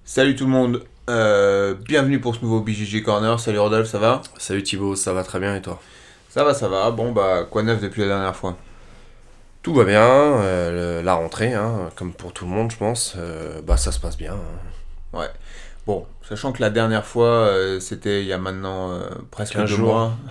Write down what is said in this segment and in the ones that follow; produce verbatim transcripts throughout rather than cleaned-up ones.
Salut tout le monde, euh, bienvenue pour ce nouveau B J J Corner. Salut Rodolphe, ça va? Salut Thibaut, ça va très bien et toi? Ça va, ça va. Bon, bah, quoi de neuf depuis la dernière fois? Tout va bien, euh, le- la rentrée, hein, comme pour tout le monde je pense, euh, bah ça se passe bien, hein. Ouais. Bon, sachant que la dernière fois, euh, c'était il y a maintenant euh, presque quinze deux jours. mois.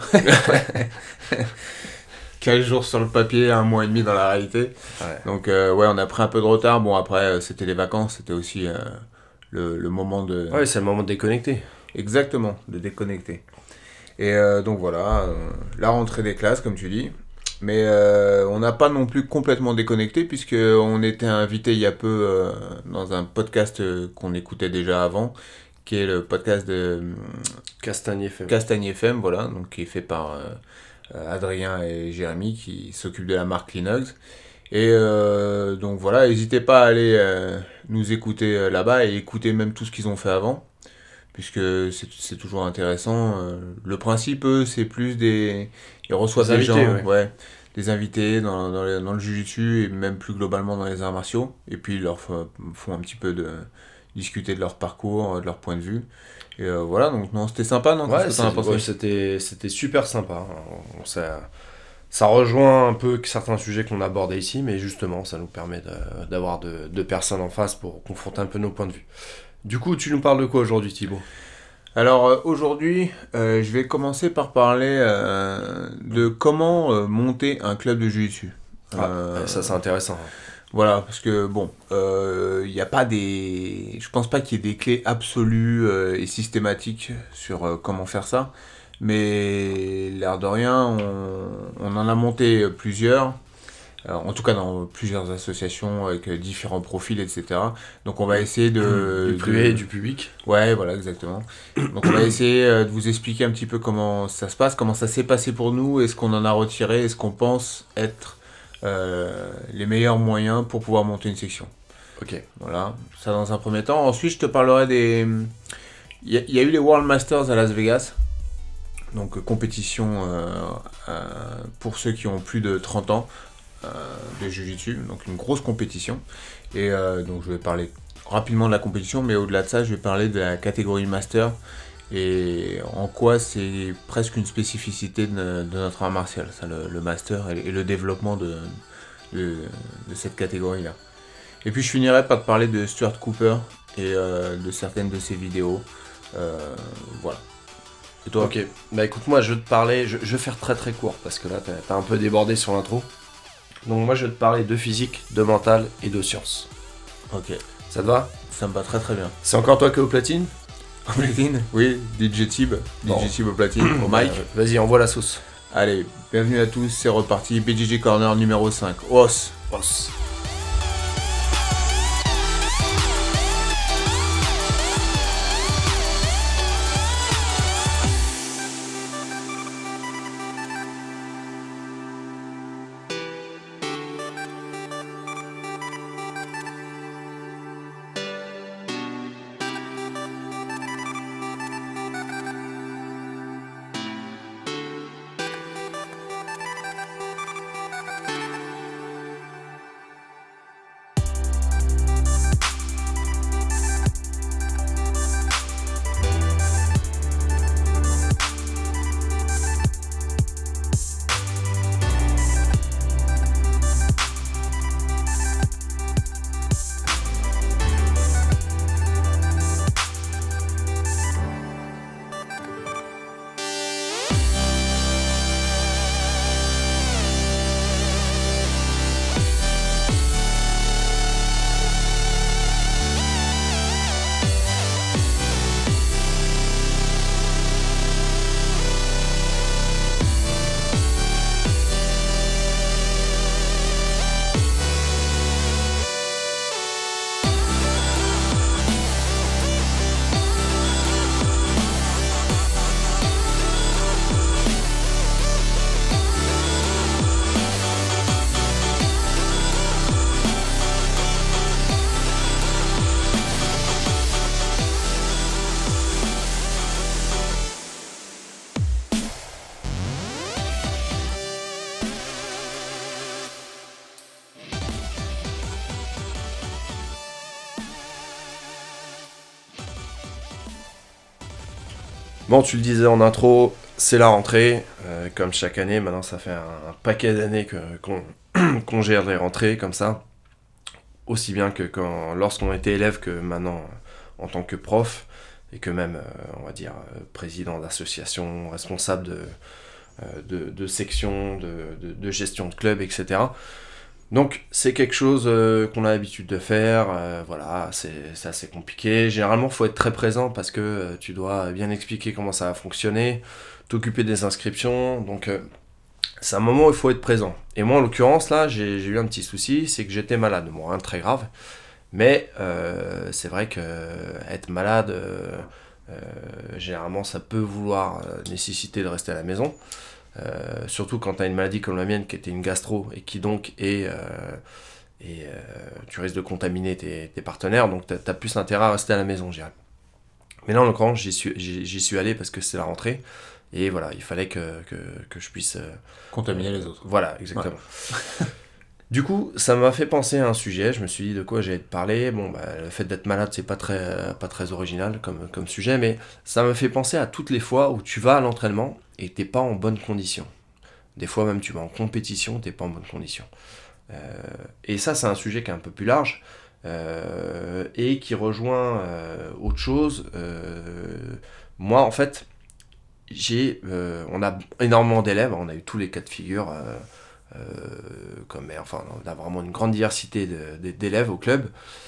quinze jours sur le papier, un mois et demi dans la réalité. Ouais, Donc, euh, ouais, on a pris un peu de retard. Bon, après, euh, c'était les vacances, c'était aussi euh, le, le moment de. ouais c'est le moment de déconnecter. Exactement, de déconnecter. Et euh, donc voilà, euh, la rentrée des classes, comme tu dis. Mais euh, on n'a pas non plus complètement déconnecté, puisque on était invité il y a peu euh, dans un podcast euh, qu'on écoutait déjà avant, qui est le podcast de euh, Castagne F M. Castagne F M, voilà, donc qui est fait par euh, euh, Adrien et Jérémy, qui s'occupent de la marque Linux. Et euh, donc voilà, n'hésitez pas à aller euh, nous écouter euh, là-bas et écouter même tout ce qu'ils ont fait avant puisque c'est c'est toujours intéressant. Euh, le principe, eux, c'est plus des... Ils reçoivent Des des invités, gens, ouais. ouais, des invités dans, dans, les- dans le jujitsu et même plus globalement dans les arts martiaux. Et puis, ils leur font, font un petit peu de... discuter de leur parcours, de leur point de vue. Et euh, voilà, donc non, c'était sympa, non? Qu'est-ce Ouais, que t'en as c'est- ouais, pensé? c'était c'était super sympa, hein. On- ça, ça rejoint un peu certains sujets qu'on a abordés ici, mais justement ça nous permet de- d'avoir de, de personnes en face pour confronter un peu nos points de vue. Du coup, tu nous parles de quoi aujourd'hui Thibaut? Alors euh, aujourd'hui, euh, je vais commencer par parler euh, de comment euh, monter un club de jiu-jitsu. Ah, Euh, ça c'est intéressant, hein. Voilà, parce que bon, il n'y a pas des. Je pense pas qu'il y ait des clés absolues euh, et systématiques sur euh, comment faire ça. Mais l'air de rien, on, on en a monté plusieurs. Euh, en tout cas, dans plusieurs associations avec euh, différents profils, et cetera. Donc, on va essayer Du de, privé et de... du public. Ouais, voilà, exactement. Donc, on va essayer euh, de vous expliquer un petit peu comment ça se passe, comment ça s'est passé pour nous, et ce qu'on en a retiré, et ce qu'on pense être euh, les meilleurs moyens pour pouvoir monter une section. Ok. Voilà, ça dans un premier temps. Ensuite, je te parlerai des. Il y, a- il y a eu les World Masters à Las Vegas, donc euh, compétition euh, euh, pour ceux qui ont plus de trente ans euh, de Jiu-Jitsu, donc une grosse compétition. Et euh, donc, je vais parler rapidement de la compétition, mais au-delà de ça, je vais parler de la catégorie Master et en quoi c'est presque une spécificité de, de notre art martial, ça, le, le Master et, et le développement de, de, de cette catégorie-là. Et puis je finirai par te parler de Stuart Cooper et euh, de certaines de ses vidéos. Euh, voilà. Et toi? Ok, bah écoute, moi je vais te parler, je, je vais faire très très court parce que là t'as t'as un peu débordé sur l'intro. Donc moi je vais te parler de physique, de mental et de science. Ok, Ça te va? ça me va très très bien. C'est encore toi qui es au platine? Au platine? Oui, D J Tib. Bon. D J Tib au platine, au Bah, mic. vas-y, envoie la sauce. Allez, bienvenue à tous, c'est reparti. B J J Corner numéro cinq. Os. Os. Bon, tu le disais en intro, c'est la rentrée. Euh, comme chaque année, maintenant ça fait un, un paquet d'années que, qu'on, qu'on gère les rentrées comme ça. Aussi bien que quand, lorsqu'on était élève que maintenant en tant que prof. Et que même, euh, on va dire, euh, président d'association, responsable de, euh, de, de section, de, de, de gestion de club, et cetera. Donc c'est quelque chose euh, qu'on a l'habitude de faire, euh, voilà, c'est, c'est assez compliqué. Généralement, il faut être très présent parce que euh, tu dois bien expliquer comment ça va fonctionner, t'occuper des inscriptions, donc euh, c'est un moment où il faut être présent. Et moi, en l'occurrence, là, j'ai, j'ai eu un petit souci, c'est que j'étais malade, bon, rien de très grave, mais euh, c'est vrai que euh, être malade, euh, euh, généralement, ça peut vouloir euh, nécessiter de rester à la maison. Euh, surtout quand tu as une maladie comme la mienne qui était une gastro et qui donc est euh, et euh, tu risques de contaminer tes, tes partenaires, donc tu as plus intérêt à rester à la maison, je dirais. Mais là en l'occurrence j'y suis, j'y, j'y suis allé parce que c'est la rentrée et voilà, il fallait que, que, que je puisse euh, contaminer euh, les autres. Voilà, exactement. Ouais. Du coup, ça m'a fait penser à un sujet, je me suis dit de quoi j'allais te parler. Bon, bah, le fait d'être malade, c'est pas très, pas très original comme, comme sujet, mais ça m'a fait penser à toutes les fois où tu vas à l'entraînement et t'es pas en bonne condition. Des fois même tu vas en compétition, t'es pas en bonne condition. Euh, et ça, c'est un sujet qui est un peu plus large euh, et qui rejoint euh, autre chose. Euh, moi, en fait, j'ai, euh, on a énormément d'élèves, on a eu tous les cas de figure. Euh, Euh, comme, enfin, on a vraiment une grande diversité de, de, d'élèves au club.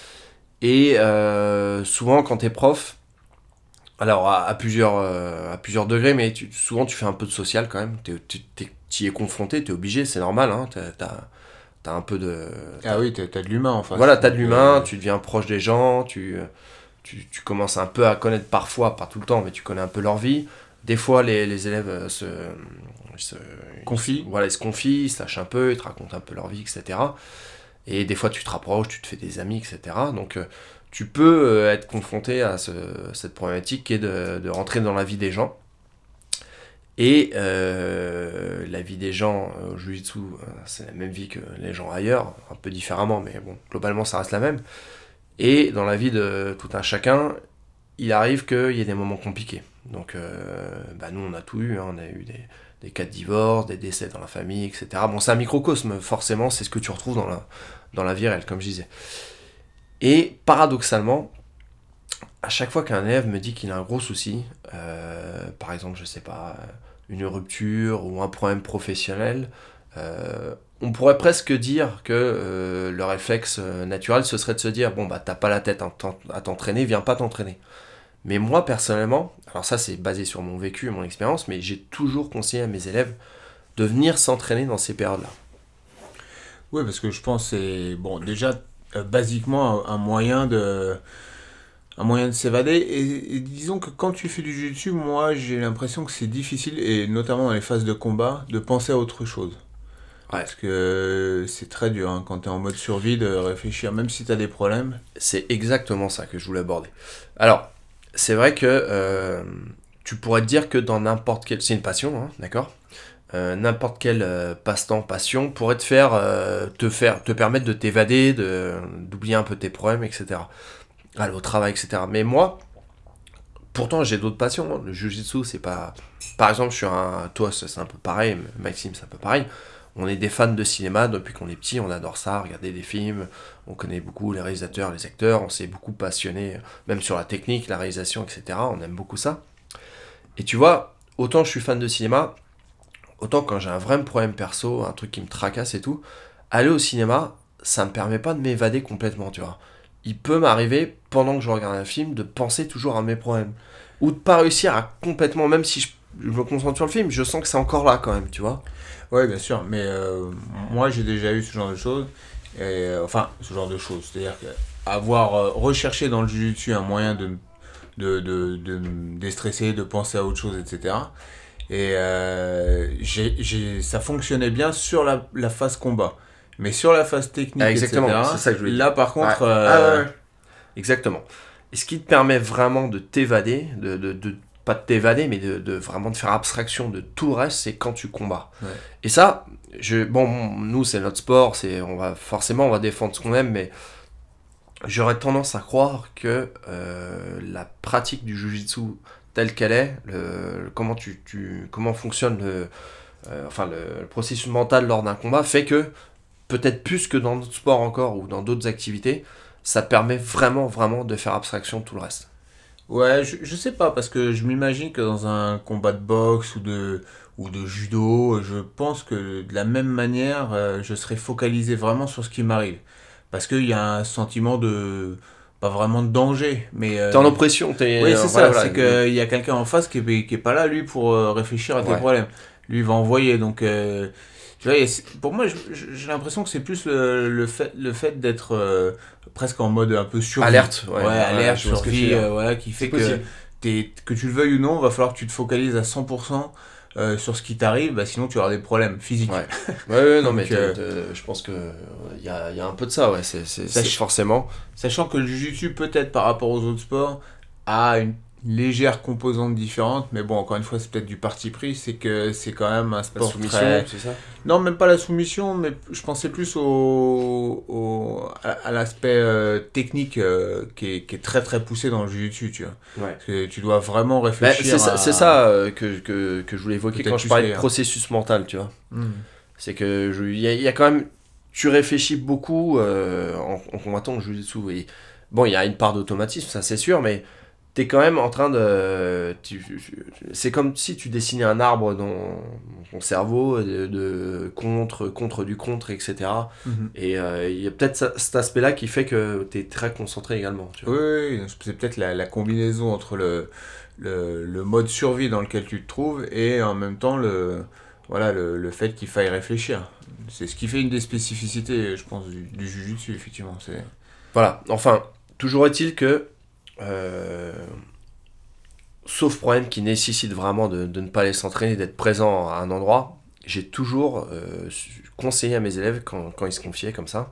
Et euh, souvent, quand tu es prof, alors à, à, plusieurs, euh, à plusieurs degrés, mais tu, souvent tu fais un peu de social quand même. Tu y es confronté, tu es obligé, c'est normal. Hein, t'as, t'as un peu de. Ah oui, t'as, t'as de l'humain en face. Voilà, t'as de l'humain, euh... tu deviens proche des gens, tu, tu, tu commences un peu à connaître parfois, pas tout le temps, mais tu connais un peu leur vie. Des fois, les, les élèves se. Ils se confient. Ils, voilà, ils se confient, ils se lâchent un peu, ils te racontent un peu leur vie, et cetera. Et des fois, tu te rapproches, tu te fais des amis, et cetera. Donc, euh, tu peux euh, être confronté à ce, cette problématique qui est de, de rentrer dans la vie des gens. Et euh, la vie des gens au Jiu-Jitsu, c'est la même vie que les gens ailleurs, un peu différemment, mais bon, globalement, ça reste la même. Et dans la vie de tout un chacun, il arrive qu'il y ait des moments compliqués. Donc, euh, bah nous, on a tout eu, hein, on a eu des, des cas de divorce, des décès dans la famille, et cetera. Bon, c'est un microcosme, forcément, c'est ce que tu retrouves dans la, dans la vie réelle, comme je disais. Et paradoxalement, à chaque fois qu'un élève me dit qu'il a un gros souci, euh, par exemple, je sais pas, une rupture ou un problème professionnel, euh, on pourrait presque dire que euh, le réflexe naturel, ce serait de se dire, bon, bah, t'as pas la tête à t'entraîner, viens pas t'entraîner. Mais moi, personnellement, alors ça c'est basé sur mon vécu et mon expérience, mais j'ai toujours conseillé à mes élèves de venir s'entraîner dans ces périodes-là. Oui, parce que je pense que c'est, bon, déjà, euh, basiquement, un moyen de, un moyen de s'évader. Et, et disons que quand tu fais du jiu-jitsu, moi, j'ai l'impression que c'est difficile, et notamment dans les phases de combat, de penser à autre chose. Ouais. Parce que c'est très dur, hein, quand tu es en mode survie, de réfléchir, même si tu as des problèmes. C'est exactement ça que je voulais aborder. Alors, c'est vrai que euh, tu pourrais te dire que dans n'importe quel... C'est une passion, hein, d'accord euh, n'importe quel euh, passe-temps, passion pourrait te faire, euh, te faire, te permettre de t'évader, de, d'oublier un peu tes problèmes, et cetera. Aller au travail, et cetera. Mais moi, pourtant j'ai d'autres passions. Hein. Le jiu-jitsu, c'est pas... Par exemple, je suis un... Toi, c'est un peu pareil, Maxime, c'est un peu pareil. On est des fans de cinéma depuis qu'on est petit, on adore ça, regarder des films, on connaît beaucoup les réalisateurs, les acteurs, on s'est beaucoup passionné, même sur la technique, la réalisation, et cetera. On aime beaucoup ça. Et tu vois, autant je suis fan de cinéma, autant quand j'ai un vrai problème perso, un truc qui me tracasse et tout, aller au cinéma, ça me permet pas de m'évader complètement, tu vois. Il peut m'arriver, pendant que je regarde un film, de penser toujours à mes problèmes. Ou de pas réussir à complètement, même si je, je me concentre sur le film, je sens que c'est encore là quand même, tu vois. Oui, bien sûr, mais euh, moi j'ai déjà eu ce genre de choses, et, euh, enfin ce genre de choses, c'est-à-dire avoir euh, recherché dans le jiu-jitsu un moyen de, de, de, de me déstresser, de penser à autre chose, et cetera. Et euh, j'ai, j'ai, ça fonctionnait bien sur la, la phase combat, mais sur la phase technique, ah, exactement, et cetera. C'est ça que je voulais là dire. par contre... Ouais. Euh... Ah, ouais, ouais. Exactement. Et ce qui te permet vraiment de t'évader, de... de, de pas de t'évader, mais de, de vraiment de faire abstraction de tout le reste, c'est quand tu combats. Ouais. Et ça, je, bon, nous c'est notre sport, c'est, on va forcément on va défendre ce qu'on aime, mais j'aurais tendance à croire que euh, la pratique du jiu-jitsu telle qu'elle est, le, le- comment, tu, tu, comment fonctionne le, euh, enfin, le, le processus mental lors d'un combat, fait que, peut-être plus que dans d'autres sports encore ou dans d'autres activités, ça te permet vraiment, vraiment de faire abstraction de tout le reste. Ouais, je, je sais pas, parce que je m'imagine que dans un combat de boxe ou de, ou de judo, je pense que de la même manière, euh, je serais focalisé vraiment sur ce qui m'arrive. Parce qu'il y a un sentiment de, pas vraiment de danger, mais T'es en euh, oppression, t'es... oui, euh, c'est voilà, ça, voilà. c'est qu'il y a quelqu'un en face qui est, qui est pas là, lui, pour euh, réfléchir à tes Ouais. problèmes. Lui, il va envoyer. Donc, euh, tu vois, et c'est- pour moi, je- je- j'ai l'impression que c'est plus le, le fait, le fait d'être euh, presque en mode un peu survie. Alerte, Ouais, ouais, ouais, alerte, je vois ce que tu veux survie, dire. euh, voilà, qui C'est fait que, possible. t'es, que tu le veuilles ou non, va falloir que tu te focalises à cent pour cent euh, sur ce qui t'arrive, bah, sinon tu auras des problèmes physiques. Ouais. Ouais, ouais, non, mais Donc, t'es- euh, t'es- je pense que il y a, y a un peu de ça, ouais. C'est, c'est, c'est sach- forcément. Sachant que le jiu-jitsu, peut-être par rapport aux autres sports, a une légère composante différente, mais bon, encore une fois, c'est peut-être du parti pris, c'est que c'est quand même un La sport soumission, très... c'est ça? Non, même pas la soumission, mais je pensais plus au, au- à, à l'aspect euh, technique euh, qui, est, qui est très très poussé dans le jiu-jitsu, tu vois. Ouais. Parce que tu dois vraiment Bah, réfléchir c'est ça, à... c'est ça euh, que, que, que je voulais évoquer Peut-être quand je plus parlais de meilleur. processus mental, tu vois. Hmm. C'est que je- il y, a- il y a quand même, tu réfléchis beaucoup euh, en, en combattant au jiu-jitsu. Et bon, il y a une part d'automatisme, ça c'est sûr, mais t'es quand même en train de, tu- c'est comme si tu dessinais un arbre dans ton cerveau de, de contre, contre du contre, et cetera. Mhm. Et euh, il y a peut-être ça- cet aspect-là qui fait que t'es très concentré également. Tu vois. Oui, oui, oui, c'est peut-être la, la combinaison entre le, le, le mode survie dans lequel tu te trouves et en même temps le, voilà, le, le fait qu'il faille réfléchir. C'est ce qui fait une des spécificités, je pense, du, du Jiu-Jitsu, effectivement. C'est... Voilà. Enfin, toujours est-il que euh, sauf problème qui nécessite vraiment de, de ne pas aller s'entraîner, d'être présent à un endroit, j'ai toujours euh, su- conseillé à mes élèves, quand, quand ils se confiaient comme ça,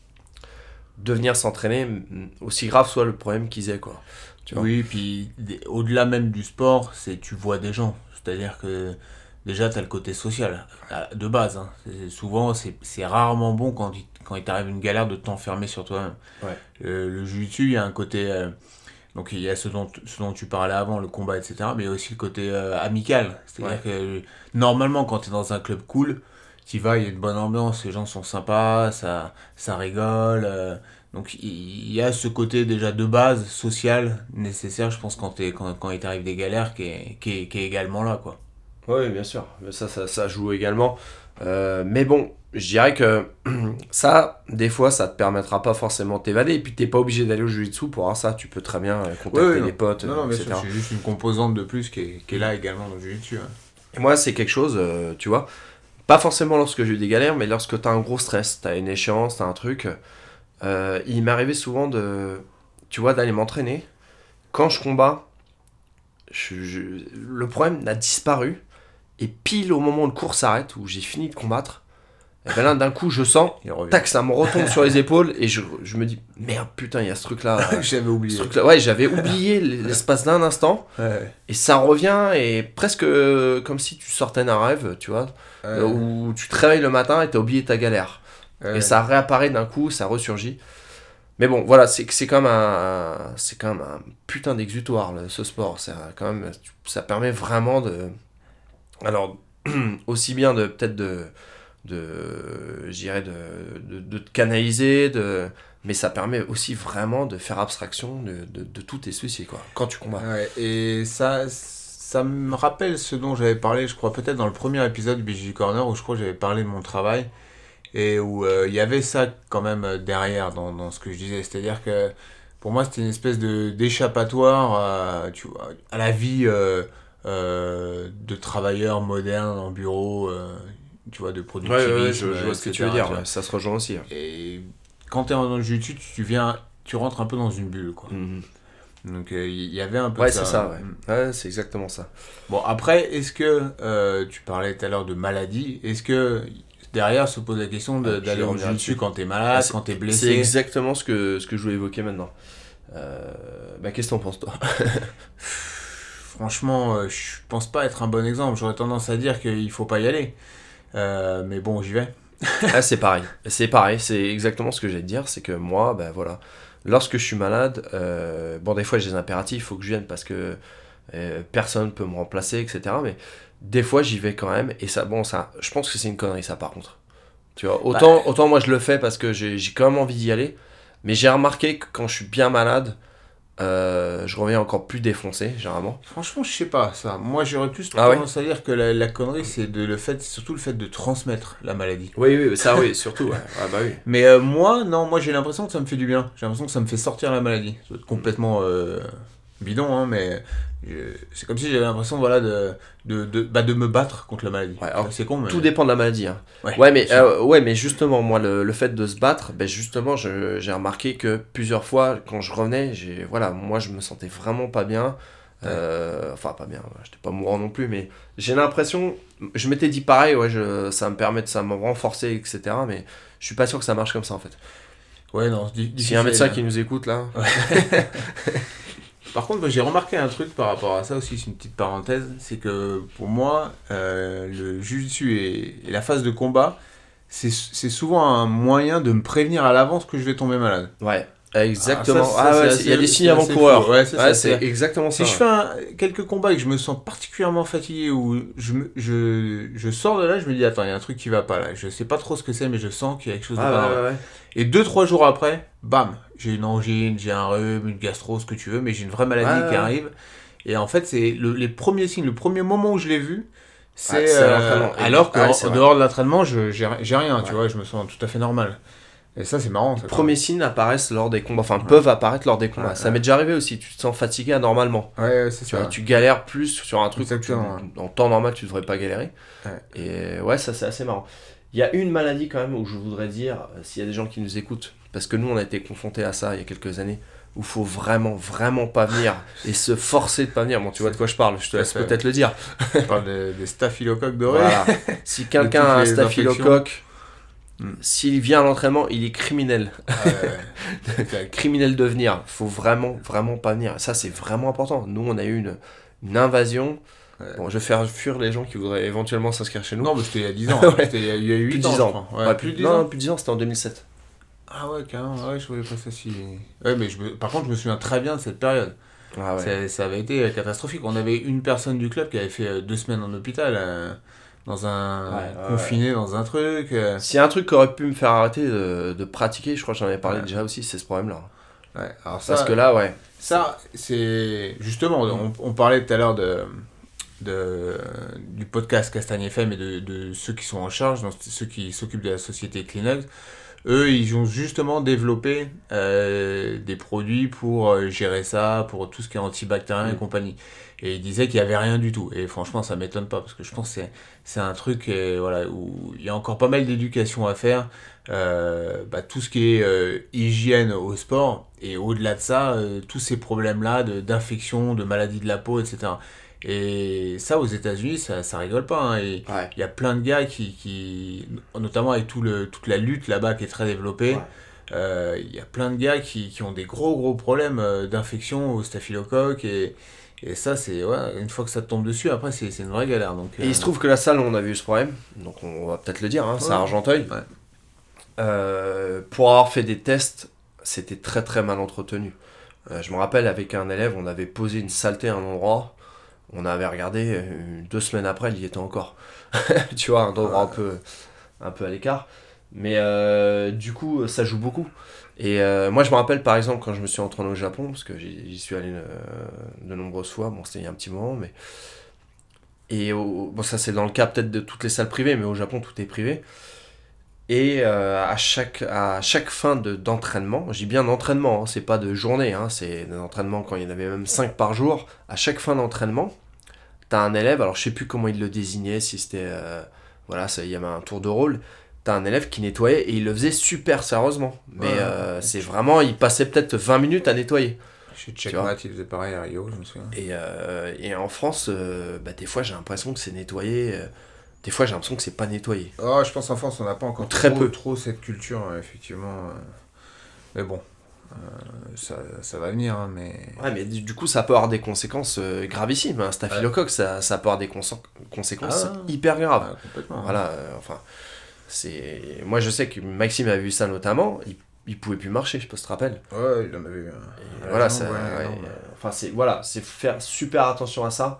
de venir s'entraîner, m- aussi grave soit le problème qu'ils aient, quoi. Tu vois. Oui, puis des- au-delà même du sport, c'est tu vois des gens. C'est-à-dire que déjà, tu as le côté social, à- de base. Hein. C'est- souvent, c'est, c'est rarement bon quand il, quand il t'arrive une galère de t'enfermer sur toi-même. Ouais. Euh, le jiu-jitsu, il y a un côté... euh, donc il y a ce dont, ce dont tu parlais avant, le combat, et cetera. Mais il y a aussi le côté euh, amical. C'est-à-dire que euh, normalement, quand tu es dans un club cool, tu y vas, il y a une bonne ambiance, les gens sont sympas, ça, ça rigole. euh, donc il y a ce côté déjà de base social nécessaire, je pense, quand, t'es, quand, quand il t'arrive des galères, qui est, qui est, qui est également là, quoi. Oui, bien sûr. Ça, ça, ça joue également. Euh, mais bon, je dirais que ça, des fois, ça te permettra pas forcément de t'évader. Et puis, t'es pas obligé d'aller au jiu-jitsu pour avoir ça. Tu peux très bien euh, contacter Ouais, ouais, des potes, non, non, euh, bien et cetera. sûr, c'est juste une composante de plus qui est, qui est là également dans le jiu-jitsu. Hein. Et moi, c'est quelque chose, euh, tu vois, pas forcément lorsque j'ai eu des galères, mais lorsque t'as un gros stress, t'as une échéance, t'as un truc. Euh, il m'arrivait souvent de, tu vois, d'aller m'entraîner. Quand je combats, je- je- le problème n'a disparu. Et pile au moment où le cours s'arrête, où j'ai fini de combattre, et ben là, d'un coup, je sens, Il revient. tac, ça me retombe sur les épaules, et je, je me dis, merde, putain, il y a ce truc-là. euh, J'avais ce oublié. truc-là. Ouais, j'avais oublié l'espace d'un instant, Ouais, et ça revient, et presque euh, comme si tu sortais d'un rêve, tu vois, ouais, euh, où tu te réveilles le matin et t'as oublié ta galère. ouais. Et ça réapparaît d'un coup, ça ressurgit. Mais bon, voilà, c'est c'est quand même un, c'est quand même un putain d'exutoire, le- ce sport. C'est un- quand même, ça permet vraiment de, alors aussi bien de peut-être de, de, je dirais de, de, de te canaliser, de, mais ça permet aussi vraiment de faire abstraction de, de, de tous tes soucis, quoi. Quand tu combats. Ouais, et ça, ça me rappelle ce dont j'avais parlé, je crois, peut-être dans le premier épisode du B J J Corner, où je crois que j'avais parlé de mon travail, et où euh, il y avait ça quand même euh, derrière dans, dans ce que je disais. C'est-à-dire que pour moi, c'était une espèce de, d'échappatoire à, tu vois, à la vie euh, euh, de travailleur moderne en bureau, euh, tu vois, de Ouais, productivisme, ouais, ouais, je, je vois ce que tu veux et cetera, dire. tu vois. Ouais, ça se rejoint aussi. Hein. Et quand tu es dans le jiu-jitsu, tu viens, tu rentres un peu dans une bulle, quoi. Mhm. Donc il euh, y avait un peu Ouais, de ça. c'est ça. Ouais. Mm. Ouais, c'est exactement ça. Bon, après, est-ce que euh, tu parlais tout à l'heure de maladie, est-ce que derrière se pose la question de- Ah, je d'aller vais au revenir jiu-jitsu là-dessus. quand t'es Ah, malade, c'est- quand t'es C'est blessé? exactement ce que, ce que je voulais évoquer maintenant. Euh, bah, qu'est-ce que t'en penses, toi? Franchement, euh, je pense pas être un bon exemple. J'aurais tendance à dire qu'il faut pas y aller. Euh, mais bon, j'y vais. Ah, c'est pareil. C'est pareil. C'est exactement ce que j'allais te dire. C'est que moi, ben voilà. Lorsque je suis malade, euh, bon, des fois j'ai des impératifs, il faut que je vienne parce que euh, personne peut me remplacer, et cetera. Mais des fois, j'y vais quand même, et ça, bon, ça, je pense que c'est une connerie, ça, par contre. Tu vois, autant, bah, autant moi, je le fais parce que j'ai, j'ai quand même envie d'y aller, mais j'ai remarqué que quand je suis bien malade, Euh, je reviens encore plus défoncé, généralement. Franchement, je sais pas ça. Moi, j'aurais plus ah tendance ouais à dire que la, la connerie, c'est de le fait, surtout le fait de transmettre la maladie. Oui, oui, ça, oui, surtout. Ouais. Ah, bah oui. Mais euh, moi, non, moi, j'ai l'impression que ça me fait du bien. J'ai l'impression que ça me fait sortir la maladie. Ça doit être complètement euh, bidon, hein, mais je... c'est comme si j'avais l'impression, voilà, de de de, bah, de me battre contre la maladie. Ouais, alors, c'est con, mais tout dépend de la maladie. Hein. Ouais, ouais, mais euh, ouais, mais justement, moi, le, le fait de se battre, ben justement, je, j'ai remarqué que plusieurs fois, quand je revenais, j'ai, voilà, moi, je me sentais vraiment pas bien. Euh, enfin, pas bien. J'étais pas mourant non plus, mais j'ai l'impression, je m'étais dit pareil, ouais, je, ça me permet de ça me renforcer, et cetera. Mais je suis pas sûr que ça marche comme ça en fait. Ouais, non. S'il y a un médecin qui nous écoute là. Ouais. Par contre, j'ai remarqué un truc par rapport à ça aussi, c'est une petite parenthèse, c'est que pour moi, euh, le jiu-jitsu et, et la phase de combat, c'est, c'est souvent un moyen de me prévenir à l'avance que je vais tomber malade. Ouais, exactement. Ah, ça, ça, ah ouais, il y a des signes avant-coureurs. Ouais, c'est, ouais, ça, c'est, c'est exactement si ça. Si je fais un, quelques combats et que je me sens particulièrement fatigué ou je, me, je, je sors de là, je me dis, attends, il y a un truc qui va pas là. Je sais pas trop ce que c'est, mais je sens qu'il y a quelque chose de ah, pas ouais, normal. Ouais, ouais. Et deux, trois jours après, bam, j'ai une angine, j'ai un rhume, une gastro, ce que tu veux, mais j'ai une vraie maladie ouais, qui ouais. arrive. Et en fait, c'est le, les premiers signes, le premier moment où je l'ai vu, c'est, ouais, c'est euh, alors qu'en ah, dehors de l'entraînement, je, j'ai, j'ai rien, ouais. Tu vois, je me sens tout à fait normal. Et ça, c'est marrant. Ça, les premiers signes apparaissent lors des combats, enfin ouais. peuvent apparaître lors des combats. Ouais, ça ouais. m'est déjà arrivé aussi, tu te sens fatigué anormalement. Ouais, c'est tu ça. Vois, tu galères plus sur un truc tu, en temps normal, tu devrais pas galérer. Ouais. Et ouais, ça c'est assez marrant. Il y a une maladie quand même où je voudrais dire, s'il y a des gens qui nous écoutent, parce que nous on a été confrontés à ça il y a quelques années, où il faut vraiment, vraiment pas venir et se forcer de pas venir. Bon, tu vois de quoi je parle, je te laisse fait. peut-être le dire. Tu parles des, des staphylocoques dorés. Voilà. Si quelqu'un a un staphylocoque, hmm. s'il vient à l'entraînement, il est criminel. Ah ouais. Criminel de venir. Faut vraiment, vraiment pas venir. Ça, c'est vraiment important. Nous, on a eu une, une invasion. Ouais. Bon, je vais faire fuir les gens qui voudraient éventuellement s'inscrire chez nous. Non, mais c'était il y a dix ans. ouais. C'était il y a, il y a huit plus de dix ans. ans. Ouais, ouais, plus plus de dix non, ans. Non, plus de dix ans, c'était en deux mille sept. Ah ouais, carrément. Ouais, je voyais pas ça si. Ouais, mais je me... par contre, je me souviens très bien de cette période. Ah ouais. ça, ça avait été catastrophique. On avait une personne du club qui avait fait deux semaines en hôpital, euh, dans un ouais, confiné ouais. dans un truc. Euh... S'il y a un truc qui aurait pu me faire arrêter de, de pratiquer, je crois que j'en avais parlé ouais. déjà aussi, c'est ce problème-là. Ouais. Alors ça, parce que là, ouais. Ça, c'est justement, on, on parlait tout à l'heure de, de du podcast Castagne F M et de, de ceux qui sont en charge, donc ceux qui s'occupent de la société Kleenex. Eux, ils ont justement développé euh, des produits pour euh, gérer ça, pour tout ce qui est antibactérien mmh. et compagnie. Et ils disaient qu'il n'y avait rien du tout. Et franchement, ça ne m'étonne pas, parce que je pense que c'est, c'est un truc euh, voilà, où il y a encore pas mal d'éducation à faire. Euh, bah, tout ce qui est euh, hygiène au sport, et au-delà de ça, euh, tous ces problèmes-là de, d'infection, de maladies de la peau, et cetera. Et ça, aux États-Unis, ça, ça rigole pas. Hein. Et il ouais. y a plein de gars qui, qui notamment avec tout le, toute la lutte là-bas qui est très développée, il ouais. euh, y a plein de gars qui, qui ont des gros gros problèmes euh, d'infection au staphylocoque. Et, et ça, c'est ouais, une fois que ça te tombe dessus, après, c'est, c'est une vraie galère. Donc, et euh... il se trouve que la salle, on a vu ce problème, donc on va peut-être le dire, hein, ouais. c'est à Argenteuil. Ouais. Euh, pour avoir fait des tests, c'était très très mal entretenu. Euh, je me rappelle, avec un élève, on avait posé une saleté à un endroit. On avait regardé, deux semaines après, il y était encore. Tu vois, un endroit un peu, un peu à l'écart. Mais euh, du coup, ça joue beaucoup. Et euh, moi, je me rappelle, par exemple, quand je me suis entraîné au Japon, parce que j'y, j'y suis allé euh, de nombreuses fois, bon, c'était il y a un petit moment, mais... Et au... bon, ça, c'est dans le cas peut-être de toutes les salles privées, mais au Japon, tout est privé. Et euh, à, chaque, à chaque fin de, d'entraînement, je dis bien d'entraînement, hein, c'est pas de journée, hein, c'est d'entraînement quand il y en avait même cinq par jour, à chaque fin d'entraînement, t'as un élève, alors je sais plus comment il le désignait, si c'était, euh, voilà, il y avait un tour de rôle, t'as un élève qui nettoyait et il le faisait super sérieusement, mais ouais, euh, c'est vraiment, il passait peut-être vingt minutes à nettoyer. Chez Checkmat, il faisait pareil à Rio, je me souviens. Et, euh, et en France, euh, bah, des fois j'ai l'impression que c'est nettoyé... Euh, Des fois, j'ai l'impression que c'est pas nettoyé. Oh, je pense en France, on n'a pas encore très trop, peu. trop cette culture, effectivement. Mais bon, euh, ça, ça va venir, hein, mais... Ouais, mais du coup, ça peut avoir des conséquences euh, gravissimes. Un staphylocoque, ouais. ça, ça peut avoir des cons- conséquences ah, hyper graves. Ouais, complètement. Voilà, euh, enfin... c'est... Moi, je sais que Maxime a vu ça notamment. Il, il pouvait plus marcher, je sais pas si tu te rappelles. Ouais, il en avait vu. Un... Voilà, ça... Ouais, ouais, non, mais... enfin c'est voilà, c'est faire super attention à ça.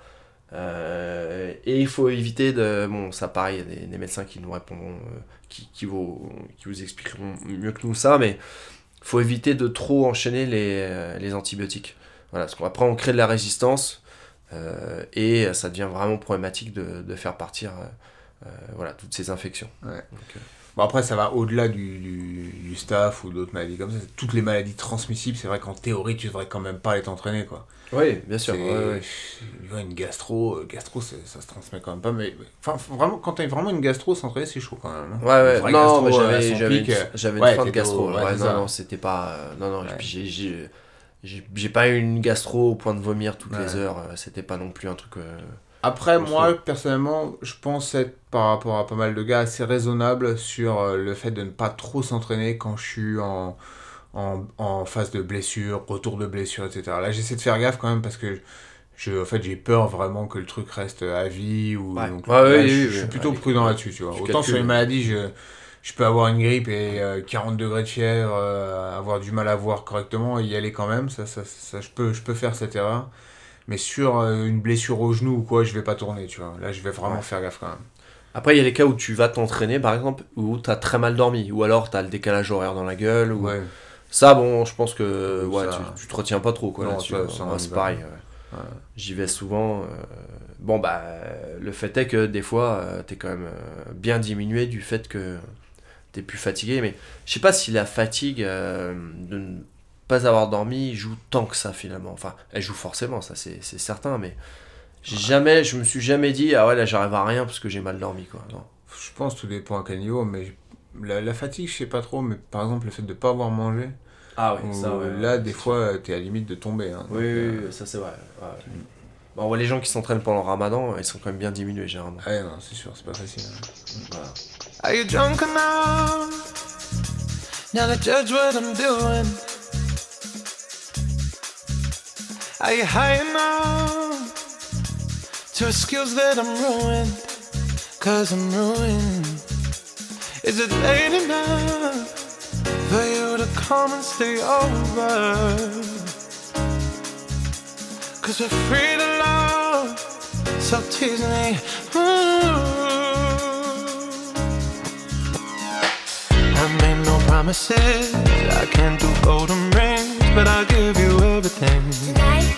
Euh, et il faut éviter de, bon ça pareil, il y a des, des médecins qui nous répondront, euh, qui, qui, vous, qui vous expliqueront mieux que nous ça, mais il faut éviter de trop enchaîner les, les antibiotiques. Voilà, parce qu'après on crée de la résistance euh, et ça devient vraiment problématique de, de faire partir euh, voilà, toutes ces infections. Ouais. Donc, euh, Bon, après, ça va au-delà du, du, du staph ou d'autres maladies comme ça. Toutes les maladies transmissibles, c'est vrai qu'en théorie, tu devrais quand même pas aller t'entraîner, quoi. oui, bien sûr. Ouais, ouais. Une gastro, gastro ça, ça se transmet quand même pas. Mais enfin, vraiment, quand t'as vraiment une gastro, s'entraîner, c'est chaud quand même. Hein. Ouais, ouais. Non, mais j'avais, euh, j'avais, pic, une, euh, j'avais ouais, une fin de gastro. Ouais, ouais, non, ça. non, c'était pas. Euh, non, non, ouais. Et puis j'ai, j'ai, j'ai, j'ai pas eu une gastro au point de vomir toutes ouais. les heures. Euh, c'était pas non plus un truc. Euh, Après, moi, fait. personnellement, je pense être, par rapport à pas mal de gars, assez raisonnable sur euh, le fait de ne pas trop s'entraîner quand je suis en, en, en phase de blessure, retour de blessure, et cetera. Là, j'essaie de faire gaffe quand même parce que je, en fait, j'ai peur vraiment que le truc reste à vie. Ou, ouais. donc, ouais, là, oui, je, oui, je oui, suis oui, plutôt ouais, prudent ouais, là-dessus. Tu vois. Autant calcule, sur les maladies, je, je peux avoir une grippe et euh, quarante degrés de fièvre, euh, avoir du mal à voir correctement et y aller quand même. Ça, ça, ça, je, peux, je peux faire cette erreur. Mais sur euh, une blessure au genou ou quoi, je vais pas tourner, tu vois. Là, je vais vraiment ouais. faire gaffe quand même. Après, il y a les cas où tu vas t'entraîner, par exemple, où tu as très mal dormi, ou alors tu as le décalage horaire dans la gueule. Ou... Ouais. Ça, bon, je pense que ouais, ça... tu, tu te retiens pas trop, quoi, non, là-dessus. Ça, ça, ouais, c'est pareil. Ouais. Ouais. J'y vais souvent. Euh... Bon, bah, le fait est que des fois, euh, tu es quand même euh, bien diminué du fait que tu es plus fatigué. Mais je sais pas si la fatigue euh, de ne pas avoir dormi joue tant que ça, finalement. Enfin, elle joue forcément, ça, c'est, c'est certain, mais... J'ai jamais, je me suis jamais dit, ah ouais, là j'arrive à rien parce que j'ai mal dormi, quoi. Non. Je pense que tout dépend à quel niveau, mais la, la fatigue, je sais pas trop, mais par exemple, le fait de pas avoir mangé, ah oui, ça, ouais, là, ouais, des fois, sûr. T'es à la limite de tomber. Hein, oui, donc, oui, euh... ça c'est vrai. Ouais. Mm. Bon, on voit les gens qui s'entraînent pendant le ramadan, ils sont quand même bien diminués, généralement. Ah ouais, non, c'est sûr, c'est pas facile. Hein. Voilà. Are you drunk enough now to judge what I'm doing? Are you high enough to excuse that I'm ruined, cause I'm ruined? Is it late enough for you to come and stay over? Cause we're free to love, so tease me. Ooh. I made no promises, I can't do golden rings, but I'll give you everything. Tonight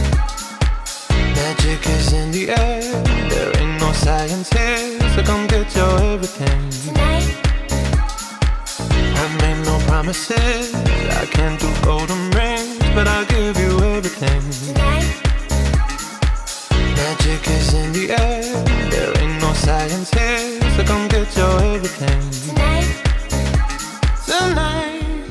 magic is in the air, there ain't no science here, so come get your everything. Tonight I made no promises, I can't do golden rings, but I'll give you everything. Tonight magic is in the air, there ain't no science here, so come get your everything. Tonight Tonight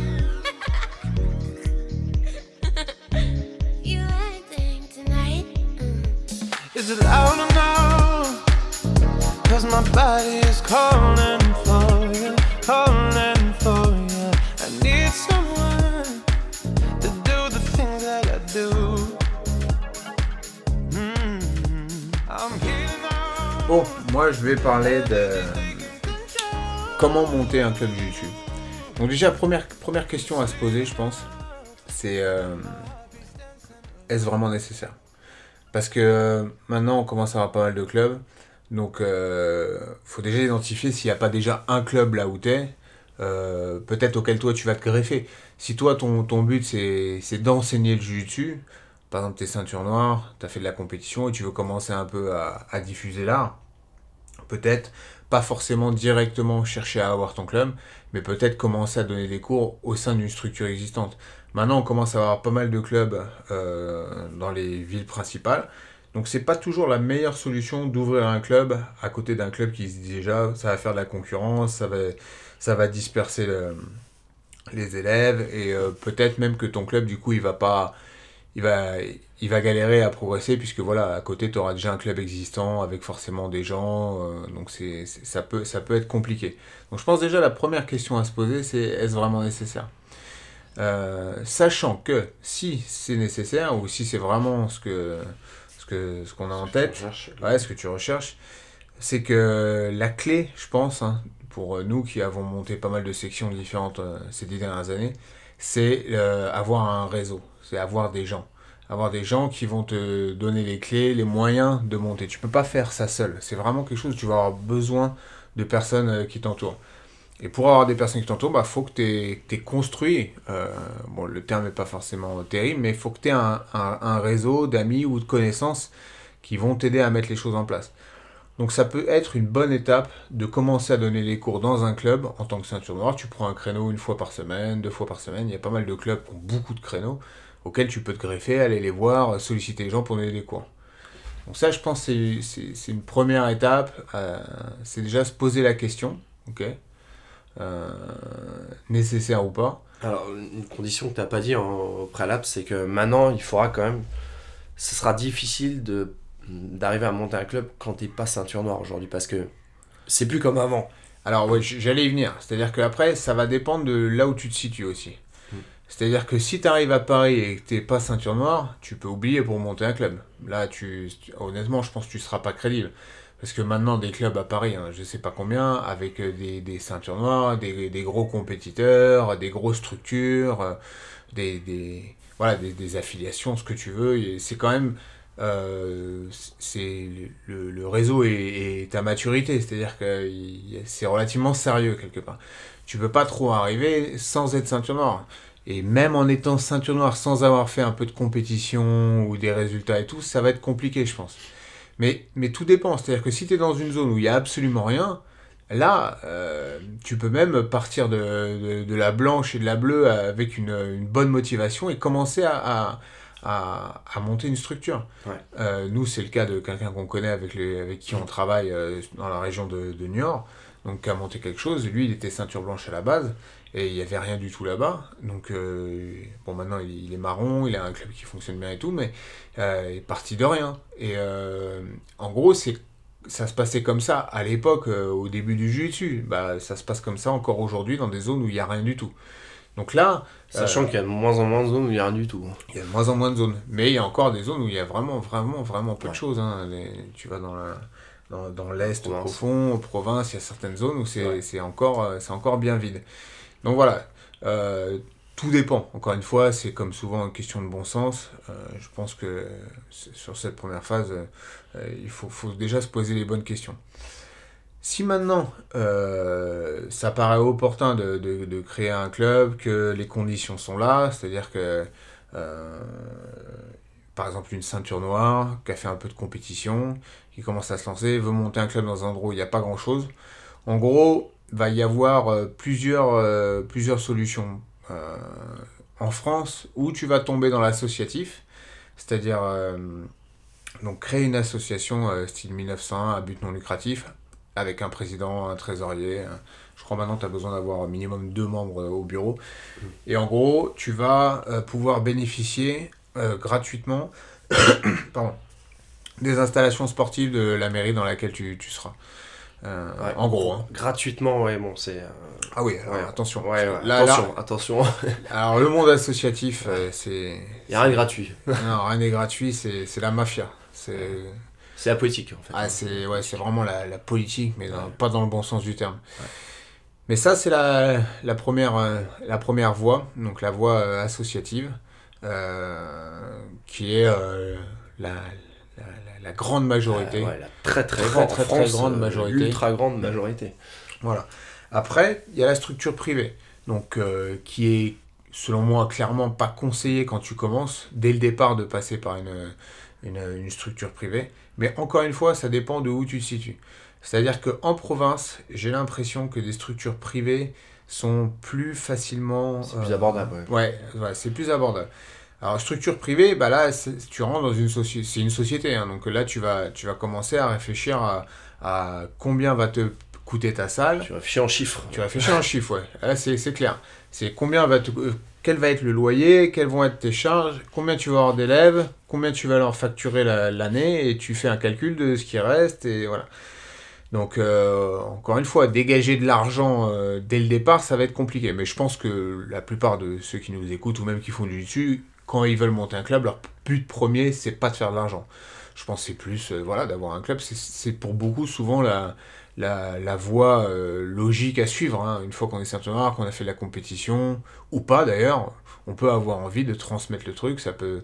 Is it loud enough? Cause my body is calling for you, calling for you. I need someone to do the things that I do. Mm-hmm. I'm here now. Bon, moi je vais parler de comment monter un club jiu-jitsu. Donc déjà, première, première question à se poser, je pense, c'est euh, est-ce vraiment nécessaire ? Parce que euh, maintenant, on commence à avoir pas mal de clubs. Donc, il euh, faut déjà identifier s'il n'y a pas déjà un club là où tu es, euh, peut-être auquel toi tu vas te greffer. Si toi, ton, ton but, c'est, c'est d'enseigner le jiu-jitsu, par exemple, tu es ceinture noire, tu as fait de la compétition et tu veux commencer un peu à, à diffuser l'art, peut-être pas forcément directement chercher à avoir ton club, mais peut-être commencer à donner des cours au sein d'une structure existante. Maintenant, on commence à avoir pas mal de clubs euh, dans les villes principales. Donc, c'est pas toujours la meilleure solution d'ouvrir un club à côté d'un club qui se dit déjà, ça va faire de la concurrence, ça va, ça va disperser le, les élèves et euh, peut-être même que ton club, du coup, il va pas, il va, il va galérer à progresser puisque voilà, à côté, tu auras déjà un club existant avec forcément des gens. Euh, donc, c'est, c'est, ça peut, ça peut être compliqué. Donc, je pense déjà la première question à se poser, c'est est-ce vraiment nécessaire ? Euh, sachant que si c'est nécessaire ou si c'est vraiment ce que ce que ce qu'on a en tête, ouais, ce que tu recherches, c'est que la clé, je pense, hein, pour nous qui avons monté pas mal de sections différentes euh, ces dix dernières années, c'est euh, avoir un réseau, c'est avoir des gens, avoir des gens qui vont te donner les clés, les moyens de monter. Tu peux pas faire ça seul. C'est vraiment quelque chose où tu vas avoir besoin de personnes euh, qui t'entourent. Et pour avoir des personnes qui t'entourent, bah faut que tu aies construit, euh, bon le terme n'est pas forcément terrible, mais il faut que tu aies un, un, un réseau d'amis ou de connaissances qui vont t'aider à mettre les choses en place. Donc ça peut être une bonne étape de commencer à donner les cours dans un club en tant que ceinture noire. Tu prends un créneau une fois par semaine, deux fois par semaine. Il y a pas mal de clubs qui ont beaucoup de créneaux auxquels tu peux te greffer, aller les voir, solliciter les gens pour donner des cours. Donc ça, je pense que c'est une première étape. Euh, c'est déjà se poser la question, ok, euh, nécessaire ou pas. Alors, une condition que tu n'as pas dit en, au préalable, c'est que maintenant, il faudra quand même... Ce sera difficile de d'arriver à monter un club quand t'es pas ceinture noire aujourd'hui, parce que c'est plus comme avant. Alors ouais, j'allais y venir, c'est-à-dire que après ça va dépendre de là où tu te situes aussi. Mm. C'est-à-dire que si tu arrives à Paris et que t'es pas ceinture noire, tu peux oublier pour monter un club. Là, tu, honnêtement, je pense que tu seras pas crédible. Parce que maintenant, des clubs à Paris, hein, je sais pas combien, avec des, des ceintures noires, des, des gros compétiteurs, des grosses structures, des, des, voilà, des, des affiliations, ce que tu veux, c'est quand même... Euh, c'est le, le réseau est, est à maturité, c'est-à-dire que c'est relativement sérieux quelque part. Tu peux pas trop arriver sans être ceinture noire. Et même en étant ceinture noire sans avoir fait un peu de compétition ou des résultats et tout, ça va être compliqué, je pense. Mais, mais tout dépend, c'est-à-dire que si tu es dans une zone où il n'y a absolument rien, là, euh, tu peux même partir de, de, de la blanche et de la bleue avec une, une bonne motivation et commencer à... à À, à monter une structure. Ouais. Euh, nous, c'est le cas de quelqu'un qu'on connaît avec, les, avec qui on travaille euh, dans la région de, de Niort, donc qui a monté quelque chose. Lui, il était ceinture blanche à la base, et il n'y avait rien du tout là-bas. Donc, euh, bon, maintenant, il, il est marron, il a un club qui fonctionne bien et tout, mais euh, il est parti de rien. Et euh, en gros, c'est ça se passait comme ça à l'époque, euh, au début du jiu-jitsu. Bah, ça se passe comme ça encore aujourd'hui dans des zones où il n'y a rien du tout. Donc là... Sachant euh, qu'il y a de moins en moins de zones où il n'y a rien du tout. Il y a de moins en moins de zones. Mais il y a encore des zones où il y a vraiment, vraiment, vraiment peu ouais. de choses. Hein. Les, tu vas dans la, dans, dans l'Est profond, aux provinces, il y a certaines zones où c'est ouais. encore, encore bien vide. Donc voilà, euh, tout dépend. Encore une fois, c'est comme souvent une question de bon sens. Euh, je pense que sur cette première phase, euh, il faut, faut déjà se poser les bonnes questions. Si maintenant, euh, ça paraît opportun de, de, de créer un club, que les conditions sont là, c'est-à-dire que, euh, par exemple, une ceinture noire, qui a fait un peu de compétition, qui commence à se lancer, veut monter un club dans un endroit où il n'y a pas grand-chose, en gros, il va y avoir euh, plusieurs, euh, plusieurs solutions. Euh, en France, où tu vas tomber dans l'associatif, c'est-à-dire euh, donc créer une association euh, style mille neuf cent un à but non lucratif, avec un président, un trésorier. Un... Je crois maintenant que tu as besoin d'avoir minimum deux membres au bureau. Et en gros, tu vas euh, pouvoir bénéficier euh, gratuitement pardon, des installations sportives de la mairie dans laquelle tu, tu seras. Euh, ouais, en gros. Hein. Gratuitement, ouais, bon, c'est... Euh... Ah oui, alors, ouais. attention. Ouais, ouais, là, attention, là, attention. Alors, le monde associatif, euh, c'est... Il n'y a rien de gratuit. Non, rien n'est gratuit, c'est la mafia. C'est... C'est la politique, en fait. Ah, c'est ouais, c'est vraiment la, la politique, mais dans, ouais. pas dans le bon sens du terme. Ouais. Mais ça, c'est la, la, première, euh, la première voie, donc la voie euh, associative, euh, qui est euh, la, la, la grande majorité. Euh, ouais, la très très, très, grande, très, France, très grande majorité. Ultra grande majorité. Voilà. Après, il y a la structure privée, donc euh, qui est, selon moi, clairement pas conseillé quand tu commences, dès le départ, de passer par une, une, une structure privée. Mais encore une fois, ça dépend de où tu te situes. C'est-à-dire qu'en province, j'ai l'impression que des structures privées sont plus facilement... C'est euh, plus abordable, ouais. Ouais, ouais, c'est plus abordable. Alors, structure privée, bah là, tu rentres dans une société, c'est une société, hein, donc là, tu vas, tu vas commencer à réfléchir à, à combien va te coûter ta salle. Tu réfléchis en chiffres. Tu réfléchis en chiffres, ouais. Là, c'est clair. C'est combien va te... Quel va être le loyer, quelles vont être tes charges, combien tu vas avoir d'élèves, combien tu vas leur facturer l'année, la, et tu fais un calcul de ce qui reste, et voilà. Donc, euh, encore une fois, dégager de l'argent euh, dès le départ, ça va être compliqué. Mais je pense que la plupart de ceux qui nous écoutent, ou même qui font du dessus, quand ils veulent monter un club, leur but premier, c'est pas de faire de l'argent. Je pense que c'est plus, euh, voilà, d'avoir un club, c'est pour beaucoup souvent la... La, la voie euh, logique à suivre, hein. Une fois qu'on est ceinture noire, qu'on a fait de la compétition, ou pas d'ailleurs, on peut avoir envie de transmettre le truc, ça peut,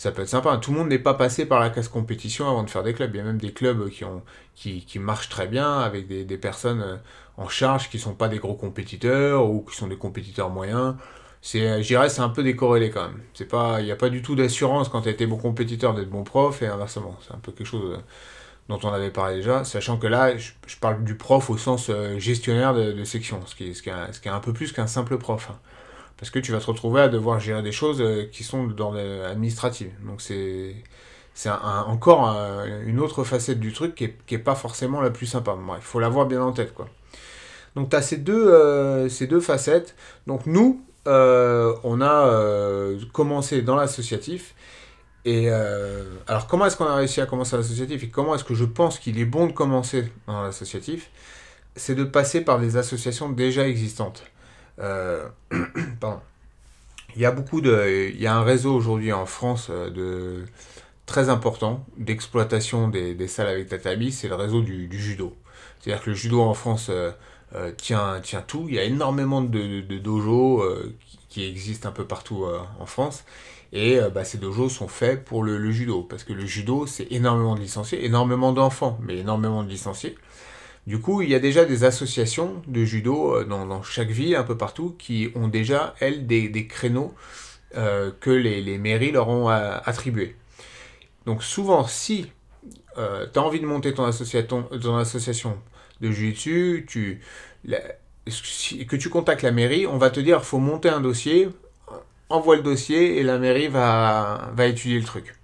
ça peut être sympa. Tout le monde n'est pas passé par la case compétition avant de faire des clubs. Il y a même des clubs qui, ont, qui, qui marchent très bien avec des, des personnes en charge qui ne sont pas des gros compétiteurs ou qui sont des compétiteurs moyens. C'est, je dirais, c'est un peu décorrélé quand même. C'est pas, il n'y a pas du tout d'assurance quand tu as été bon compétiteur d'être bon prof et inversement. C'est un peu quelque chose dont on avait parlé déjà, sachant que là, je, je parle du prof au sens euh, gestionnaire de, de section, ce qui, est, ce, qui est, ce qui est un peu plus qu'un simple prof. Hein. Parce que tu vas te retrouver à devoir gérer des choses euh, qui sont d'ordre administratif. Donc c'est, c'est un, un, encore un, une autre facette du truc qui n'est qui est pas forcément la plus sympa. Bref, il faut l'avoir bien en tête, quoi. Donc tu as ces deux, euh, ces deux facettes. Donc nous, euh, on a euh, commencé dans l'associatif. Et euh, alors comment est-ce qu'on a réussi à commencer l'associatif et comment est-ce que je pense qu'il est bon de commencer dans l'associatif? C'est de passer par des associations déjà existantes. Euh, pardon. Il y a beaucoup de, il y a un réseau aujourd'hui en France de très important d'exploitation des, des salles avec tatami, c'est le réseau du, du judo. C'est-à-dire que le judo en France euh, euh, tient, tient tout. Il y a énormément de, de, de dojos euh, qui, qui existent un peu partout euh, en France. Et euh, bah, ces dojos sont faits pour le, le judo. Parce que le judo, c'est énormément de licenciés, énormément d'enfants, mais énormément de licenciés. Du coup, il y a déjà des associations de judo euh, dans, dans chaque ville, un peu partout, qui ont déjà, elles, des, des créneaux euh, que les, les mairies leur ont euh, attribués. Donc souvent, si euh, tu as envie de monter ton association, ton association de jiu-jitsu, tu, la, si, que tu contactes la mairie, on va te dire qu'il faut monter un dossier, envoie le dossier et la mairie va, va étudier le truc.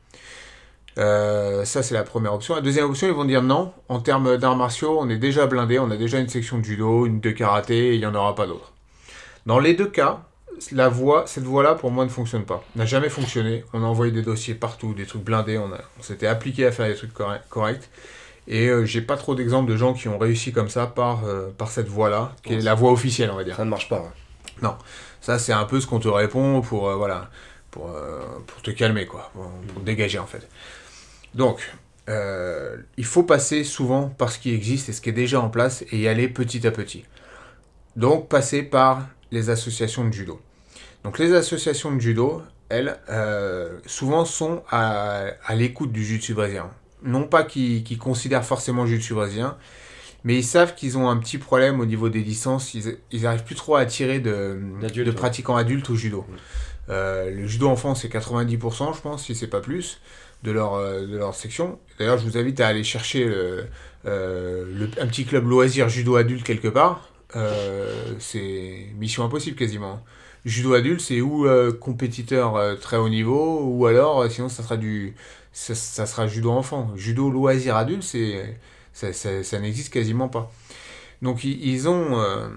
Euh, ça, c'est la première option. La deuxième option, ils vont dire non. En termes d'arts martiaux, on est déjà blindé, on a déjà une section de judo, une de karaté, et il n'y en aura pas d'autres. Dans les deux cas, la voie, cette voie-là, pour moi, ne fonctionne pas. N'a jamais fonctionné. On a envoyé des dossiers partout, des trucs blindés, on, a, on s'était appliqué à faire des trucs correct, corrects. Et euh, j'ai pas trop d'exemples de gens qui ont réussi comme ça par, euh, par cette voie-là, qui est la voie officielle, on va dire. Ça ne marche pas. Ouais. Non. Ça, c'est un peu ce qu'on te répond pour, euh, voilà, pour, euh, pour te calmer, quoi, pour, pour te dégager, en fait. Donc, euh, il faut passer souvent par ce qui existe et ce qui est déjà en place et y aller petit à petit. Donc, passer par les associations de judo. Donc, les associations de judo, elles, euh, souvent sont à, à l'écoute du jiu-jitsu brésilien. Non pas qu'ils, qu'ils considèrent forcément le jiu-jitsu brésilien, mais ils savent qu'ils ont un petit problème au niveau des licences. Ils, ils arrivent plus trop à attirer de, de pratiquants ouais. adultes au judo. Mmh. Euh, le judo en France, c'est quatre-vingt-dix pour cent, je pense, si c'est pas plus, de leur, euh, de leur section. D'ailleurs, je vous invite à aller chercher le, euh, le, un petit club loisir judo adulte quelque part. Euh, c'est mission impossible quasiment. Judo adulte, c'est ou euh, compétiteur euh, très haut niveau, ou alors, euh, sinon, ça sera du, ça, ça sera judo enfant. Judo loisir adulte, c'est, ça, ça, ça n'existe quasiment pas. Donc, ils, ils ont, euh,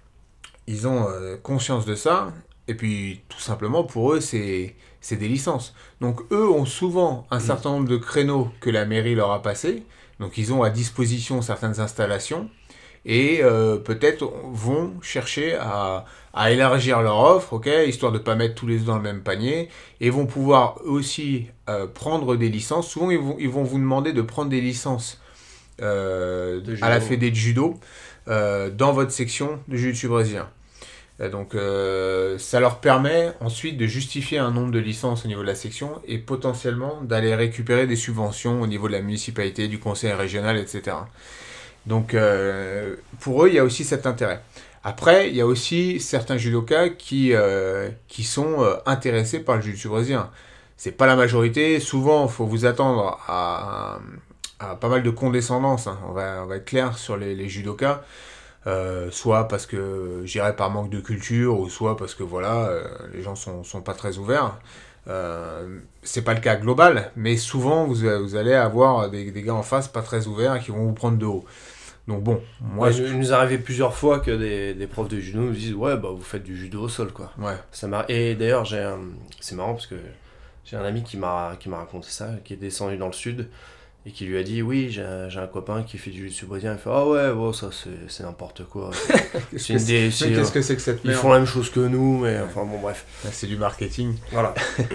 ils ont euh, conscience de ça. Et puis, tout simplement, pour eux, c'est, c'est des licences. Donc, eux ont souvent un certain nombre de créneaux que la mairie leur a passés. Donc, ils ont à disposition certaines installations. Et euh, peut-être vont chercher à, à élargir leur offre, okay, histoire de ne pas mettre tous les œufs dans le même panier. Et vont pouvoir aussi euh, prendre des licences. Souvent, ils vont, ils vont vous demander de prendre des licences euh, de à la fédé de judo euh, dans votre section de jiu-jitsu brésilien. Donc euh, ça leur permet ensuite de justifier un nombre de licences au niveau de la section et potentiellement d'aller récupérer des subventions au niveau de la municipalité, du conseil régional, et cetera. Donc euh, pour eux, il y a aussi cet intérêt. Après, il y a aussi certains judokas qui, euh, qui sont euh, intéressés par le jiu-jitsu brésilien. C'est pas la majorité. Souvent, il faut vous attendre à, à, à pas mal de condescendance. Hein. On va, on va être clair sur les, les judokas. Euh, soit parce que j'irais par manque de culture ou soit parce que voilà euh, les gens sont, sont pas très ouverts euh, c'est pas le cas global mais souvent vous, vous allez avoir des, des gars en face pas très ouverts qui vont vous prendre de haut donc bon moi ouais, je... il nous est arrivé plusieurs fois que des, des profs de judo nous disent ouais bah vous faites du judo au sol quoi ouais. Ça m'a... et d'ailleurs j'ai un... c'est marrant parce que j'ai un ami qui m'a, qui m'a raconté ça qui est descendu dans le sud et qui lui a dit oui j'ai un, j'ai un copain qui fait du jiu-jitsu brésilien. Il fait ah ouais bon ça c'est, c'est n'importe quoi c'est une des, c'est, qu'est-ce que c'est que cette merde ils font la même chose que nous mais ouais. Enfin bon bref c'est du marketing voilà.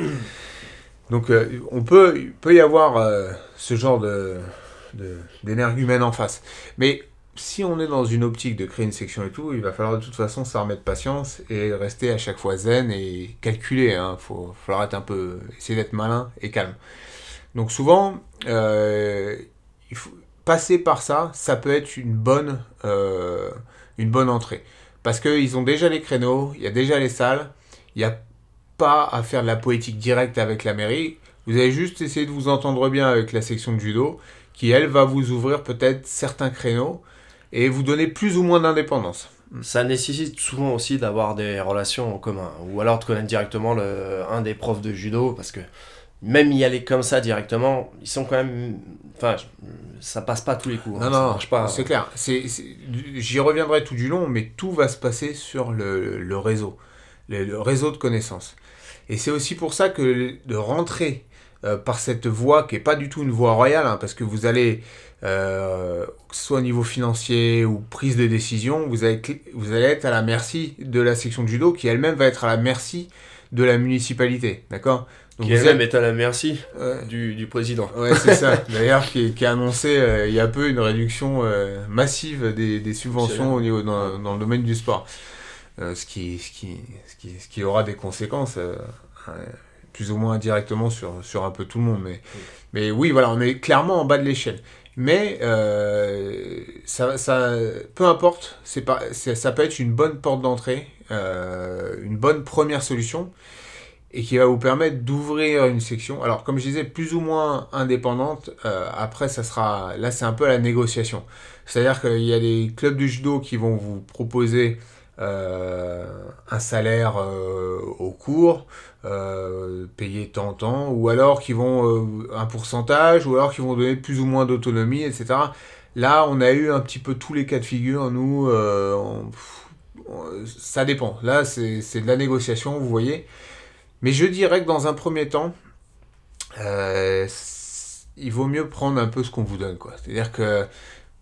Donc euh, on peut peut y avoir euh, ce genre de, de d'énergumène en face mais si on est dans une optique de créer une section et tout, il va falloir de toute façon s'armer de patience et rester à chaque fois zen et calculer. Il hein. faut falloir être un peu, essayer d'être malin et calme. Donc souvent, euh, il faut passer par ça, ça peut être une bonne, euh, une bonne entrée. Parce qu'ils ont déjà les créneaux, il y a déjà les salles, il n'y a pas à faire de la poétique directe avec la mairie. Vous allez juste essayer de vous entendre bien avec la section de judo, qui elle va vous ouvrir peut-être certains créneaux et vous donner plus ou moins d'indépendance. Ça nécessite souvent aussi d'avoir des relations en commun, ou alors de connaître directement le, un des profs de judo, parce que même y aller comme ça directement, ils sont quand même... Enfin, ça passe pas tous les coups. Non, hein, non, ça marche pas. c'est clair. C'est, c'est, j'y reviendrai tout du long, mais tout va se passer sur le, le réseau, le, le réseau de connaissances. Et c'est aussi pour ça que de rentrer euh, par cette voie, qui n'est pas du tout une voie royale, hein, parce que vous allez, euh, que ce soit au niveau financier ou prise de décision, vous allez, vous allez être à la merci de la section de judo, qui elle-même va être à la merci de la municipalité, d'accord ? Donc qui elle-même êtes... est à la merci ouais. du, du président. Ouais, c'est ça. D'ailleurs, qui, qui a annoncé euh, il y a peu une réduction euh, massive des, des subventions au niveau, dans, ouais. dans le domaine du sport. Euh, ce, qui, ce, qui, ce, qui, ce qui aura des conséquences, euh, euh, plus ou moins indirectement sur, sur un peu tout le monde. Mais, oui. mais oui, voilà, on est clairement en bas de l'échelle. Mais euh, ça, ça, peu importe, c'est pas, c'est, ça peut être une bonne porte d'entrée, euh, une bonne première solution, et qui va vous permettre d'ouvrir une section. Alors, comme je disais, plus ou moins indépendante. Euh, après, ça sera, là, c'est un peu la négociation. C'est-à-dire qu'il y a des clubs de judo qui vont vous proposer euh, un salaire euh, au cours, euh, payé tant temps, ou alors qui vont euh, un pourcentage, ou alors qui vont donner plus ou moins d'autonomie, et cetera. Là, on a eu un petit peu tous les cas de figure. Nous, euh, on, on, ça dépend. Là, c'est, c'est de la négociation, vous voyez. Mais je dirais que dans un premier temps, euh, il vaut mieux prendre un peu ce qu'on vous donne, quoi. C'est-à-dire que, pourquoi ?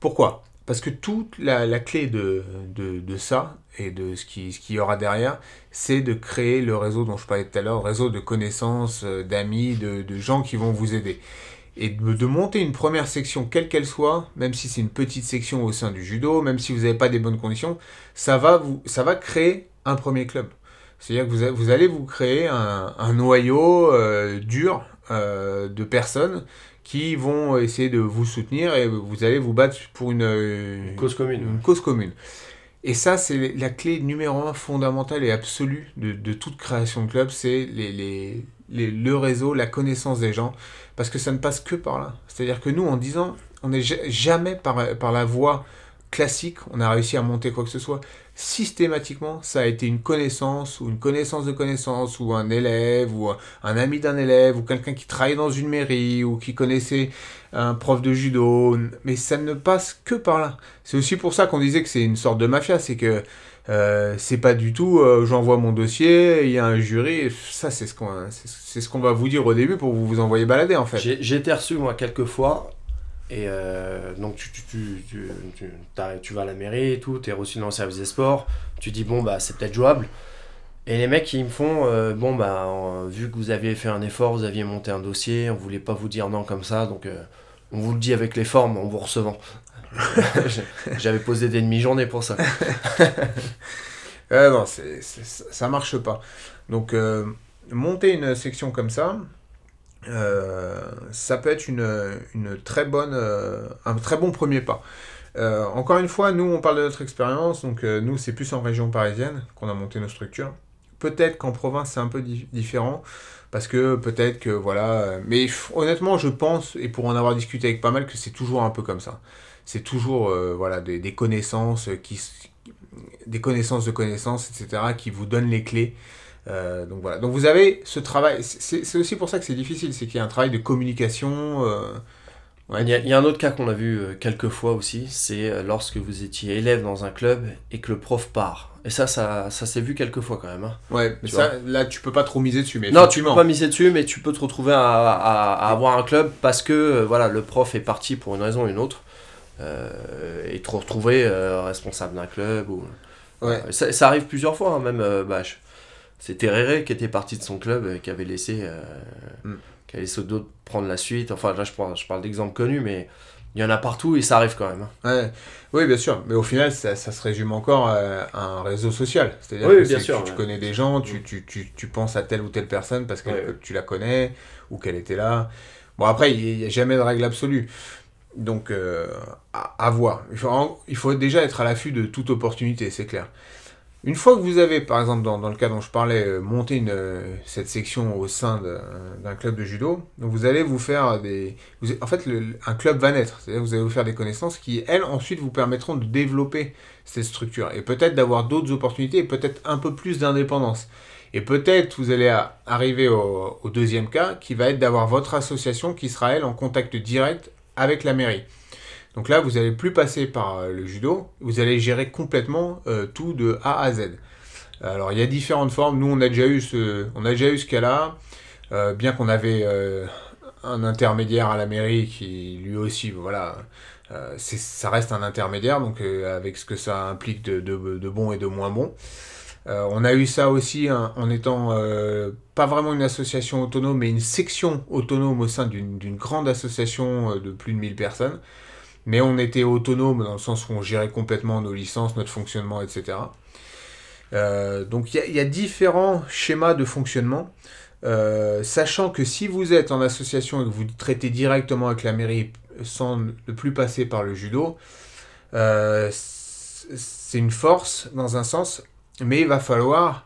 Parce que toute la, la clé de, de, de ça, et de ce qui, ce qu'il y aura derrière, c'est de créer le réseau dont je parlais tout à l'heure, réseau de connaissances, d'amis, de, de gens qui vont vous aider. Et de, de monter une première section, quelle qu'elle soit, même si c'est une petite section au sein du judo, même si vous n'avez pas des bonnes conditions, ça va, vous, ça va créer un premier club. C'est-à-dire que vous, vous allez vous créer un, un noyau euh, dur euh, de personnes qui vont essayer de vous soutenir et vous allez vous battre pour une, une, une cause commune. Une cause commune. Et ça, c'est la clé numéro un, fondamentale et absolue de, de toute création de club, c'est les, les, les, le réseau, la connaissance des gens, parce que ça ne passe que par là. C'est-à-dire que nous, en dix ans, on n'est jamais par, par la voie classique, on a réussi à monter quoi que ce soit. Systématiquement, ça a été une connaissance ou une connaissance de connaissance ou un élève ou un ami d'un élève ou quelqu'un qui travaillait dans une mairie ou qui connaissait un prof de judo, mais ça ne passe que par là. C'est aussi pour ça qu'on disait que c'est une sorte de mafia, c'est que euh, c'est pas du tout euh, j'envoie mon dossier, il y a un jury, et ça c'est ce qu'on c'est, c'est ce qu'on va vous dire au début pour vous vous envoyer balader en fait. J'ai, j'ai été reçu moi quelques fois. Et euh, donc tu, tu, tu, tu, tu, tu vas à la mairie et tout, tu es reçu dans le service des sports, tu dis bon bah c'est peut-être jouable. Et les mecs ils me font euh, bon bah euh, vu que vous aviez fait un effort, vous aviez monté un dossier, on voulait pas vous dire non comme ça, donc euh, on vous le dit avec les formes en vous recevant. J'avais posé des demi-journées pour ça. euh, non, c'est, c'est, ça marche pas. Donc euh, monter une section comme ça, Euh, ça peut être une, une très bonne, euh, un très bon premier pas. Euh, encore une fois, nous on parle de notre expérience, donc euh, nous c'est plus en région parisienne qu'on a monté nos structures. Peut-être qu'en province c'est un peu di- différent, parce que peut-être que voilà, euh, mais f- honnêtement je pense, et pour en avoir discuté avec pas mal, que c'est toujours un peu comme ça. C'est toujours euh, voilà, des, des connaissances qui, des connaissances de connaissances, et cetera, qui vous donnent les clés. Euh, donc voilà, donc vous avez ce travail, c'est, c'est aussi pour ça que c'est difficile, c'est qu'il y a un travail de communication. Euh, ouais. il, y a, il y a un autre cas qu'on a vu euh, quelques fois aussi, c'est lorsque vous étiez élève dans un club et que le prof part. Et ça, ça, ça s'est vu quelques fois quand même. Hein. Ouais, mais ça, là tu peux pas trop miser dessus. Mais non, tu peux pas miser dessus, mais tu peux te retrouver à, à, à avoir un club parce que euh, voilà, le prof est parti pour une raison ou une autre euh, et te retrouver euh, responsable d'un club. Ou... Ouais. Euh, ça, ça arrive plusieurs fois, hein, même. Euh, bah, je... C'était Réré qui était parti de son club et qui avait laissé, euh, mm. qui a laissé d'autres prendre la suite. Enfin, là, je parle, je parle d'exemples connus, mais il y en a partout et ça arrive quand même. Ouais. Oui, bien sûr. Mais au final, ça, ça se résume encore à un réseau social. C'est-à-dire Oui, que bien c'est- sûr, tu, tu ouais. connais des gens, tu, tu, tu, tu penses à telle ou telle personne parce que Ouais, ouais. tu la connais ou qu'elle était là. Bon, après, il n'y a jamais de règle absolue. Donc, euh, à, à voir. Il faut, il faut déjà être à l'affût de toute opportunité, c'est clair. Une fois que vous avez, par exemple, dans, dans le cas dont je parlais, euh, monté une, euh, cette section au sein de- d'un club de judo, donc vous allez vous faire des... Vous, en fait, le- un club va naître. C'est-à-dire que vous allez vous faire des connaissances qui, elles, ensuite, vous permettront de développer cette structure. Et peut-être d'avoir d'autres opportunités et peut-être un peu plus d'indépendance. Et peut-être vous allez à- arriver au, au deuxième cas, qui va être d'avoir votre association qui sera, elle, en contact direct avec la mairie. Donc là, vous n'allez plus passer par euh, le judo, vous allez gérer complètement euh, tout de A à Z. Alors il y a différentes formes. Nous, on a déjà eu ce, on a déjà eu ce cas-là, euh, bien qu'on avait euh, un intermédiaire à la mairie qui lui aussi, voilà, euh, c'est, ça reste un intermédiaire, donc euh, avec ce que ça implique de, de, de bon et de moins bon. Euh, on a eu ça aussi hein, en étant euh, pas vraiment une association autonome, mais une section autonome au sein d'une, d'une grande association euh, de plus de mille personnes. Mais on était autonome dans le sens où on gérait complètement nos licences, notre fonctionnement, et cetera. Euh, donc il y, y a différents schémas de fonctionnement, euh, sachant que si vous êtes en association et que vous traitez directement avec la mairie sans ne plus passer par le judo, euh, c'est une force dans un sens, mais il va falloir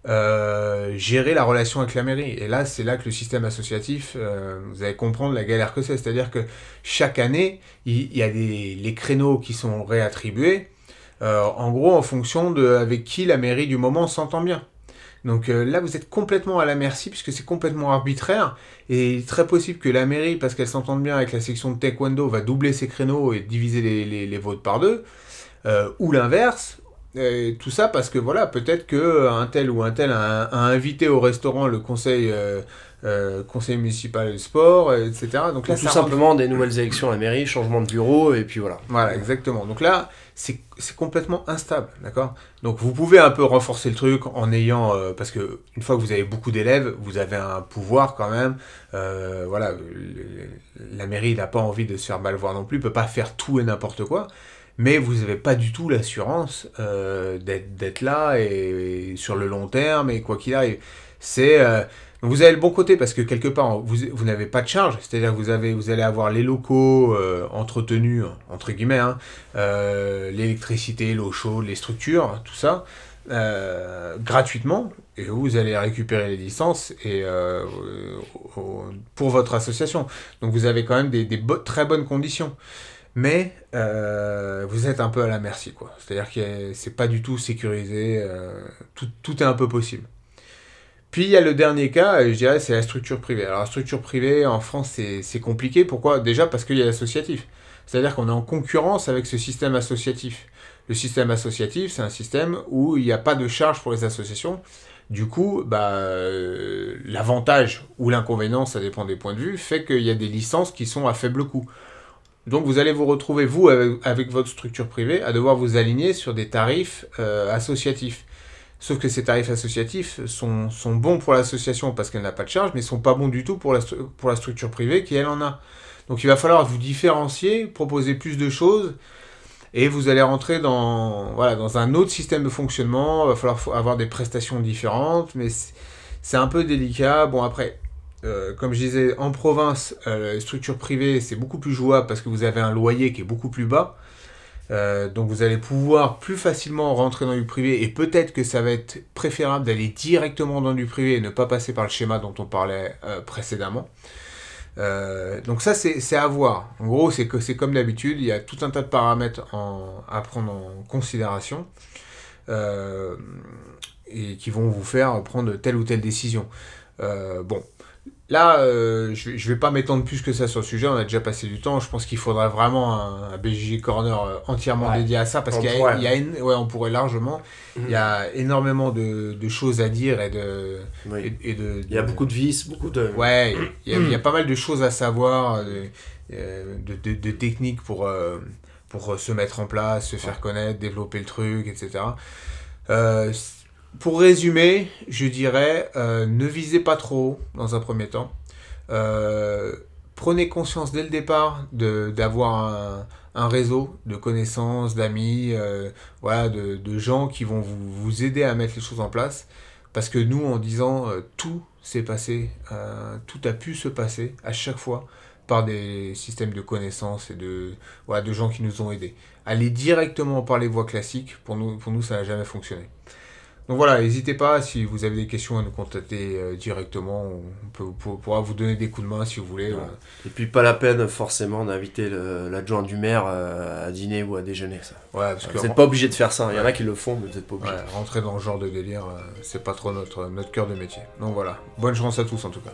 euh, gérer la relation avec la mairie. Et là, c'est là que le système associatif, euh, vous allez comprendre la galère que c'est. C'est-à-dire que chaque année, il, il y a des, les créneaux qui sont réattribués, euh, en gros, en fonction de avec qui la mairie du moment s'entend bien. Donc euh, là, vous êtes complètement à la merci, puisque c'est complètement arbitraire, et il est très possible que la mairie, parce qu'elle s'entende bien avec la section de taekwondo, va doubler ses créneaux et diviser les, les, les votes par deux, euh, ou l'inverse. Et tout ça parce que voilà, peut-être qu'un tel ou un tel a, a invité au restaurant le conseil, euh, euh, conseil municipal de sport, et cetera. Donc là, Ou tout ça simplement rend... des nouvelles élections à la mairie, changement de bureau, et puis voilà. Voilà, exactement. Donc là, c'est, c'est complètement instable, d'accord ? Donc vous pouvez un peu renforcer le truc en ayant... Euh, parce que une fois que vous avez beaucoup d'élèves, vous avez un pouvoir quand même. Euh, voilà, le, la mairie n'a pas envie de se faire mal voir non plus, peut pas faire tout et n'importe quoi. Mais vous n'avez pas du tout l'assurance euh, d'être, d'être là et, et sur le long terme et quoi qu'il arrive. C'est, euh, vous avez le bon côté parce que quelque part vous, vous n'avez pas de charge, c'est-à-dire que vous, avez, vous allez avoir les locaux euh, entretenus, entre guillemets, hein, euh, l'électricité, l'eau chaude, les structures, tout ça, euh, gratuitement, et vous allez récupérer les licences et, euh, pour votre association. Donc vous avez quand même des, des bo- très bonnes conditions. Mais euh, vous êtes un peu à la merci, quoi. C'est-à-dire que c'est pas du tout sécurisé, euh, tout, tout est un peu possible. Puis il y a le dernier cas, je dirais, c'est la structure privée. Alors la structure privée, en France, c'est, c'est compliqué. Pourquoi ? Déjà parce qu'il y a l'associatif. C'est-à-dire qu'on est en concurrence avec ce système associatif. Le système associatif, c'est un système où il n'y a pas de charge pour les associations. Du coup, bah, euh, l'avantage ou l'inconvénient, ça dépend des points de vue, fait qu'il y a des licences qui sont à faible coût. Donc vous allez vous retrouver, vous, avec, avec votre structure privée, à devoir vous aligner sur des tarifs euh, associatifs. Sauf que ces tarifs associatifs sont, sont bons pour l'association parce qu'elle n'a pas de charge, mais ne sont pas bons du tout pour la, pour la structure privée qui, elle, en a. Donc il va falloir vous différencier, proposer plus de choses, et vous allez rentrer dans, voilà, dans un autre système de fonctionnement. Il va falloir avoir des prestations différentes, mais c'est, c'est un peu délicat. Bon, après... Euh, comme je disais, en province, euh, les structures privées, c'est beaucoup plus jouable parce que vous avez un loyer qui est beaucoup plus bas. Euh, donc vous allez pouvoir plus facilement rentrer dans du privé et peut-être que ça va être préférable d'aller directement dans du privé et ne pas passer par le schéma dont on parlait euh, précédemment. Euh, donc ça, c'est, c'est à voir. En gros, c'est que c'est comme d'habitude, il y a tout un tas de paramètres en, à prendre en considération euh, et qui vont vous faire prendre telle ou telle décision. Euh, bon. Là, euh, je ne vais pas m'étendre plus que ça sur le sujet, on a déjà passé du temps. Je pense qu'il faudrait vraiment un, un B J J Corner euh, entièrement ouais. dédié à ça, parce on qu'il y a, pourrait. il y a une, ouais, on pourrait largement. Mmh. Il y a énormément de, de choses à dire et de... Oui. Et, et de, de il y a beaucoup de vices, beaucoup de... Ouais, il y a, il y a pas mal de choses à savoir, de, de, de, de techniques pour, euh, pour se mettre en place, se faire connaître, développer le truc, et cetera. Euh, Pour résumer, je dirais, euh, ne visez pas trop haut dans un premier temps. Euh, prenez conscience dès le départ de, d'avoir un, un réseau de connaissances, d'amis, euh, voilà, de, de gens qui vont vous, vous aider à mettre les choses en place. Parce que nous, en disant euh, tout s'est passé, euh, tout a pu se passer à chaque fois par des systèmes de connaissances et de, voilà, de gens qui nous ont aidés. Aller directement par les voies classiques, pour nous, pour nous ça n'a jamais fonctionné. Donc voilà, n'hésitez pas, si vous avez des questions, à nous contacter euh, directement. On, peut, on pourra vous donner des coups de main si vous voulez. Ouais. Voilà. Et puis pas la peine forcément d'inviter le, l'adjoint du maire euh, à dîner ou à déjeuner. Ça. Ouais, parce que Vous n'êtes pas obligé de faire ça. Il y en a qui le font, mais vous n'êtes pas obligé. ouais, rentrer dans ce genre de délire, euh, c'est pas trop notre, notre cœur de métier. Donc voilà, bonne chance à tous en tout cas.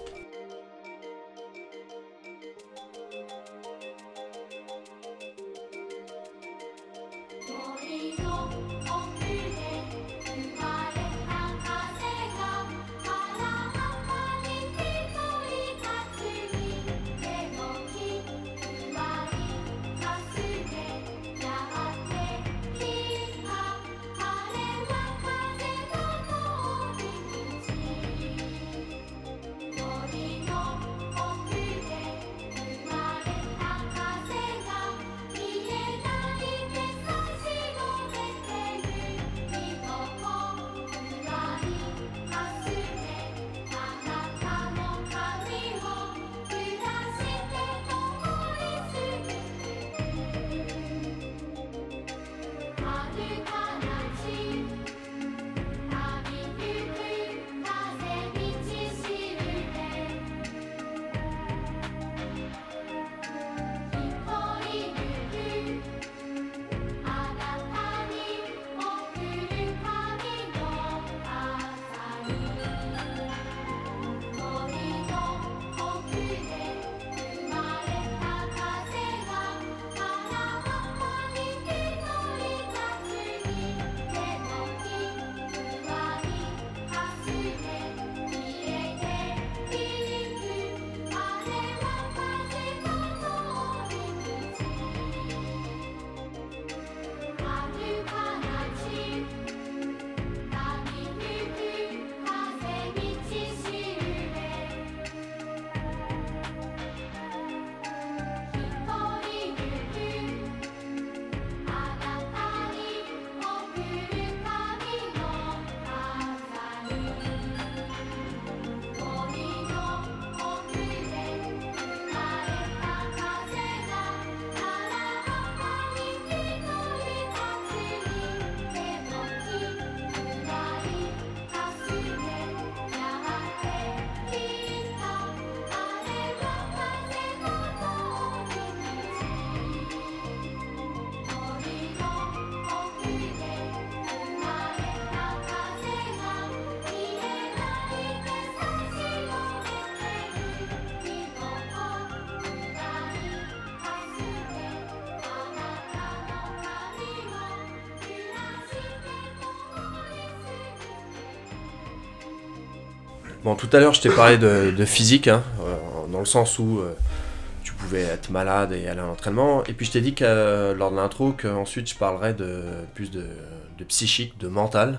Bon, tout à l'heure, je t'ai parlé de, de physique, hein, euh, dans le sens où euh, tu pouvais être malade et aller à l'entraînement. Et puis, je t'ai dit que euh, lors de l'intro, qu'ensuite, je parlerais de, plus de, de psychique, de mental.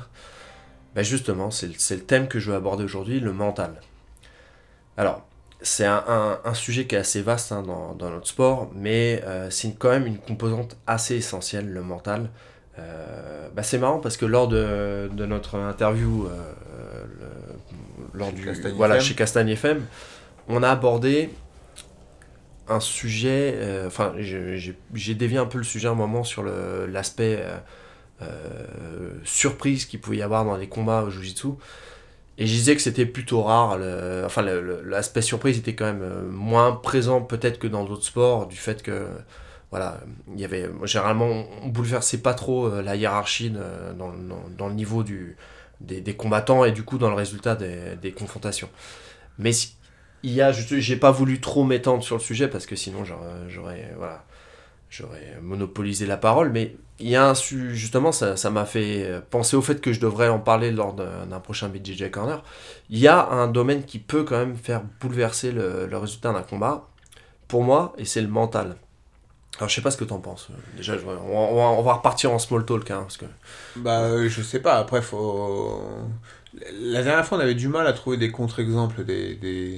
Ben justement, c'est le, c'est le thème que je veux aborder aujourd'hui, le mental. Alors, c'est un, un, un sujet qui est assez vaste hein, dans, dans notre sport, mais euh, c'est une, quand même une composante assez essentielle, le mental. Euh, bah c'est marrant parce que lors de, de notre interview euh, le, lors chez du, Castagne voilà, F M. chez Castagne F M, on a abordé un sujet, euh, enfin j'ai, j'ai, j'ai dévié un peu le sujet un moment sur le, l'aspect euh, euh, surprise qu'il pouvait y avoir dans les combats au Jiu-Jitsu, et je disais que c'était plutôt rare, le, enfin le, le, l'aspect surprise était quand même moins présent peut-être que dans d'autres sports, du fait que voilà, il y avait généralement on bouleversait pas trop euh, la hiérarchie de, dans, dans, dans le niveau du, des, des combattants et du coup dans le résultat des, des confrontations. Mais il y a, je, j'ai pas voulu trop m'étendre sur le sujet parce que sinon j'aurais, j'aurais voilà, j'aurais monopolisé la parole. Mais il y a un su, justement ça, ça m'a fait penser au fait que je devrais en parler lors d'un, d'un prochain B J J Corner. Il y a un domaine qui peut quand même faire bouleverser le, le résultat d'un combat pour moi et c'est le mental. Alors je sais pas ce que t'en penses. Déjà, je, on, va, on va repartir en small talk, hein, parce que. Bah, euh, je sais pas. Après, faut. La dernière fois, on avait du mal à trouver des contre-exemples des, des,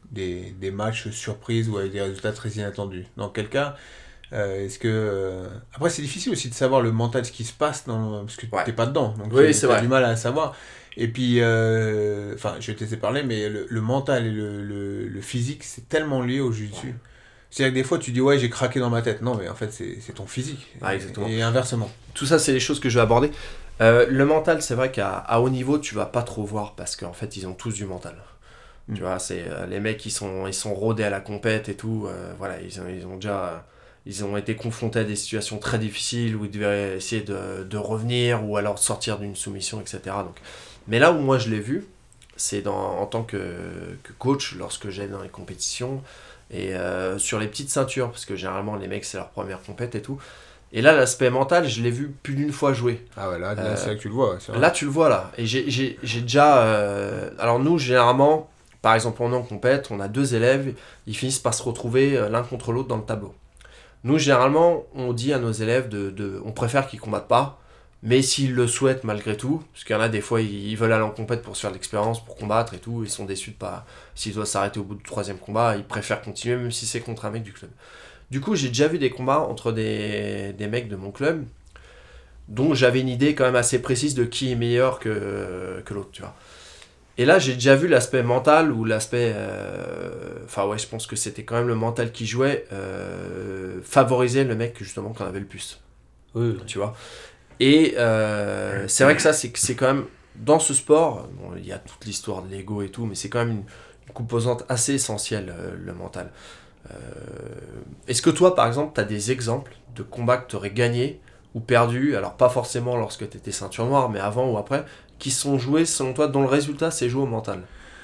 des, des matchs surprises ou avec des résultats très inattendus. Dans quel cas, euh, est-ce que... Euh... Après, c'est difficile aussi de savoir le mental, ce qui se passe, dans... parce que ouais. t'es pas dedans, donc oui, tu as du mal à savoir. Et puis, euh... enfin, je vais te laisser parler, mais le, le mental et le, le, le physique, c'est tellement lié au jiu-jitsu. Ouais. C'est-à-dire que des fois, tu dis, ouais, j'ai craqué dans ma tête. Non, mais en fait, c'est, c'est ton physique. Ah, exactement. Et inversement. Tout ça, c'est les choses que je vais aborder. Euh, le mental, c'est vrai qu'à à haut niveau, tu vas pas trop voir parce qu'en fait, ils ont tous du mental. Mm. Tu vois, c'est euh, les mecs, ils sont, ils sont rodés à la compète et tout. Euh, voilà, ils ont, ils ont déjà... Euh, ils ont été confrontés à des situations très difficiles où ils devaient essayer de, de revenir ou alors sortir d'une soumission, et cetera. Donc, mais là où moi, je l'ai vu, c'est dans, en tant que, que coach, lorsque j'allais dans les compétitions... Et euh, sur les petites ceintures, parce que généralement les mecs c'est leur première compète et tout. Et là l'aspect mental, je l'ai vu plus d'une fois jouer. Ah ouais, là, là euh, c'est là que tu le vois. Ouais, c'est vrai. Là tu le vois là. Et j'ai, j'ai, j'ai déjà... Euh... Alors nous généralement, par exemple on est en compète, on a deux élèves, ils finissent par se retrouver l'un contre l'autre dans le tableau. Nous généralement on dit à nos élèves, de, de... on préfère qu'ils combattent pas, mais s'ils le souhaitent malgré tout, parce qu'il y en a des fois ils veulent aller en compète pour se faire de l'expérience, pour combattre et tout, ils sont déçus de pas, s'ils doivent s'arrêter au bout du troisième combat, ils préfèrent continuer même si c'est contre un mec du club. Du coup j'ai déjà vu des combats entre des, des mecs de mon club, dont j'avais une idée quand même assez précise de qui est meilleur que, que l'autre, tu vois. Et là j'ai déjà vu l'aspect mental, ou l'aspect, euh... enfin ouais je pense que c'était quand même le mental qui jouait, euh... favoriser le mec justement qu'on avait le plus, oui, oui. Tu vois. Et euh, c'est vrai que ça, c'est, c'est quand même, dans ce sport, bon, il y a toute l'histoire de l'ego et tout, mais c'est quand même une, une composante assez essentielle, euh, le mental. Euh, est-ce que toi, par exemple, tu as des exemples de combats que tu aurais gagnés ou perdus, alors pas forcément lorsque tu étais ceinture noire, mais avant ou après, qui sont joués, selon toi, dont le résultat s'est joué au mental?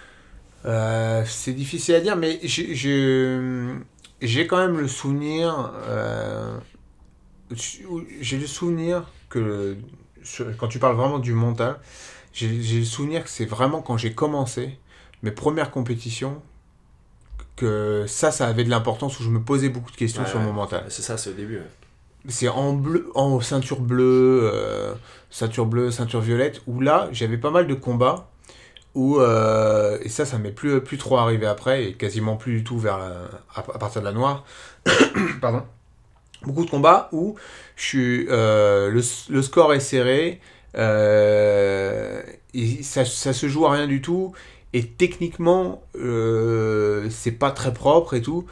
euh, C'est difficile à dire, mais j'ai, j'ai, j'ai quand même le souvenir... Euh, j'ai le souvenir... que quand tu parles vraiment du mental, j'ai, j'ai le souvenir que c'est vraiment quand j'ai commencé mes premières compétitions que ça, ça avait de l'importance, où je me posais beaucoup de questions ouais, sur ouais. mon mental. C'est ça, c'est au début. Ouais. C'est en bleu, en ceinture bleue, euh, ceinture bleue, ceinture violette, où là, j'avais pas mal de combats où, euh, et ça, ça m'est plus, plus trop arrivé après, et quasiment plus du tout vers la, à, à partir de la noire. Pardon. Beaucoup de combats où je suis, euh, le, le score est serré, euh, et ça, ça se joue à rien du tout, et techniquement euh, c'est pas très propre et tout,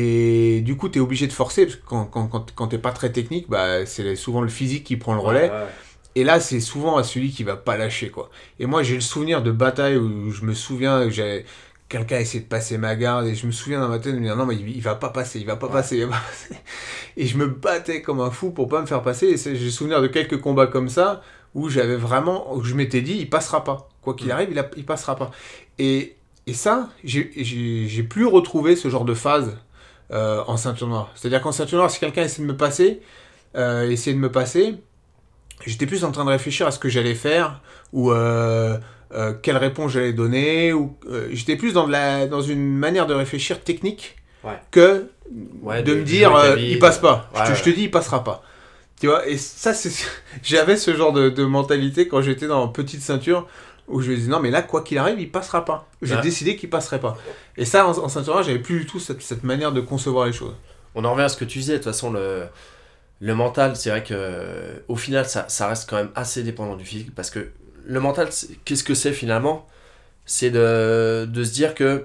et du coup t'es obligé de forcer, parce que quand, quand, quand, quand t'es pas très technique, bah, c'est souvent le physique qui prend le relais, ouais, ouais. Et là c'est souvent à celui qui va pas lâcher, quoi. Et moi j'ai le souvenir de batailles où je me souviens que j'avais... quelqu'un a essayé de passer ma garde, et je me souviens dans ma tête de me dire non mais il, il va pas passer, il va pas ouais. passer, il va pas passer. Et je me battais comme un fou pour pas me faire passer, et c'est, j'ai le souvenir de quelques combats comme ça, où j'avais vraiment, où je m'étais dit il passera pas, quoi qu'il arrive, il, a, il passera pas. Et, et ça, j'ai, j'ai, j'ai plus retrouvé ce genre de phase euh, en ceinture noire. C'est-à-dire qu'en ceinture noire, si quelqu'un essayait de me passer, euh, essayait de me passer, j'étais plus en train de réfléchir à ce que j'allais faire, ou... Euh, Euh, quelle réponse j'allais donner, ou euh, j'étais plus dans, de la, dans une manière de réfléchir technique ouais. que ouais, de, de me dire euh, il passe pas, ouais, je, te, ouais. je te dis il passera pas, tu vois. Et ça c'est j'avais ce genre de, de mentalité quand j'étais dans petite ceinture, où je me disais non mais là quoi qu'il arrive il passera pas, j'ai ouais. décidé qu'il passerait pas. Et ça en, en ceinture j'avais plus du tout cette, cette manière de concevoir les choses. On en revient à ce que tu disais, de toute façon le le mental, c'est vrai que au final ça, ça reste quand même assez dépendant du physique, parce que le mental, c'est, qu'est-ce que c'est finalement ? C'est de, de se dire que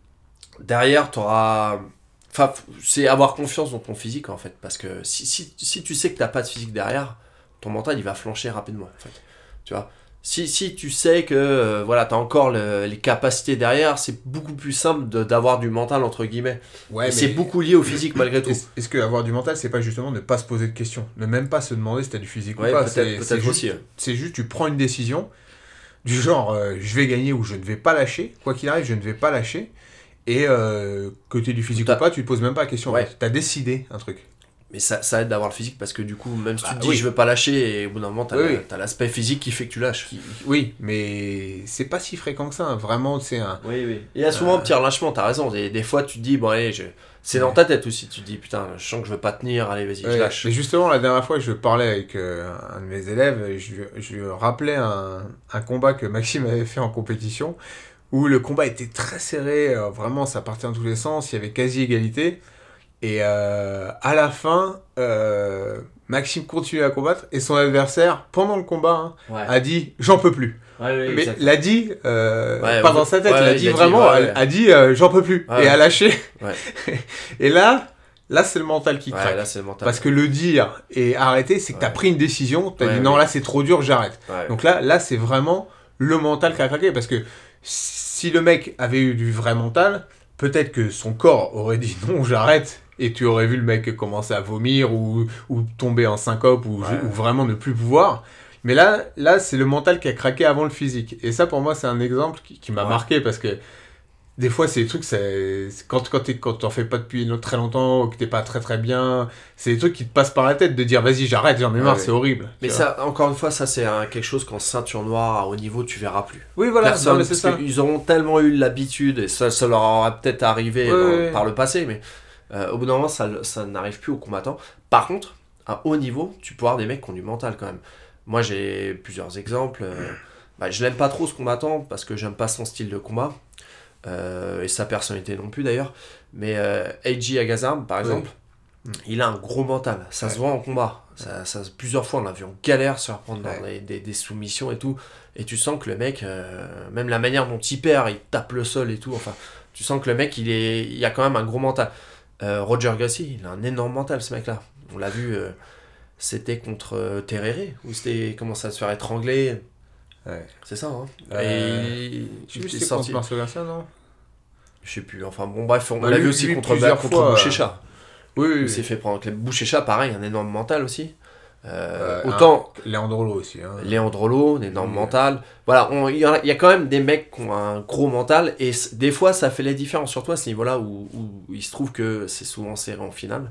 derrière, tu auras... Enfin, c'est avoir confiance dans ton physique, en fait. Parce que si, si, si tu sais que tu n'as pas de physique derrière, ton mental, il va flancher rapidement, en fait. Tu vois ? Si, si tu sais que euh, voilà, tu as encore le, les capacités derrière, c'est beaucoup plus simple de, d'avoir du mental, entre guillemets. Ouais, et mais... c'est beaucoup lié au physique, malgré tout. Est-ce, est-ce que avoir du mental, c'est pas justement ne pas se poser de questions, ne même pas se demander si tu as du physique ouais, ou pas. Peut-être, c'est, peut-être c'est juste, aussi. C'est juste, tu prends une décision du genre, euh, je vais gagner ou je ne vais pas lâcher. Quoi qu'il arrive, je ne vais pas lâcher. Et euh, que tu aies du physique t'as... ou pas, tu te poses même pas la question. Ouais. Tu as décidé un truc. Mais ça, ça aide d'avoir le physique, parce que du coup, même si bah, tu te dis oui. je veux pas lâcher, et au bout d'un moment, t'as, oui, la, t'as l'aspect physique qui fait que tu lâches. Qui... Oui, mais c'est pas si fréquent que ça. Hein. Vraiment, c'est un. Oui, oui. Il y a souvent euh... un petit relâchement, t'as raison. Des, des fois, tu te dis, bon, allez, je... c'est dans ta tête aussi. Tu te dis, putain, je sens que je veux pas tenir, allez, vas-y, ouais, je lâche. Mais justement, la dernière fois, je parlais avec euh, un de mes élèves, et je, je lui rappelais un, un combat que Maxime avait fait en compétition, où le combat était très serré, euh, vraiment ça partait dans tous les sens, il y avait quasi égalité. Et euh, à la fin, euh, Maxime continuait à combattre et son adversaire, pendant le combat, hein, Ouais. a dit « j'en peux plus ». Ouais, ouais, Mais exact. l'a dit, euh, Ouais, pas ouais, dans sa tête, ouais, l'a il dit a dit, vraiment, ouais, elle ouais. a dit euh, j'en peux plus, Ouais, et ouais. a lâché. Ouais. Et là, là c'est le mental qui Ouais, craque. là, c'est le mental. Parce que le dire et arrêter, c'est que t'as Ouais. pris une décision, t'as Ouais, dit non, ouais. là c'est trop dur, j'arrête. Ouais. Donc là, là c'est vraiment le mental qui a craqué, parce que si le mec avait eu du vrai mental, peut-être que son corps aurait dit non, j'arrête, et tu aurais vu le mec commencer à vomir ou, ou tomber en syncope ou, Ouais. ou vraiment ne plus pouvoir. Mais là, là c'est le mental qui a craqué avant le physique. Et ça, pour moi, c'est un exemple qui, qui m'a Ouais. marqué, parce que des fois, c'est des trucs, c'est, c'est quand, quand, t'es, quand t'en fais pas depuis très longtemps, ou que t'es pas très très bien, c'est des trucs qui te passent par la tête de dire vas-y, j'arrête, j'en ai Ouais, marre, ouais. c'est horrible. Mais tu vois. ça, encore une fois, ça c'est un, quelque chose qu'en ceinture noire à haut niveau tu verras plus. Oui, voilà, Personne, non, mais c'est parce ça. qu'ils auront tellement eu l'habitude, et ça, ça leur aura peut-être arrivé Ouais, dans- ouais. par le passé, mais euh, au bout d'un moment, ça, ça n'arrive plus aux combattants. Par contre, à haut niveau, tu peux avoir des mecs qui ont du mental quand même. Moi, j'ai plusieurs exemples. euh, bah, je l'aime pas trop ce combattant parce que j'aime pas son style de combat, euh, et sa personnalité non plus d'ailleurs. Mais euh, Eiji Agazarm, par exemple, Mm. il a un gros mental. Ça Ouais. se voit en combat. Ça, ça, plusieurs fois, on l'a vu en galère se reprendre dans Ouais. des, des, des soumissions et tout. Et tu sens que le mec, euh, même la manière dont il perd, il tape le sol et tout. Enfin, tu sens que le mec, il, est, il a quand même un gros mental. Euh, Roger Gracie, il a un énorme mental, ce mec-là. On l'a vu, euh, c'était contre euh, Tereré, où c'était commencé à se faire étrangler. Ouais. C'est ça, hein. Euh, Et il, Je sais il plus si était c'est sorti. contre Marcel Garcia, non? Je sais plus. Enfin bon, bref, on Bah, l'a lui- vu aussi lui, contre, plusieurs bah, contre fois, Bouchécha. Oui, oui, Il oui. s'est fait prendre avec Bouchécha, pareil, un énorme mental aussi. Euh, Euh, autant un- Leandrolo aussi. Hein. Léandre Lo, un énorme Oui. mental. Voilà, on- il y, en a- il y a quand même des mecs qui ont un gros mental, et c- des fois ça fait la différence, surtout à ce niveau-là où, où il se trouve que c'est souvent serré en finale.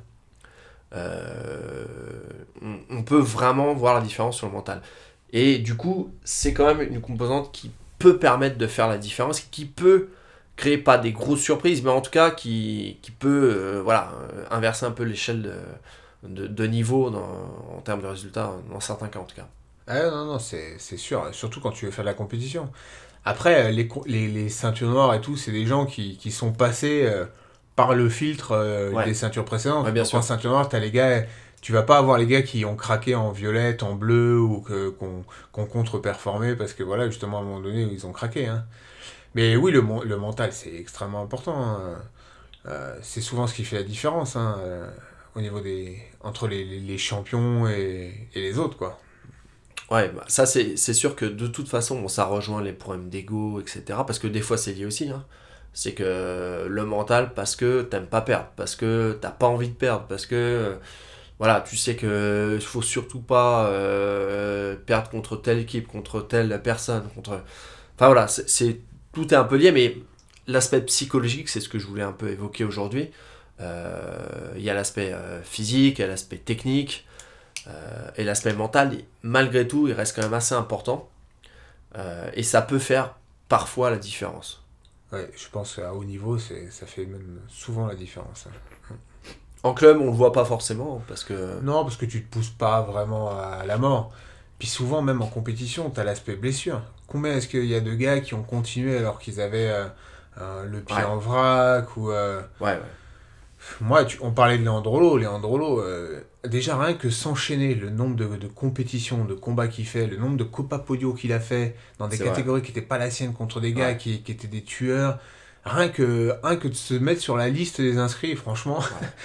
Euh, on, on peut vraiment voir la différence sur le mental. Et du coup, c'est quand même une composante qui peut permettre de faire la différence, qui peut créer pas des grosses surprises, mais en tout cas qui, qui peut euh, voilà, euh, inverser un peu l'échelle de, de, de niveau dans, en termes de résultats, dans certains cas en tout cas. Ah non, non, c'est, c'est sûr. Surtout quand tu veux faire de la compétition. Après, les, co- les, les ceintures noires et tout, c'est des gens qui, qui sont passés euh, par le filtre euh, Ouais. des ceintures précédentes. Ouais, bien Donc, sûr. en ceinture noire, t'as les gars... Tu vas pas avoir les gars qui ont craqué en violette, en bleu, ou que, qu'on, qu'on contre-performé, parce que voilà, justement, à un moment donné, ils ont craqué. Hein. Mais oui, le, mon- le mental, c'est extrêmement important. Hein. Euh, c'est souvent ce qui fait la différence, hein, euh, au niveau des... entre les, les, les champions et, et les autres, quoi. Ouais, bah, ça c'est, c'est sûr que de toute façon, bon, ça rejoint les problèmes d'ego, et cetera. Parce que des fois c'est lié aussi. Hein. C'est que le mental, parce que t'aimes pas perdre, parce que t'as pas envie de perdre, parce que euh, voilà, tu sais que il faut surtout pas euh, perdre contre telle équipe, contre telle personne, contre. Enfin voilà, c'est, c'est tout est un peu lié, mais l'aspect psychologique, c'est ce que je voulais un peu évoquer aujourd'hui. Euh, Il y a l'aspect euh, physique, il y a l'aspect technique. Euh, et l'aspect mental, malgré tout, il reste quand même assez important. Euh, et ça peut faire parfois la différence. Ouais, je pense qu'à haut niveau, c'est, ça fait même souvent la différence. Hein. En club, on le voit pas forcément, parce que... Non, parce que tu te pousses pas vraiment à la mort. Puis souvent, même en compétition, tu as l'aspect blessure. Combien est-ce qu'il y a de gars qui ont continué alors qu'ils avaient euh, euh, le pied Ouais. en vrac ou... euh, Ouais, ouais. Moi, tu- on parlait de Leandrolo. Leandrolo, euh, déjà rien que s'enchaîner, le nombre de, de compétitions, de combats qu'il fait, le nombre de Copa Podio qu'il a fait dans des C'est catégories qui n'étaient pas la sienne contre des gars Ouais. qui, qui étaient des tueurs. Rien que, rien que de se mettre sur la liste des inscrits, franchement,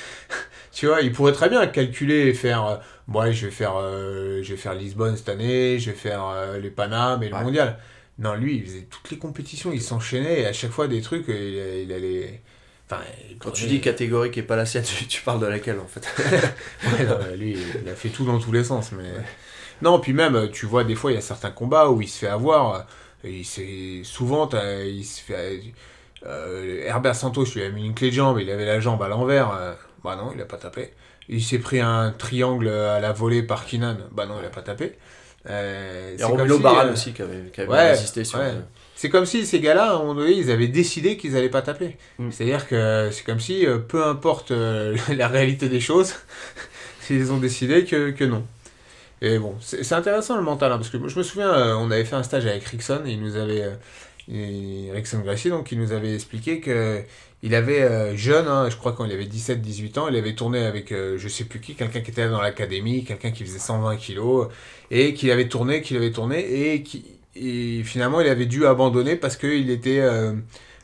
tu vois, il pourrait très bien calculer et faire, euh, ouais, je vais faire, euh, je vais faire Lisbonne cette année, je vais faire euh, les Paname et le Ouais. Mondial. Non, lui, il faisait toutes les compétitions, il s'enchaînait et à chaque fois des trucs, il, il allait... Enfin, il Quand tu prenait- dis catégorie qui est pas la sienne, tu, tu parles de laquelle, en fait? Ouais, non, lui, il a fait tout dans tous les sens. Mais... Non, puis même, tu vois, des fois, il y a certains combats où il se fait avoir. Il s'est... Souvent, t'as- il se fait... Euh, Herbert Santos, lui a mis une clé de jambe, il avait la jambe à l'envers. euh, Bah non, il a pas tapé. Il s'est pris un triangle à la volée par Kinan. Bah non, il a pas tapé. Euh, Il y c'est a comme Romulo si, Barral euh, aussi qui avait, qui avait ouais, résisté sur... ouais. le- C'est comme si ces gars-là, à un moment donné, ils avaient décidé qu'ils allaient pas taper. Mm. C'est-à-dire que c'est comme si, euh, peu importe euh, la réalité des choses, ils ont décidé que, que non. Et bon, c'est, c'est intéressant le mental, hein, parce que moi, je me souviens, euh, on avait fait un stage avec Rickson, et il nous avait, euh, et Rickson Gracie, donc, qui nous avait expliqué qu'il avait, euh, jeune, hein, je crois quand il avait dix-sept dix-huit ans, il avait tourné avec, euh, je sais plus qui, quelqu'un qui était là dans l'académie, quelqu'un qui faisait cent vingt kilos, et qu'il avait tourné, qu'il avait tourné, et, qui, et finalement il avait dû abandonner parce qu'il était euh,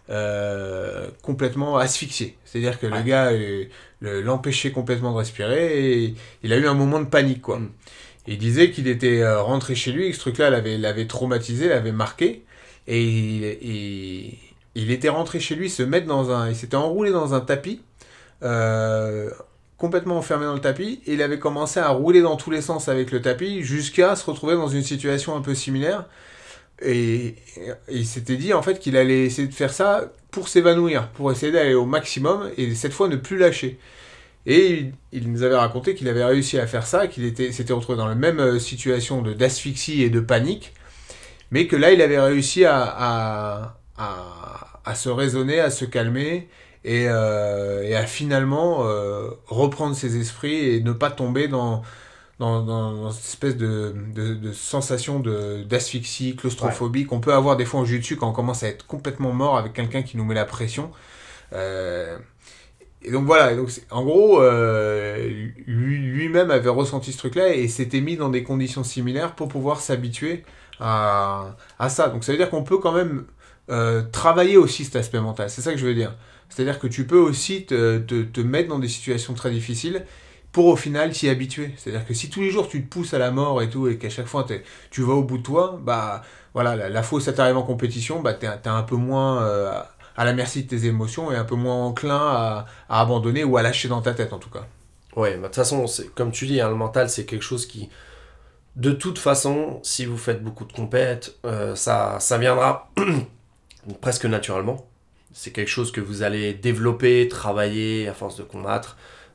euh, complètement asphyxié. C'est-à-dire que ouais. le gars euh, le, l'empêchait complètement de respirer, et il a eu un moment de panique, quoi. Mm. Et il disait qu'il était euh, rentré chez lui, et que ce truc-là l'avait, l'avait traumatisé, l'avait marqué. Et il, il, il était rentré chez lui se mettre dans un... Il s'était enroulé dans un tapis, euh, complètement enfermé dans le tapis, et il avait commencé à rouler dans tous les sens avec le tapis, jusqu'à se retrouver dans une situation un peu similaire. Et, et il s'était dit en fait qu'il allait essayer de faire ça pour s'évanouir, pour essayer d'aller au maximum, et cette fois ne plus lâcher. Et il, il nous avait raconté qu'il avait réussi à faire ça, qu'il était, s'était retrouvé dans la même situation de, d'asphyxie et de panique, mais que là, il avait réussi à, à, à, à se raisonner, à se calmer, et, euh, et à finalement euh, reprendre ses esprits et ne pas tomber dans, dans, dans, dans cette espèce de, de, de sensation de, d'asphyxie, claustrophobie, ouais. qu'on peut avoir des fois en jiu-jitsu quand on commence à être complètement mort avec quelqu'un qui nous met la pression. Euh, et donc voilà, donc en gros, euh, lui, lui-même avait ressenti ce truc-là et s'était mis dans des conditions similaires pour pouvoir s'habituer À, à ça. Donc ça veut dire qu'on peut quand même euh, travailler aussi cet aspect mental. C'est ça que je veux dire. C'est-à-dire que tu peux aussi te, te, te mettre dans des situations très difficiles pour au final t'y habituer. C'est-à-dire que si tous les jours tu te pousses à la mort et tout, et qu'à chaque fois tu vas au bout de toi, bah voilà, la, la fois où ça t'arrive en compétition, bah t'es, t'es un peu moins euh, à la merci de tes émotions et un peu moins enclin à, à abandonner ou à lâcher dans ta tête en tout cas. Ouais, bah de toute façon, c'est, comme tu dis, hein, le mental c'est quelque chose qui... De toute façon, si vous faites beaucoup de compètes, euh, ça, ça viendra presque naturellement. C'est quelque chose que vous allez développer, travailler à force de combattre.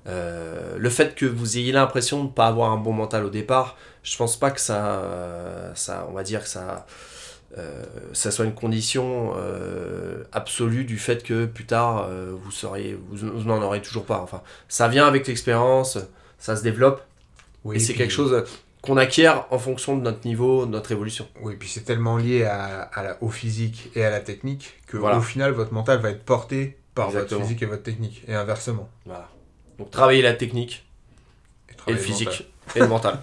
Euh, le fait que vous ayez l'impression de ne pas avoir un bon mental au départ, je pense pas que ça, euh, ça on va dire que ça, euh, ça soit une condition euh, absolue du fait que plus tard euh, vous seriez, vous, vous n'en aurez toujours pas. Enfin, ça vient avec l'expérience, ça se développe, oui, et c'est puis... quelque chose qu'on acquiert en fonction de notre niveau, de notre évolution. Oui, et puis c'est tellement lié à, à la, au physique et à la technique que voilà. Au final, votre mental va être porté par Exactement. Votre physique et votre technique, et inversement. Voilà. Donc travailler la technique, et, et le physique, le et le mental.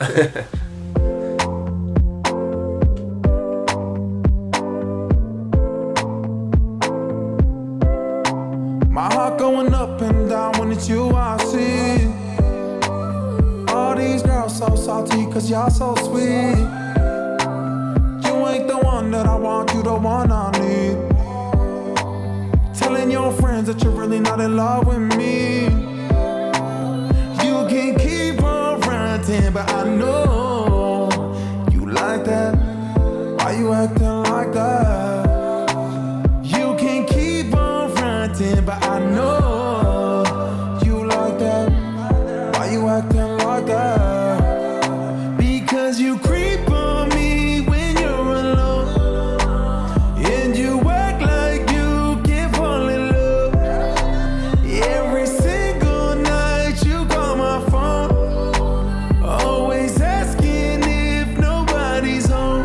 My heart going up and down when it's you I see. All these girls so salty cause y'all so sweet. You ain't the one that I want, you the one I need. Telling your friends that you're really not in love with me. You can keep on ranting, but I know you like that. Why you acting like that? You can keep on ranting, but I know you like that. Why you acting like that? Because you creep on me when you're alone, and you act like you can fall in love. Every single night you call my phone, always asking if nobody's home.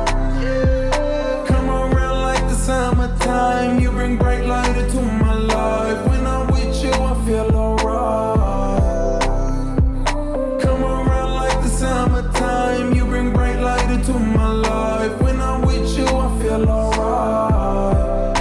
Come around like the summertime, you bring bright light into my life. When I'm with you I feel alright. Summertime, you bring bright light into my life. When I'm with you, I feel alright.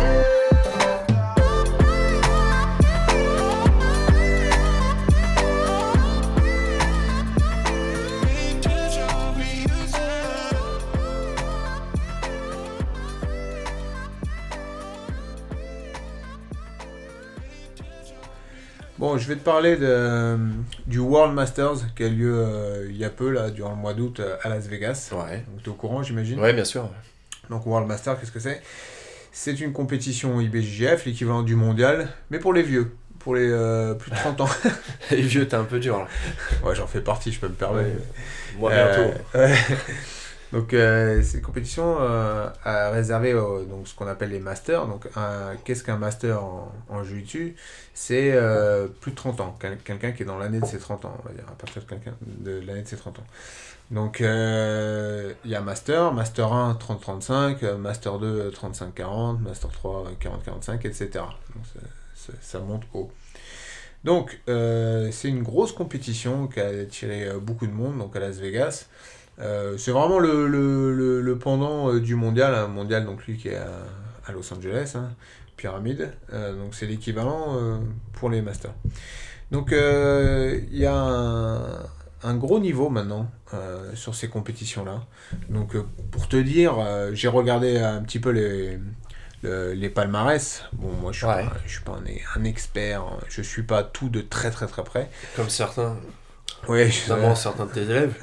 Bon, je vais te parler de, du World Masters qui a lieu euh, il y a peu, là, durant le mois d'août à Las Vegas. Ouais. Donc, tu es au courant, j'imagine ? Ouais, bien sûr. Donc, World Masters, qu'est-ce que c'est ? C'est une compétition I B J J F, l'équivalent du mondial, mais pour les vieux, pour les euh, plus de trente ans. Les vieux, t'es un peu dur, là. Ouais, j'en fais partie, je peux me permettre. Ouais. Moi, bientôt. Euh, ouais. Donc euh, c'est une compétition euh, à- réservée au, donc ce qu'on appelle les masters. Donc un- qu'est-ce qu'un master en, en jiu-jitsu? C'est euh, plus de trente ans, Quel- quelqu'un qui est dans l'année de ses trente ans, on va dire, à partir de quelqu'un de l'année de ses trente ans. Donc euh, il y a master, master un trente trente-cinq, euh, master deux trente-cinq quarante, master trois quarante quarante-cinq, et cetera. Donc c'est- c'est- ça monte haut. Donc euh, c'est une grosse compétition qui a attiré euh, beaucoup de monde, donc à Las Vegas. Euh, c'est vraiment le, le, le, le pendant euh, du mondial, un mondial donc lui qui est à, à Los Angeles, hein, Pyramide. Euh, donc c'est l'équivalent euh, pour les masters. Donc euh, il y a un, un gros niveau maintenant euh, sur ces compétitions-là. Donc euh, pour te dire, euh, j'ai regardé un petit peu les, le- les palmarès. Bon, moi je suis Ouais. pas, je suis pas un, un expert, je suis pas tout de très très très près. Comme certains, Ouais, notamment certains de tes élèves.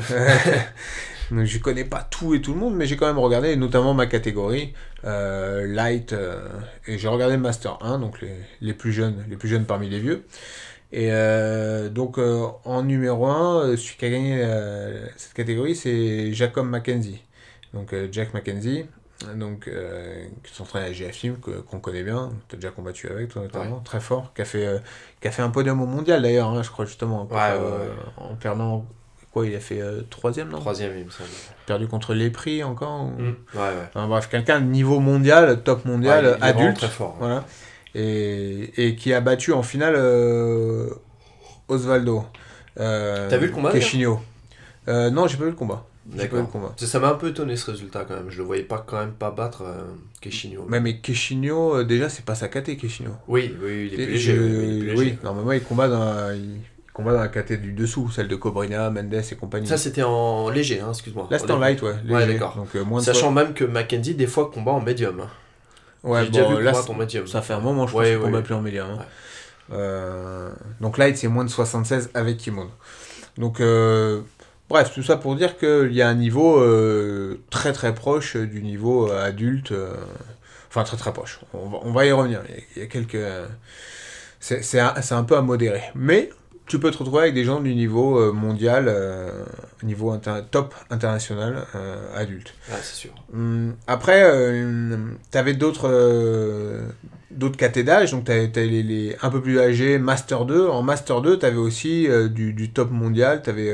Donc, je connais pas tout et tout le monde, mais j'ai quand même regardé, notamment ma catégorie, euh, Light, euh, et j'ai regardé le Master un, donc les, les plus jeunes, les plus jeunes parmi les vieux. Et euh, donc euh, en numéro un, euh, celui qui a gagné euh, cette catégorie, c'est Jacob Mackenzie. Donc euh, Jack Mackenzie, donc, euh, qui s'entraîne à la G F Team, que- qu'on connaît bien, tu as déjà combattu avec toi notamment, Ouais. très fort, qui a fait, euh, qui a fait un podium au mondial d'ailleurs, hein, je crois justement, pour, Ouais, ouais, euh, ouais. en perdant, quoi, il a fait euh, troisième, non? Troisième, il me semble. Perdu contre les prix encore ou- Mm. Ouais, ouais. Enfin, bref, quelqu'un de niveau mondial, top mondial, Ouais, il est vraiment adulte, très fort. hein. voilà, et, et qui a battu en finale euh, Osvaldo. Euh, T'as vu le combat, Queixinho. Euh, non, j'ai pas vu le combat. J'ai pas vu le D'accord. combat. Ça ça m'a un peu étonné ce résultat quand même. Je le voyais pas quand même pas battre euh, Queixinho. Ouais, mais Queixinho, euh, déjà, c'est pas sa caté, Queixinho. Oui, oui, il est Et plus léger. je- oui, oui, il est plus oui, léger. normalement, il combat dans la, il, il combat dans la caté du dessous, celle de Cobrina, Mendes et compagnie. Ça c'était en léger, hein, excuse-moi. Là, c'était en light, ouais. Ouais, léger. d'accord. Donc, euh, moins de Sachant même que Mackenzie des fois combat en médium. hein. Ouais, J'ai déjà bon, vu là, combattre en médium. ça fait un moment, je pense, Ouais, qu'il ouais, combat ouais. plus en médium. hein. Ouais. Euh, donc light, c'est moins de soixante-seize avec kimono. Donc, euh, bref, tout ça pour dire qu'il y a un niveau euh, très très proche du niveau euh, adulte. euh, Enfin, très très proche. On va, on va y revenir. Il y a, il y a quelques... euh, C'est c'est un, c'est un peu à modérer. Mais tu peux te retrouver avec des gens du niveau euh, mondial, euh, niveau inter- top international euh, adulte. Ah, c'est sûr. Hum, Après, euh, tu avais d'autres euh, d'autres catés d'âge, donc tu avais les, les un peu plus âgés, Master deux. En Master deux, tu avais aussi euh, du, du top mondial. Tu avais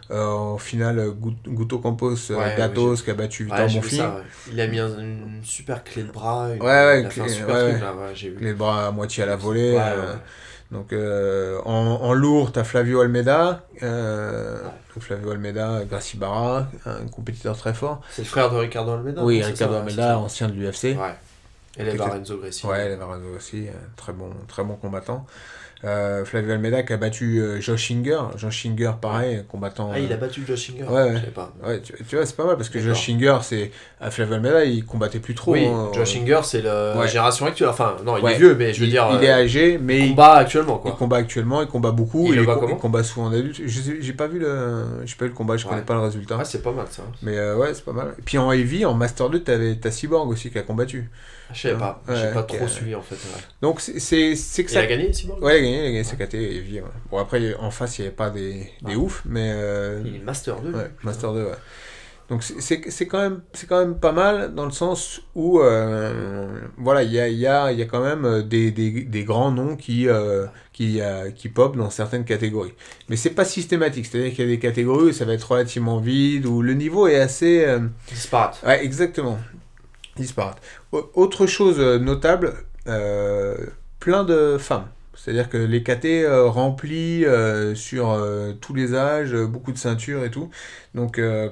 en finale euh, Gut- Guto Campos, euh, Ouais, Gatos, ouais, qui a battu Victor Ouais, j'ai vu Bonfim. ça, ouais. Il a mis un- une super clé de bras. Une... Ouais, ouais, il a fait un clé- super ouais, truc là, ouais, j'ai vu. Les bras à moitié à la volée. Ouais, euh, ouais. Donc euh, en, en lourd, tu as Flavio Almeida. Euh, donc Flavio Almeida, Gracie Barra, un compétiteur très fort. C'est le frère de Ricardo Almeida. oui, non, c'est Ricardo ça, ouais, Almeida, ancien de l'U F C. c'est ça. Ouais. Et les Quelques- Lorenzo Gracie. Ouais, Levarazzo aussi, euh, très bon, très bon combattant. Euh, Flavio Almeida qui a battu euh, Josh Singer. Josh Singer, pareil, combattant. Ah, il a euh, battu Josh Singer. Ouais, ouais. Je savais pas. Ouais, tu, tu vois, c'est pas mal parce que D'accord. Josh Singer, c'est. À Flavio Almeida, il combattait plus trop. Oui, hein, Josh euh, Singer, c'est la Ouais. génération actuelle. Enfin, non, il ouais, est vieux, mais je veux il, dire. Il est euh, âgé, mais il il, combat actuellement, il quoi. combat actuellement, il combat beaucoup. Il le il, bat co- comment il combat souvent en adulte. Je sais- J'ai pas vu le, j'ai pas vu le combat, je Ouais. connais pas le résultat. Ouais, c'est pas mal ça. Mais euh, ouais, c'est pas mal. Et puis en heavy, en Master deux, t'avais t'as Cyborg aussi qui a combattu. Je savais pas. Ouais, J'ai pas ok. trop suivi en fait. Ouais. Donc c'est c'est c'est que Il ça. a gagné, Cyborg Ouais, il a gagné, il a gagné sa K T heavy. Ouais. Bon après en face il n'y avait pas des, des Ah. ouf, mais euh, Il est Master deux. lui. ouais, Master deux. Ouais. Donc c'est- c'est c'est quand même c'est quand même pas mal dans le sens où euh, voilà il y a il y a il y a quand même des, des, des grands noms qui euh, qui euh, qui pop dans certaines catégories. Mais c'est pas systématique, c'est-à-dire qu'il y a des catégories où ça va être relativement vide où le niveau est assez euh, Disparate. ouais, exactement. Disparate. Au- Autre chose euh, notable, euh, plein de femmes. C'est-à-dire que les K T euh, remplis euh, sur euh, tous les âges, euh, beaucoup de ceintures et tout. Donc euh,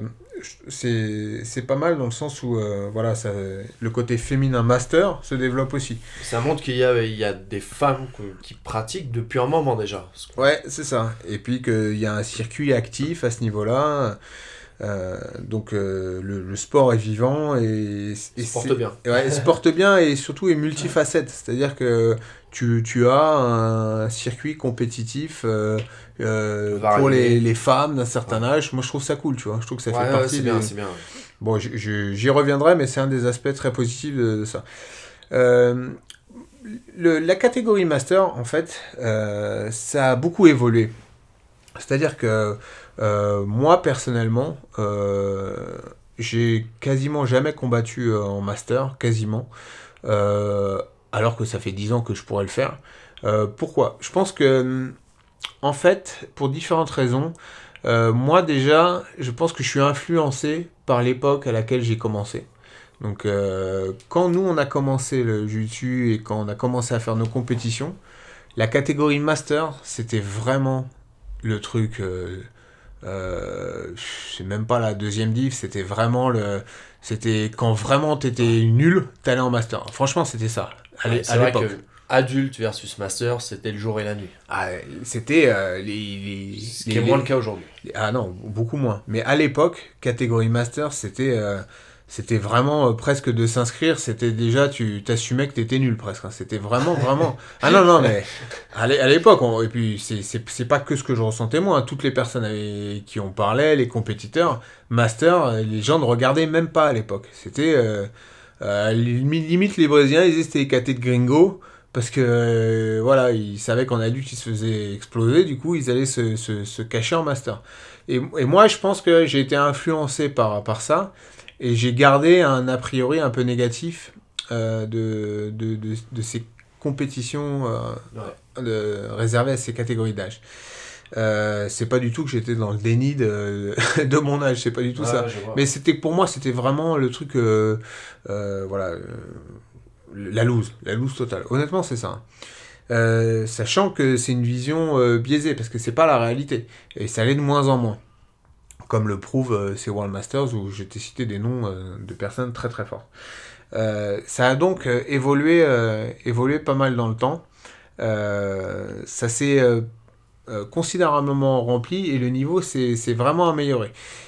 c'est c'est pas mal dans le sens où euh, voilà, ça, le côté féminin master se développe aussi. Ça montre qu'il y a, il y a des femmes que- qui pratiquent depuis un moment déjà. Parce que- Ouais, c'est ça. Et puis qu'il y a un circuit actif à ce niveau-là. Euh, donc euh, le, le sport est vivant et, et Ils se portent c'est- bien. Ouais, il se porte bien et surtout est multifacette. C'est-à-dire que tu, tu as un circuit compétitif euh, euh, Varié. pour les, les femmes d'un certain âge. Moi, je trouve ça cool, tu vois. Je trouve que ça Ouais, fait ouais, partie c'est des... bien, c'est bien. Bon, je- je- j'y reviendrai, mais c'est un des aspects très positifs de, de ça. Euh, le- la catégorie master, en fait, euh, ça a beaucoup évolué. C'est-à-dire que euh, moi, personnellement, euh, j'ai quasiment jamais combattu euh, en master, quasiment, euh, alors que ça fait dix ans que je pourrais le faire. Euh, pourquoi ? Je pense que, en fait, pour différentes raisons, euh, moi déjà, je pense que je suis influencé par l'époque à laquelle j'ai commencé. Donc, euh, quand nous, on a commencé le jiu-jitsu et quand on a commencé à faire nos compétitions, la catégorie master, c'était vraiment le truc... Euh, euh, c'est même pas la deuxième div, c'était vraiment le... C'était quand vraiment t'étais nul, t'allais en master. Franchement, c'était ça, à l'é- Ouais, c'est à vrai l'époque. que adulte versus master, c'était le jour et la nuit. Ah, c'était euh, les, les, Ce qui les- est moins les- le cas aujourd'hui. Ah non, beaucoup moins. Mais à l'époque, catégorie master, c'était euh, c'était vraiment euh, presque de s'inscrire. C'était déjà, tu t'assumais que t'étais nul presque. hein. C'était vraiment, vraiment. Ah non, non, mais à l'é- à l'époque, on- et puis c'est c'est c'est pas que ce que je ressentais moi. hein. Toutes les personnes avec qui on parlait, les compétiteurs, master, euh, les gens ne regardaient même pas à l'époque. C'était euh, euh, limite, limite les Brésiliens, ils disaient que c'était les catés de gringo. Parce que euh, voilà, ils savaient qu'en adulte ils se faisaient exploser, du coup ils allaient se, se, se cacher en master. Et, et moi je pense que j'ai été influencé par, par ça, et j'ai gardé un a priori un peu négatif euh, de, de, de, de ces compétitions euh, Ouais. de, réservées à ces catégories d'âge. Euh, c'est pas du tout que j'étais dans le déni de, de mon âge, c'est pas du tout Ouais, ça. je vois. Mais c'était pour moi c'était vraiment le truc, euh, euh, voilà. euh, la loose, la loose totale. Honnêtement, c'est ça. Euh, sachant que c'est une vision euh, biaisée, parce que c'est pas la réalité. Et ça l'est de moins en moins. Comme le prouvent euh, ces World Masters, où je t'ai cité des noms euh, de personnes très très fortes. Euh, ça a donc euh, évolué, euh, évolué pas mal dans le temps. Euh, ça s'est euh, euh, considérablement rempli et le niveau s'est s'est vraiment amélioré.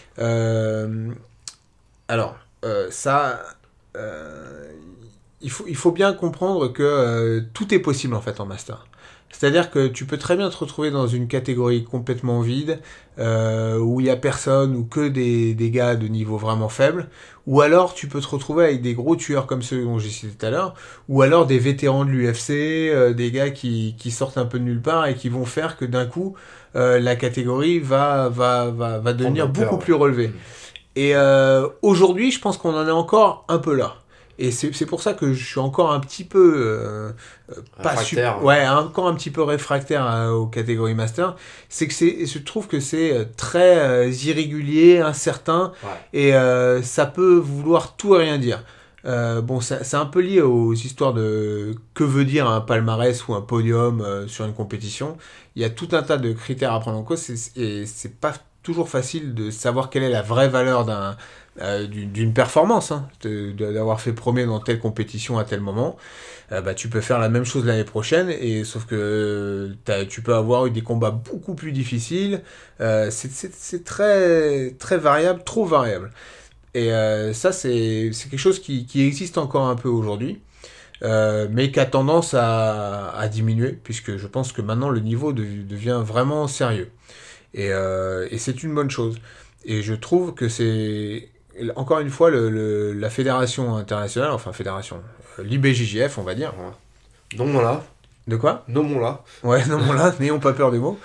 Euh, alors, euh, ça... euh, il faut, il faut bien comprendre que euh, tout est possible en fait en master. C'est-à-dire que tu peux très bien te retrouver dans une catégorie complètement vide, euh, où il n'y a personne, ou que des, des gars de niveau vraiment faible, ou alors tu peux te retrouver avec des gros tueurs comme ceux dont j'ai cité tout à l'heure, ou alors des vétérans de l'U F C, euh, des gars qui, qui sortent un peu de nulle part et qui vont faire que d'un coup, euh, la catégorie va, va, va, va devenir Prendre l'ampleur, beaucoup ouais. plus relevée. Et euh, aujourd'hui, je pense qu'on en est encore un peu là. Et c'est c'est pour ça que je suis encore un petit peu euh, euh, pas Réfractaire. super, ouais, encore un petit peu réfractaire à- aux catégories master. C'est que c'est, je trouve que c'est euh, très euh, irrégulier, incertain, Ouais. et euh, ça peut vouloir tout et rien dire. Euh, bon, ça- c'est un peu lié aux histoires de que veut dire un palmarès ou un podium euh, sur une compétition. Il y a tout un tas de critères à prendre en cause, c'est- et c'est pas toujours facile de savoir quelle est la vraie valeur d'un euh, d'une d'une performance, hein, de- de- d'avoir fait premier dans telle compétition à tel moment. Euh, bah, tu peux faire la même chose l'année prochaine, et sauf que euh, t'as- tu peux avoir eu des combats beaucoup plus difficiles. Euh, c'est c'est- c'est très, très variable, trop variable. Et euh, ça, c'est c'est quelque chose qui, qui existe encore un peu aujourd'hui, euh, mais qui a tendance à, à diminuer, puisque je pense que maintenant le niveau de- devient vraiment sérieux. Et, euh, et c'est une bonne chose. Et je trouve que c'est, encore une fois, le, le- la fédération internationale, enfin fédération, euh, l'I B J J F, on va dire. Nommons-la. De quoi ? Nommons-la. Ouais, non, bon là, n'ayons pas peur des mots.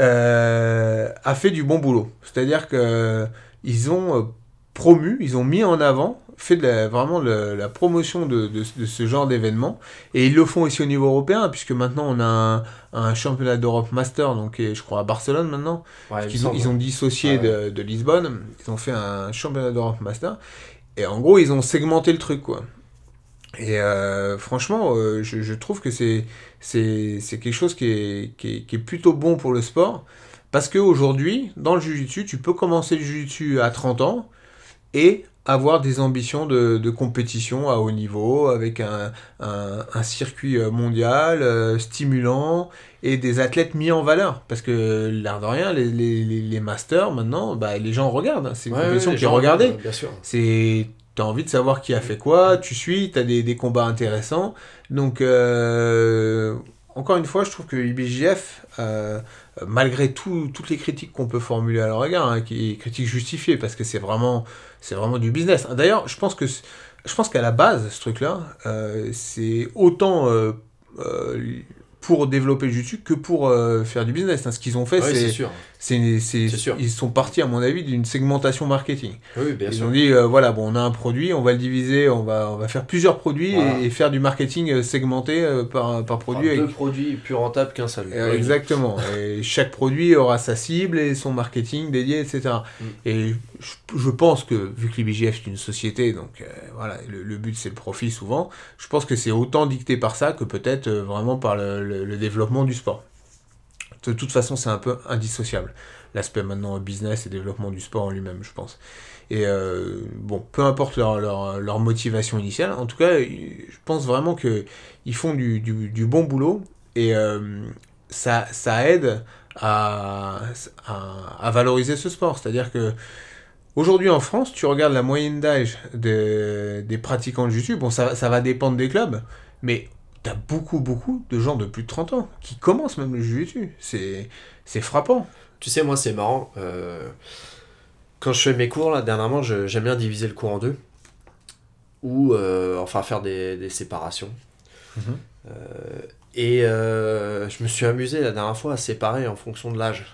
Euh, a fait du bon boulot. C'est-à-dire que euh, ils ont euh, promu, ils ont mis en avant, fait de la- vraiment de la, la promotion de, de- de ce genre d'événement. Et ils le font aussi au niveau européen, puisque maintenant on a un, un championnat d'Europe Master, donc qui est, je crois à Barcelone maintenant. Ouais, il me Ils ont, semble. ils ont dissocié Ouais, de, de Lisbonne, ils ont fait un championnat d'Europe Master, et en gros ils ont segmenté le truc quoi. Et euh, franchement, euh, je, je trouve que c'est, c'est, c'est quelque chose qui est, qui, est, qui est plutôt bon pour le sport, parce qu'aujourd'hui, dans le jiu-jitsu, tu peux commencer le jiu-jitsu à trente ans, et avoir des ambitions de, de compétition à haut niveau, avec un, un, un circuit euh, mondial, euh, stimulant, et des athlètes mis en valeur. Parce que, l'air de rien, les, les, les, les masters, maintenant, bah, les gens regardent. hein. C'est une Ouais, compétition ouais, qui est les gens, regardée. euh, Bien sûr. C'est... T'as envie de savoir qui a fait quoi, tu suis, t'as des, des combats intéressants. Donc, euh, encore une fois, je trouve que I B J F, euh, malgré tout, toutes les critiques qu'on peut formuler à leur égard, hein, qui critiques justifiées, parce que c'est vraiment, c'est vraiment du business. D'ailleurs, je pense que, je pense qu'à la base, ce truc-là, euh, c'est autant euh, euh, pour développer le jiu-jitsu que pour euh, faire du business. Hein. Ce qu'ils ont fait, Ah oui, c'est, c'est sûr. c'est, c'est, C'est sûr. ils sont partis, à mon avis, d'une segmentation marketing. Oui, bien Ils sûr. ont dit, euh, voilà, bon, on a un produit, on va le diviser, on va, on va faire plusieurs produits Voilà. et, et faire du marketing euh, segmenté euh, par, par produit. Enfin, avec- deux produits plus rentables qu'un seul. Euh, Oui. Exactement. Et chaque produit aura sa cible et son marketing dédié, et cetera. Mm. Et je, je pense que, vu que l'I B J F est une société, donc euh, voilà, le, le but c'est le profit souvent, je pense que c'est autant dicté par ça que peut-être euh, vraiment par le, le, le développement du sport. De toute façon, c'est un peu indissociable. L'aspect maintenant business et développement du sport en lui-même, je pense. Et euh, bon, peu importe leur, leur, leur motivation initiale, en tout cas, je pense vraiment qu'ils font du, du, du bon boulot et euh, ça, ça aide à, à, à valoriser ce sport. C'est-à-dire que aujourd'hui en France, tu regardes la moyenne d'âge de, des pratiquants de jiu-jitsu, bon, ça, ça va dépendre des clubs, mais t'as beaucoup, beaucoup de gens de plus de trente ans qui commencent même le jiu-jitsu. C'est, c'est frappant. Tu sais, moi, c'est marrant. euh, Quand je fais mes cours, là, dernièrement, je- j'aime bien diviser le cours en deux. Ou, euh, enfin, faire des, des séparations. Mhm. Euh, et euh, je me suis amusé la dernière fois à séparer en fonction de l'âge.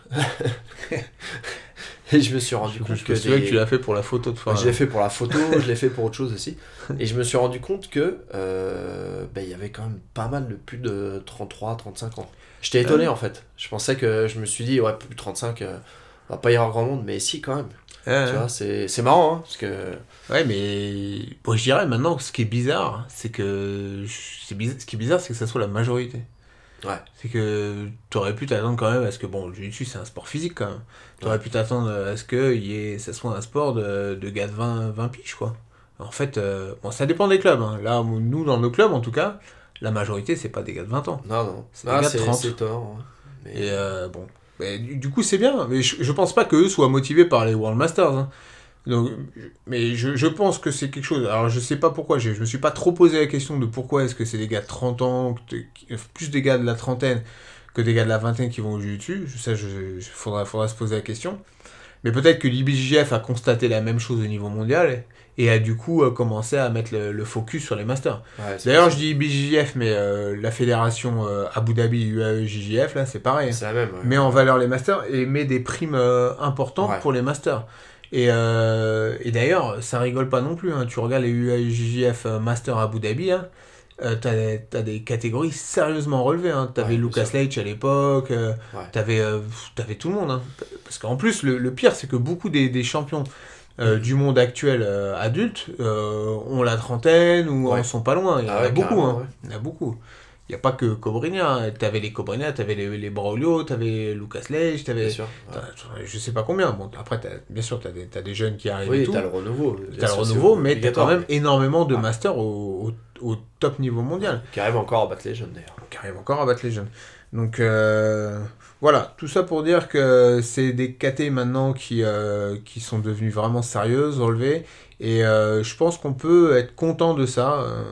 Et je me suis rendu Je, compte je que. me souviens des- que tu l'as fait pour la photo de fin. Je l'ai fait pour la photo, je l'ai fait pour autre chose aussi. Et je me suis rendu compte que euh, ben, il y avait quand même pas mal de plus de trente-trois, trente-cinq ans. J'étais étonné en fait. Je pensais que je me suis dit, ouais, plus de trente-cinq, euh, va pas y avoir grand monde, mais si quand même. Ouais, Tu ouais. vois, c'est, c'est marrant, hein, parce que. Ouais, mais bon, je dirais maintenant, ce qui est bizarre, c'est que c'est bizarre, ce qui est bizarre, c'est que ça soit la majorité. Ouais. C'est que t'aurais pu t'attendre quand même à ce que, bon, le jiu-jitsu c'est un sport physique quand même. T'aurais Ouais. pu t'attendre à ce que y ait, ça soit un sport de, de gars de vingt, vingt piges, quoi. En fait, euh, bon, ça dépend des clubs. Hein. Là, nous, dans nos clubs, en tout cas, la majorité, c'est pas des gars de vingt ans. Non, non. C'est Ah, des gars de c'est, trente. c'est étonnant. hein. Mais... Et euh, bon, mais du, du coup, c'est bien. Mais je, je pense pas qu'eux soient motivés par les World Masters. Hein. Donc, mais je, je pense que c'est quelque chose. Alors, je sais pas pourquoi. Je, je me suis pas trop posé la question de pourquoi est-ce que c'est des gars de trente ans, que t'es- qui- plus des gars de la trentaine que des gars de la vingtaine qui vont au jiu-jitsu. Ça, je, je, faudra, faudra se poser la question. Mais peut-être que l'I B J F a constaté la même chose au niveau mondial et a du coup euh, commencé à mettre le, le focus sur les masters. Ouais, c'est D'ailleurs, je possible. dis I B J F, mais euh, la fédération euh, Abu Dhabi U A E J J F, là, c'est pareil. hein. C'est la même. Ouais. Met en valeur les masters et met des primes euh, importantes Ouais. pour les masters. Et, euh, et d'ailleurs, ça rigole pas non plus. Hein. Tu regardes les U A E J J F euh, Master Abu Dhabi, hein, euh, t'as, t'as des catégories sérieusement relevées. Hein. T'avais Ouais, bien Lucas sûr. Leitch à l'époque, euh, Ouais. t'avais, euh, t'avais tout le monde. Hein. Parce qu'en plus, le, le pire, c'est que beaucoup des, des champions euh, du monde actuel euh, adulte euh, ont la trentaine ou Ouais. en sont pas loin. Il y en Ah a ouais, beaucoup. carrément, Hein. ouais. Il y en a beaucoup. Il n'y a pas que Cobrinha. Hein. T'avais les Cobrinha, t'avais les, les Braulio, t'avais Lucas Leitch, t'avais... Bien sûr. ouais. T'as- Je sais pas combien. Bon, après, t'as- bien sûr, tu as des, t'as des jeunes qui arrivent et Oui, tout. t'as le renouveau. bien T'as le sûr, c'est renouveau, mais tu as quand obligatoire, même énormément de Ah. masters au, au, au top niveau mondial. Qui arrive encore à battre les jeunes d'ailleurs. Qui arrivent encore à battre les jeunes. Donc, euh, voilà. Tout ça pour dire que c'est des K T maintenant qui, euh, qui sont devenues vraiment sérieuses, relevées. Et euh, je pense qu'on peut être content de ça. euh,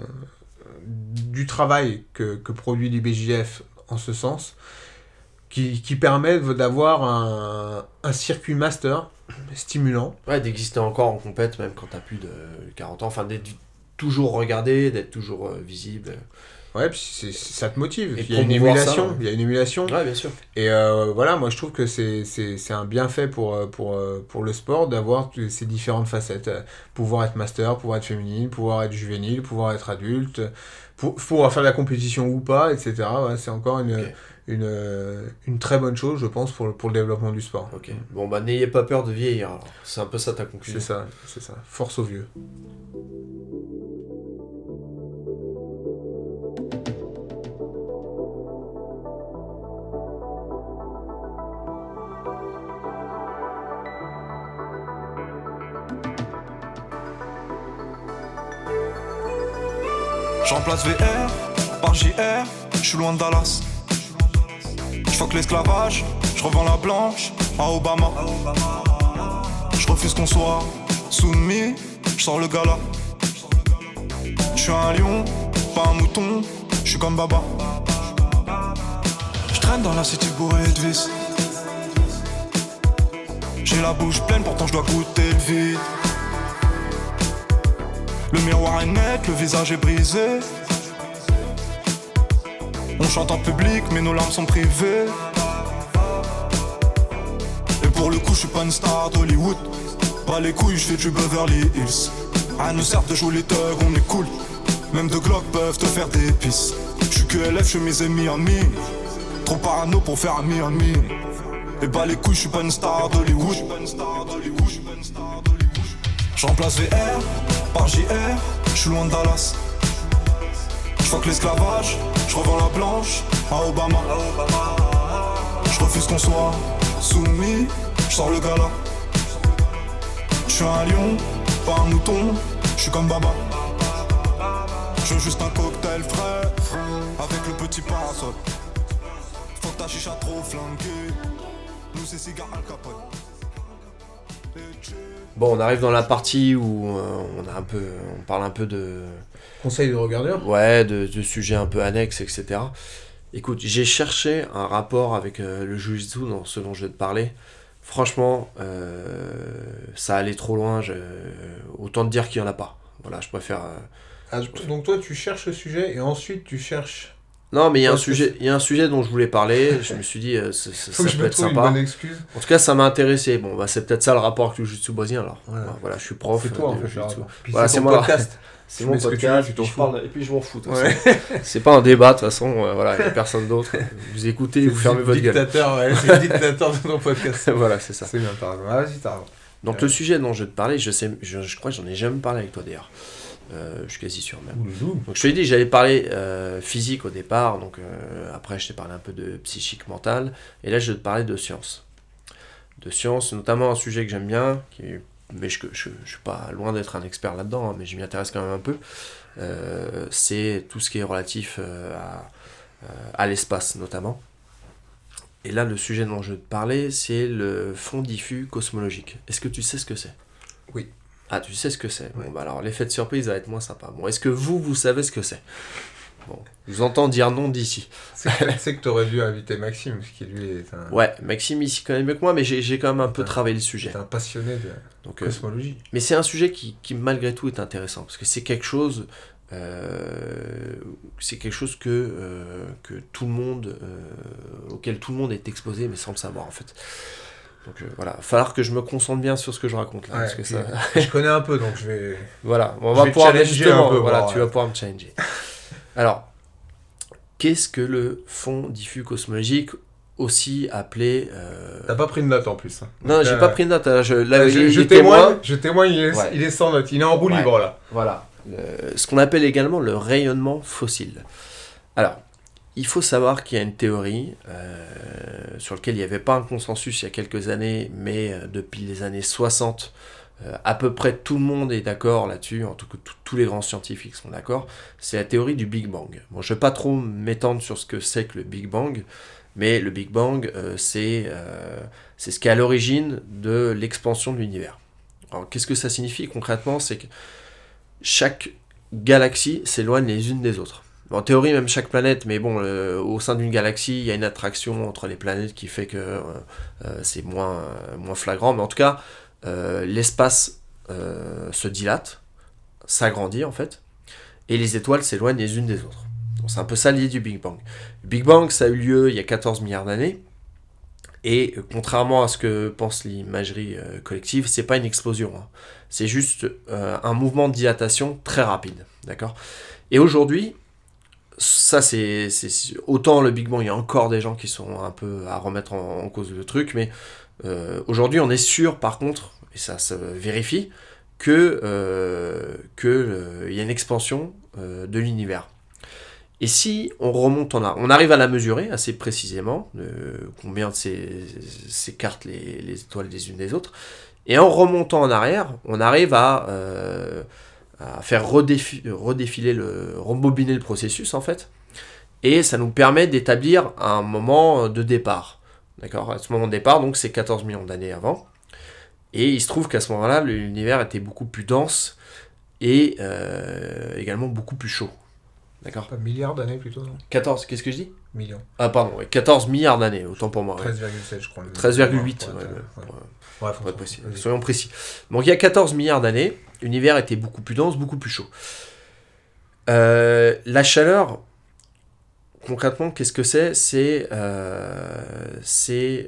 du travail que, que produit l'I B J F en ce sens, qui, qui permet d'avoir un, un circuit master stimulant. Ouais, d'exister encore en compète, même quand t'as plus de quarante ans. Enfin, d'être toujours regardé, d'être toujours euh, visible. Ouais, puis c'est- c'est- ça te motive. Et Il y a une promouvoir ça, émulation. ouais. Il y a une émulation. Ouais, bien sûr. Et euh, voilà, moi je trouve que c'est c'est- c'est un bienfait pour, euh, pour, euh, pour le sport d'avoir tous ces différentes facettes. Euh, Pouvoir être master, pouvoir être féminine, pouvoir être juvénile, pouvoir être adulte, pour, pouvoir faire de la compétition ou pas, et cetera. Ouais, c'est encore une, Ok. une, euh, une très bonne chose, je pense, pour, le- pour le développement du sport. Ok. Bon, bah, n'ayez pas peur de vieillir. alors. C'est un peu ça ta conclusion. C'est ça, c'est ça. Force aux vieux. Je remplace V R par J R, je suis loin de Dallas. Je fuck l'esclavage, je revends la blanche à Obama. Je refuse qu'on soit soumis, je sors le gala. Je suis un lion, pas un mouton, je suis comme Baba. Je traîne dans la city bourrée de vis. J'ai la bouche pleine, pourtant je dois goûter le vide. Le miroir est net, le visage est brisé. On chante en public, mais nos larmes sont privées. Et pour le coup, je suis pas une star d'Hollywood. Pas les couilles, je fais du Beverly Hills. À nous sert de jouer les thugs, on est cool. Même deux Glock peuvent te faire des pisses. Je suis que L F, je suis mes ennemis en mi. Trop parano pour faire un mi-en-mi. Et bah les couilles, je suis pas une star d'Hollywood. Je remplace V R par J R, je suis loin de Dallas. Je fuck l'esclavage, je revends la blanche à Obama. Je refuse qu'on soit soumis, je sors le gala. Je suis un lion, pas un mouton, je suis comme Baba. Je veux juste un cocktail frais, avec le petit parasol. Faut que ta chicha trop flanquée, nous c'est cigare Al Capone. Bon, on arrive dans la partie où euh, on a un peu, on parle un peu de Conseil de regardeur. Ouais, de, de sujets un peu annexes, et cetera. Écoute, j'ai cherché un rapport avec euh, le Jiu-Jitsu dans ce dont je vais te parler. Franchement, euh, ça allait trop loin. Je... Autant te dire qu'il n'y en a pas. Voilà, je préfère. Euh, Ah, je préfère... Donc toi, tu cherches le sujet et ensuite tu cherches. Non, mais il y a un Parce que sujet, c'est- il y a un sujet dont je voulais parler. Je me suis dit, euh, ça, ça, Faut ça que je peut me être trouve une sympa. bonne excuse. En tout cas, ça m'a intéressé. Bon, bah, c'est peut-être ça le rapport avec le Jiu-Jitsu brésilien alors. Ouais. Voilà, voilà, je suis prof. C'est toi euh, en de fait. Jiu-Jitsu. là. Puis Voilà, c'est c'est ton moi. podcast. C'est Tu mon mets ce que tu podcast, veux, tu t'en puis je fous. parle- et puis je m'en fous. de toute Ouais. façon. C'est pas un débat, de toute façon, euh, voilà, il n'y a personne d'autre. Vous écoutez, C'est vous fermez le votre gueule. dictateur, ouais, c'est le dictateur de ton podcast. Voilà, c'est ça. C'est bien, t'as raison. Ah, vas-y, t'as raison. Donc Ouais. le sujet dont je vais te parler, je, sais, je, je crois que j'en ai jamais parlé avec toi d'ailleurs. Euh, je suis quasi sûr même. Ouloulou. Donc je te l'ai dit, j'allais parler euh, physique au départ, donc euh, après je t'ai parlé un peu de psychique mental, et là je vais te parler de science. De science, notamment un sujet que j'aime bien, qui, mais je, je, je suis pas loin d'être un expert là-dedans, hein, mais je m'y intéresse quand même un peu. Euh, c'est tout ce qui est relatif euh, à, à l'espace notamment. Et là le sujet dont je vais te parler, c'est le fond diffus cosmologique. Est-ce que tu sais ce que c'est ? Oui. Ah, tu sais ce que c'est. Oui. Bon, bah alors l'effet de surprise va être moins sympa. Bon, est-ce que vous, vous savez ce que c'est ? Bon, je vous entends dire non d'ici. C'est que, tu sais que t'aurais dû inviter Maxime, qui lui est un, Ouais, Maxime ici connaît mieux que moi, mais j'ai, j'ai quand même un peu Ouais. travaillé le sujet. est un passionné de Donc, euh, cosmologie. mais c'est un sujet qui, qui, malgré tout, est intéressant, parce que c'est quelque chose, euh, c'est quelque chose que, euh, que tout le monde, euh, auquel tout le monde est exposé, mais sans le savoir, en fait. Donc euh, voilà, il va falloir que je me concentre bien sur ce que je raconte là. Ouais, parce que puis, ça... je connais un peu, donc je vais... Voilà, on Je va vais pouvoir challenger justement, un peu, voilà, voir, tu ouais. vas pouvoir me challenger. Alors, qu'est-ce que le fond diffus cosmologique, aussi appelé... euh, T'as pas pris de note en plus. hein. Non, Donc, j'ai euh, pas pris de note. hein, Je, là, je, il je était témoigne, moins. je témoigne, il est, Ouais. il est sans note, il est en roue Ouais. libre là. Voilà. Le- ce qu'on appelle également le rayonnement fossile. Alors, il faut savoir qu'il y a une théorie euh, sur laquelle il n'y avait pas un consensus il y a quelques années, mais euh, depuis les années soixante, euh, à peu près tout le monde est d'accord là-dessus, en tout cas tout- tous les grands scientifiques sont d'accord, c'est la théorie du Big Bang. Bon, je ne vais pas trop m'étendre sur ce que c'est que le Big Bang, mais le Big Bang, euh, c'est, euh, c'est ce qui est à l'origine de l'expansion de l'univers. Alors, qu'est-ce que ça signifie concrètement ? C'est que chaque galaxie s'éloigne les unes des autres. En théorie, même chaque planète, mais bon, euh, au sein d'une galaxie, il y a une attraction entre les planètes qui fait que euh, euh, c'est moins, euh, moins flagrant. Mais en tout cas, euh, l'espace euh, se dilate, s'agrandit en fait, et les étoiles s'éloignent les unes des autres. Donc, c'est un peu ça l'idée du Big Bang. Le Big Bang, ça a eu lieu il y a quatorze milliards d'années, et euh, contrairement à ce que pense l'imagerie euh, collective, c'est pas une explosion. Hein. C'est juste euh, un mouvement de dilatation très rapide. D'accord ? Et aujourd'hui, ça c'est, c'est autant le Big Bang, il y a encore des gens qui sont un peu à remettre en, en cause le truc, mais euh, aujourd'hui on est sûr par contre, et ça se vérifie, que euh, que euh, il y a une expansion euh, de l'univers. Et si on remonte en arrière, on arrive à la mesurer assez précisément, euh, combien de ces s'écartent les, les étoiles des unes des autres, et en remontant en arrière, on arrive à euh, à faire redéfi- redéfiler le, rembobiner le processus en fait, et ça nous permet d'établir un moment de départ. D'accord ? À ce moment de départ, donc c'est quatorze millions d'années avant, et il se trouve qu'à ce moment-là, l'univers était beaucoup plus dense et euh, également beaucoup plus chaud. D'accord ? Pas milliards d'années plutôt, non ? quatorze, qu'est-ce que je dis ? Millions. Ah pardon, ouais, quatorze milliards d'années, autant pour moi. Ouais. treize virgule sept je crois. treize virgule huit, Ouais, ouais, ouais, ouais, ouais. ouais. Ouais, Pour être François, précis. vas-y. Soyons précis. Donc il y a quatorze milliards d'années, l'univers était beaucoup plus dense, beaucoup plus chaud. Euh, la chaleur, concrètement, qu'est-ce que c'est ? C'est, euh, c'est,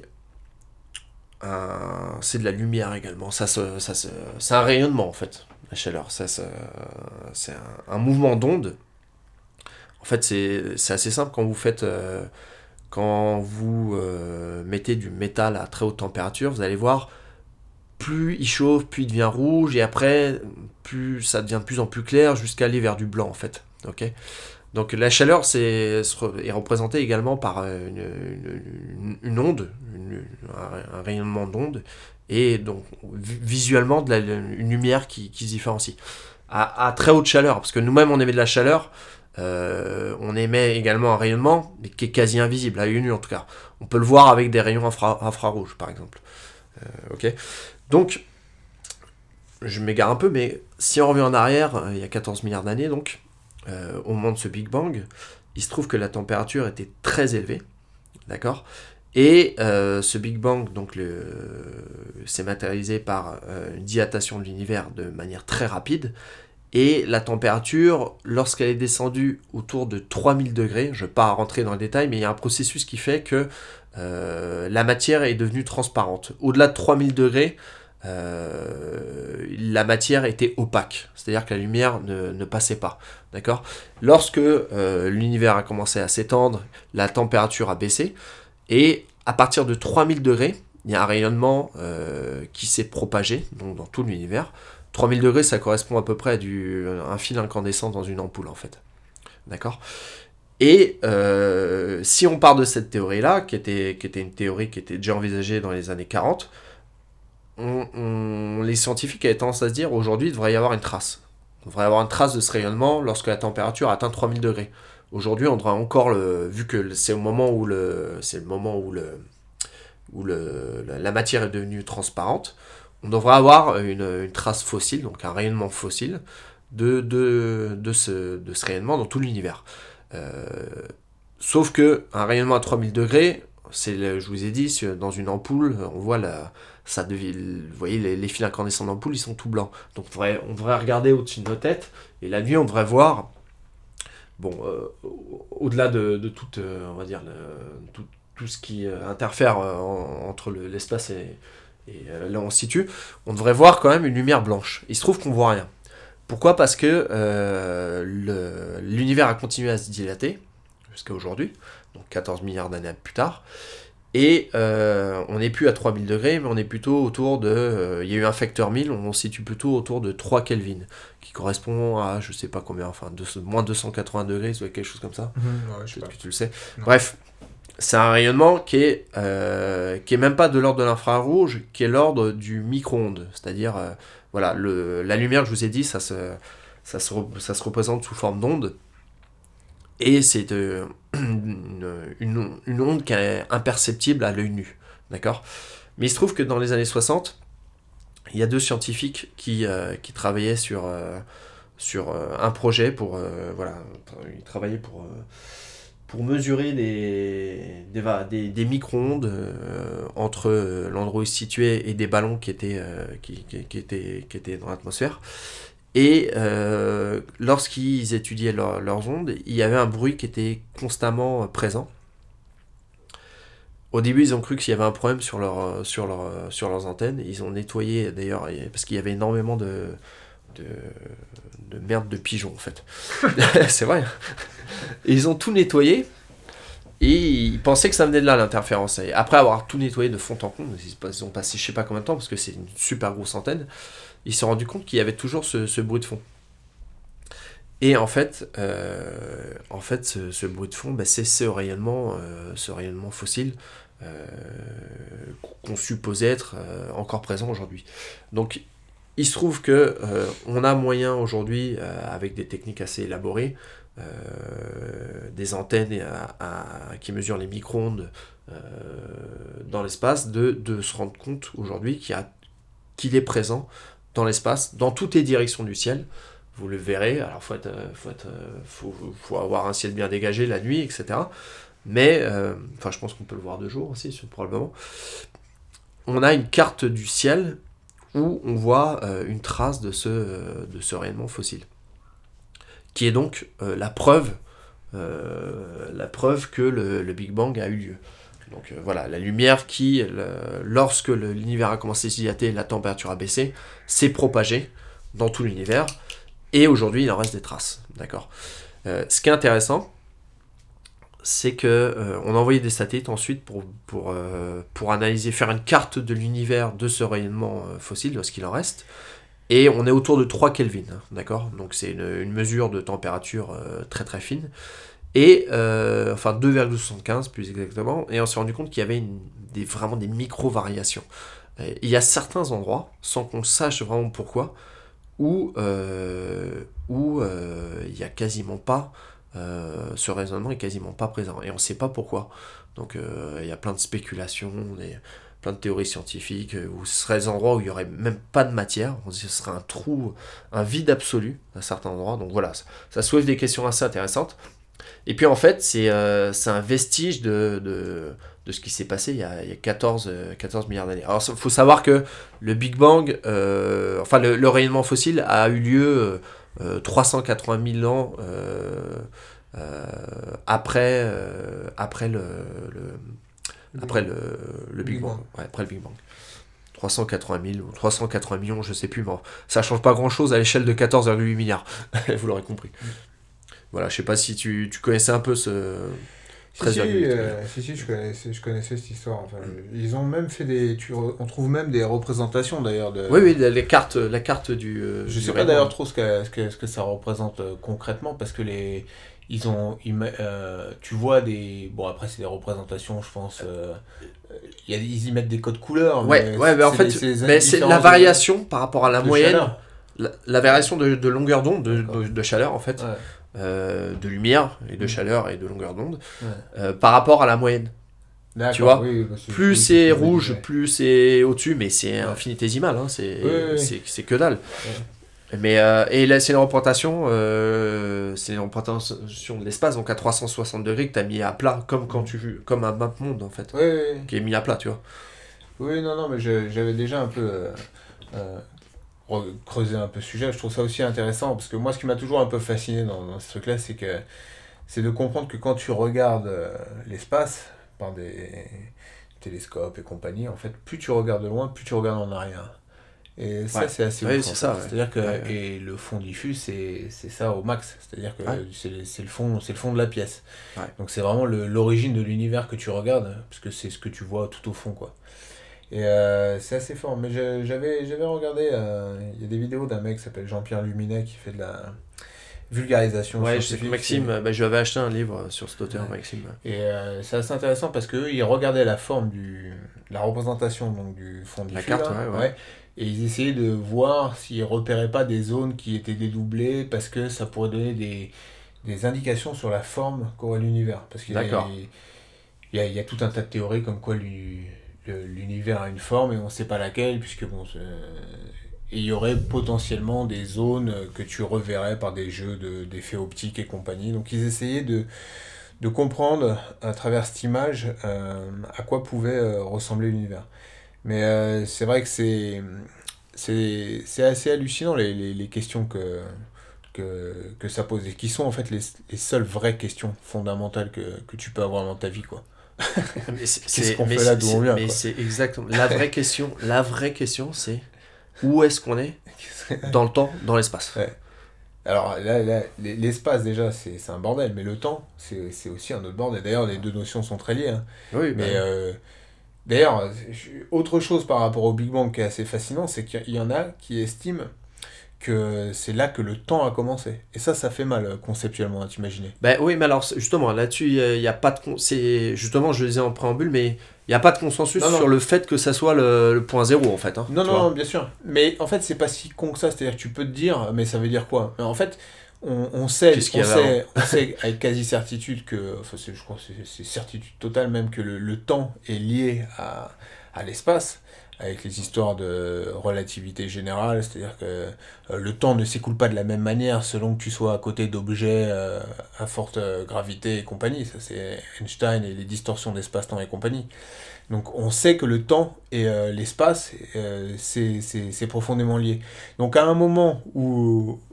un, c'est de la lumière également. Ça se, ça se, c'est un rayonnement en fait, la chaleur. Ça, ça, c'est un, un mouvement d'onde. En fait, c'est, c'est assez simple quand vous faites, euh, quand vous euh, mettez du métal à très haute température, vous allez voir, plus il chauffe, plus il devient rouge, et après, plus ça devient de plus en plus clair jusqu'à aller vers du blanc en fait. Ok ? Donc la chaleur c'est, est représentée également par une, une, une onde, une, un, un rayonnement d'onde, et donc visuellement de la, une lumière qui, qui se différencie. À, à très haute chaleur, parce que nous-mêmes on émet de la chaleur, euh, on émet également un rayonnement qui est quasi invisible, à l'œil nu en tout cas. On peut le voir avec des rayons infra, infrarouges par exemple. Euh, ok. Donc, je m'égare un peu, mais si on revient en arrière, il y a quatorze milliards d'années donc, Euh, au moment de ce Big Bang, il se trouve que la température était très élevée, d'accord ? Et euh, ce Big Bang donc le, s'est matérialisé par euh, une dilatation de l'univers de manière très rapide, et la température, lorsqu'elle est descendue autour de trois mille degrés, je ne vais pas rentrer dans le détail, mais il y a un processus qui fait que euh, la matière est devenue transparente. Au-delà de trois mille degrés, Euh, la matière était opaque, c'est-à-dire que la lumière ne, ne passait pas, d'accord ? Lorsque euh, l'univers a commencé à s'étendre, la température a baissé, et à partir de trois mille degrés, il y a un rayonnement euh, qui s'est propagé donc dans tout l'univers. trois mille degrés, ça correspond à peu près à du, un fil incandescent dans une ampoule, en fait, d'accord ? Et euh, si on part de cette théorie-là, qui était, qui était une théorie qui était déjà envisagée dans les années quarante, On, on, les scientifiques avaient tendance à se dire aujourd'hui il devrait y avoir une trace. Il devrait y avoir une trace de ce rayonnement lorsque la température atteint trois mille degrés. Aujourd'hui, on devrait encore le, vu que c'est au moment où le, c'est le moment où le, où le, la matière est devenue transparente, on devrait avoir une, une trace fossile, donc un rayonnement fossile de, de, de, ce, de ce rayonnement dans tout l'univers. Euh, sauf que un rayonnement à trois mille degrés, c'est le, je vous ai dit, dans une ampoule, on voit la Ça devient, vous voyez, les, les fils incandescents d'ampoule, ils sont tout blancs. Donc on devrait, on devrait regarder au-dessus de nos têtes, et la nuit, on devrait voir, bon, euh, au-delà de, de tout, euh, on va dire, le, tout, tout ce qui euh, interfère euh, en, entre le, l'espace et, et euh, là où on se situe, on devrait voir quand même une lumière blanche. Il se trouve qu'on voit rien. Pourquoi ? Parce que euh, le, l'univers a continué à se dilater jusqu'à aujourd'hui, donc quatorze milliards d'années plus tard. Et euh, on n'est plus à trois mille degrés, mais on est plutôt autour de... Euh, il y a eu un facteur mille, on se situe plutôt autour de trois Kelvin, qui correspond à, je sais pas combien, enfin, deux, moins deux cent quatre-vingts degrés, soit quelque chose comme ça. Mmh, ouais, je sais Peut-être pas. que tu le sais. Non. Bref, c'est un rayonnement qui est, euh, qui est même pas de l'ordre de l'infrarouge, qui est l'ordre du micro-ondes. C'est-à-dire, euh, voilà, le, la lumière que je vous ai dit, ça se, ça se, ça se représente sous forme d'onde. Et c'est euh, une, une, une onde qui est imperceptible à l'œil nu, d'accord ? Mais il se trouve que dans les années soixante, il y a deux scientifiques qui, euh, qui travaillaient sur, euh, sur euh, un projet pour... Euh, voilà, ils travaillaient pour, euh, pour mesurer des, des, des, des micro-ondes euh, entre l'endroit où ils se situaient et des ballons qui étaient, euh, qui, qui, qui, étaient, qui étaient dans l'atmosphère. Et euh, lorsqu'ils étudiaient leur, leurs ondes, il y avait un bruit qui était constamment présent. Au début, ils ont cru qu'il y avait un problème sur, leur, sur, leur, sur leurs antennes. Ils ont nettoyé, d'ailleurs, parce qu'il y avait énormément de, de, de merde de pigeons, en fait. C'est vrai. Et ils ont tout nettoyé. Et ils pensaient que ça venait de là, l'interférence. Et après avoir tout nettoyé de fond en comble, ils ont passé je sais pas combien de temps, parce que c'est une super grosse antenne, ils se sont rendus compte qu'il y avait toujours ce, ce bruit de fond. Et en fait, euh, en fait ce, ce bruit de fond, bah, c'est ce rayonnement, euh, ce rayonnement fossile euh, qu'on supposait être euh, encore présent aujourd'hui. Donc, il se trouve que euh, on a moyen aujourd'hui, euh, avec des techniques assez élaborées, euh, des antennes à, à, qui mesurent les micro-ondes euh, dans l'espace, de, de se rendre compte aujourd'hui qu'il, y a, qu'il est présent dans l'espace, dans toutes les directions du ciel. Vous le verrez, alors il faut, faut, faut, faut avoir un ciel bien dégagé la nuit, et cetera. Mais, euh, enfin je pense qu'on peut le voir de jour aussi, probablement. On a une carte du ciel où on voit euh, une trace de ce, euh, de ce rayonnement fossile, qui est donc euh, la preuve euh, la preuve que le, le Big Bang a eu lieu. Donc euh, voilà, la lumière qui, le, lorsque le, l'univers a commencé à se dilater, la température a baissé, s'est propagée dans tout l'univers, et aujourd'hui il en reste des traces. D'accord. Euh, ce qui est intéressant, c'est que euh, on a envoyé des satellites ensuite pour, pour, euh, pour analyser, faire une carte de l'univers de ce rayonnement euh, fossile, de ce qu'il en reste. Et on est autour de trois Kelvin, hein, d'accord. Donc c'est une, une mesure de température euh, très très fine. Et, euh, enfin deux virgule soixante-quinze plus exactement. Et on s'est rendu compte qu'il y avait une, des, vraiment des micro-variations. Et il y a certains endroits, sans qu'on sache vraiment pourquoi, où, euh, où euh, il n'y a quasiment pas... Euh, ce raisonnement est quasiment pas présent. Et on ne sait pas pourquoi. Donc euh, il y a plein de spéculations, des... plein de théories scientifiques, où ce seraient des endroits où il n'y aurait même pas de matière, on dit que ce serait un trou, un vide absolu à certains endroits, donc voilà, ça, ça soulève des questions assez intéressantes. Et puis en fait, c'est, euh, c'est un vestige de, de, de ce qui s'est passé il y a, il y a quatorze, quatorze milliards d'années. Alors il faut savoir que le Big Bang, euh, enfin le, le rayonnement fossile a eu lieu euh, trois cent quatre-vingt mille ans euh, euh, après, euh, après le... le Après le, le Big, Big Bang. Bang. Ouais, après le Big Bang. trois cent quatre-vingt mille ou trois cent quatre-vingts millions, je sais plus, mais ça change pas grand chose à l'échelle de quatorze virgule huit milliards. Vous l'aurez compris. Mm. Voilà, je sais pas si tu, tu connaissais un peu ce. Si, si, euh, si, si, je connaissais, je connaissais cette histoire. Enfin, mm. Ils ont même fait des. Tu, on trouve même des représentations d'ailleurs. De... Oui, oui, les cartes, la carte du. Euh, je du sais pas d'ailleurs trop ce que, ce, que, ce que ça représente euh, concrètement, parce que les. Ils ont, ils, euh, tu vois des, bon après c'est des représentations, je pense. Euh, y a, ils y mettent des codes couleurs. Ouais, mais ouais, mais en fait, c'est, mais c'est la variation de, par rapport à la moyenne, la, la variation de, de longueur d'onde, de, de, de chaleur en fait, ouais. euh, de lumière et de mmh. chaleur et de longueur d'onde, ouais. euh, par rapport à la moyenne. D'accord, tu vois, oui, bah c'est plus c'est rouge, ouais. plus c'est au-dessus, mais c'est ouais. infinitésimal, hein, c'est, oui, oui, c'est, c'est que dalle. Ouais. Mais euh, et là c'est une représentation euh, c'est une représentation de l'espace, donc à trois cent soixante degrés que tu as mis à plat, comme quand tu comme un map monde en fait, oui, oui, oui. qui est mis à plat, tu vois. Oui, non non, mais je, j'avais déjà un peu euh, euh, creusé un peu ce sujet. Je trouve ça aussi intéressant, parce que moi ce qui m'a toujours un peu fasciné dans, dans ce truc là, c'est que c'est de comprendre que quand tu regardes euh, l'espace par des télescopes et compagnie, en fait plus tu regardes de loin, plus tu regardes en arrière. Et ça, ouais. c'est assez oui, ouf. C'est ça, ouais. C'est-à-dire que ouais, ouais. Et le fond diffus, c'est, c'est ça au max. C'est-à-dire que ouais. c'est, c'est, le fond, c'est le fond de la pièce. Ouais. Donc c'est vraiment le, l'origine de l'univers que tu regardes, parce que c'est ce que tu vois tout au fond, quoi. Et euh, c'est assez fort. Mais je, j'avais, j'avais regardé, il euh, y a des vidéos d'un mec qui s'appelle Jean-Pierre Luminet qui fait de la vulgarisation. Ouais, je sais que Maxime, bah, je lui avais acheté un livre sur cet auteur, ouais. Maxime. Et euh, c'est assez intéressant parce qu'eux, ils regardaient la forme du, la représentation donc, du fond diffus. La carte, là, ouais, ouais. ouais. Et ils essayaient de voir s'ils repéraient pas des zones qui étaient dédoublées, parce que ça pourrait donner des, des indications sur la forme qu'aurait l'univers. Parce qu'il D'accord. y a, il y a, il y a tout un tas de théories comme quoi l'univers a une forme et on ne sait pas laquelle, puisque bon, et il y aurait potentiellement des zones que tu reverrais par des jeux de, d'effets optiques et compagnie. Donc ils essayaient de, de comprendre à travers cette image euh, à quoi pouvait euh, ressembler l'univers. Mais euh, c'est vrai que c'est, c'est, c'est assez hallucinant les, les, les questions que, que, que ça pose, et qui sont en fait les, les seules vraies questions fondamentales que, que tu peux avoir dans ta vie, quoi. Mais c'est, Qu'est-ce c'est, qu'on mais fait là, d'où c'est, on vient, mais quoi. c'est exactement la vraie question. La vraie question, c'est où est-ce qu'on est dans le temps, dans l'espace. Ouais. Alors là, là, l'espace déjà, c'est, c'est un bordel, mais le temps, c'est, c'est aussi un autre bordel. D'ailleurs, les deux notions sont très liées. Hein. Oui, mais bah... euh, d'ailleurs, autre chose par rapport au Big Bang qui est assez fascinant, c'est qu'il y en a qui estiment que c'est là que le temps a commencé. Et ça, ça fait mal conceptuellement à t'imaginer. Ben oui, mais alors justement, là-dessus, il n'y a, a pas de... Con... C'est, justement, je le disais en préambule, mais il n'y a pas de consensus non, non. sur le fait que ça soit le, le point zéro, en fait. Hein, non, non, non, bien sûr. Mais en fait, c'est pas si con que ça. C'est-à-dire que tu peux te dire, mais ça veut dire quoi ? En fait, on, on sait, on sait, on sait avec quasi-certitude que... Enfin, c'est, je crois que c'est, c'est certitude totale même que le, le temps est lié à, à l'espace, avec les histoires de relativité générale, c'est-à-dire que euh, le temps ne s'écoule pas de la même manière selon que tu sois à côté d'objets euh, à forte euh, gravité et compagnie. Ça, c'est Einstein et les distorsions d'espace-temps et compagnie. Donc on sait que le temps et euh, l'espace, euh, c'est, c'est, c'est profondément lié. Donc à un moment où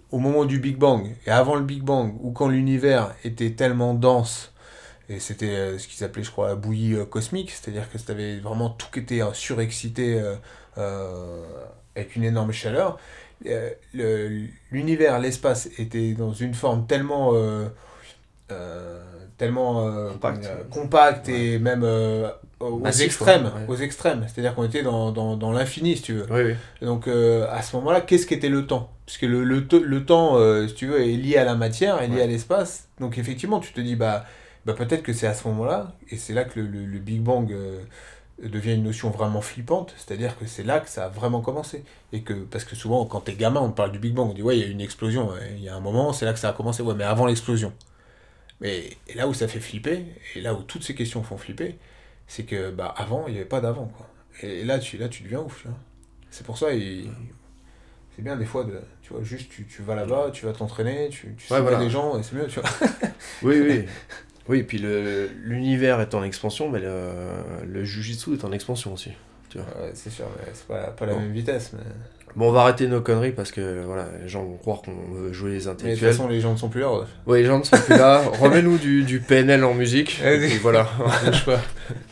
au moment du Big Bang et avant le Big Bang, ou quand l'univers était tellement dense, et c'était euh, ce qu'ils appelaient, je crois, la bouillie euh, cosmique, c'est-à-dire que c'était vraiment tout qui était euh, surexcité euh, euh, avec une énorme chaleur. Euh, le- l'univers, l'espace était dans une forme tellement euh, euh, tellement euh, Compact. euh, compact et même euh, aux Massif, extrêmes, ouais, ouais. aux extrêmes. C'est-à-dire qu'on était dans, dans, dans l'infini, si tu veux. Oui, oui. Et donc euh, à ce moment-là, qu'est-ce qu'était le temps? Parce que le, le, te- le temps, euh, si tu veux, est lié à la matière, est lié Ouais. à l'espace. Donc effectivement, tu te dis, bah, bah peut-être que c'est à ce moment-là, et c'est là que le, le, le Big Bang euh, devient une notion vraiment flippante, c'est-à-dire que c'est là que ça a vraiment commencé. Et que, parce que souvent, quand t'es gamin, on te parle du Big Bang, on dit, ouais, il y a eu une explosion, ouais, il y a un moment, c'est là que ça a commencé, ouais, mais avant l'explosion. Mais et là où ça fait flipper, et là où toutes ces questions font flipper, c'est que bah avant, il n'y avait pas d'avant, quoi. Et là, tu, là, tu deviens ouf, tu vois. C'est pour ça, il... c'est bien des fois, de, tu vois, juste tu, tu vas là-bas, tu vas t'entraîner, tu, tu Ouais, sais voilà. des gens, et c'est mieux, tu vois. Oui, oui. Oui, puis le, l'univers est en expansion, mais le, le jujitsu est en expansion aussi. Tu vois. Ouais, c'est sûr, mais c'est pas, pas la Bon. même vitesse. Mais... Bon, on va arrêter nos conneries parce que voilà, les gens vont croire qu'on veut jouer les mais de toute intellectuels. façon, les gens ne sont plus là. Ouais. Ouais, les gens ne sont plus là. Remets-nous du, du P N L en musique. Et Vas-y. puis voilà. Je sais pas.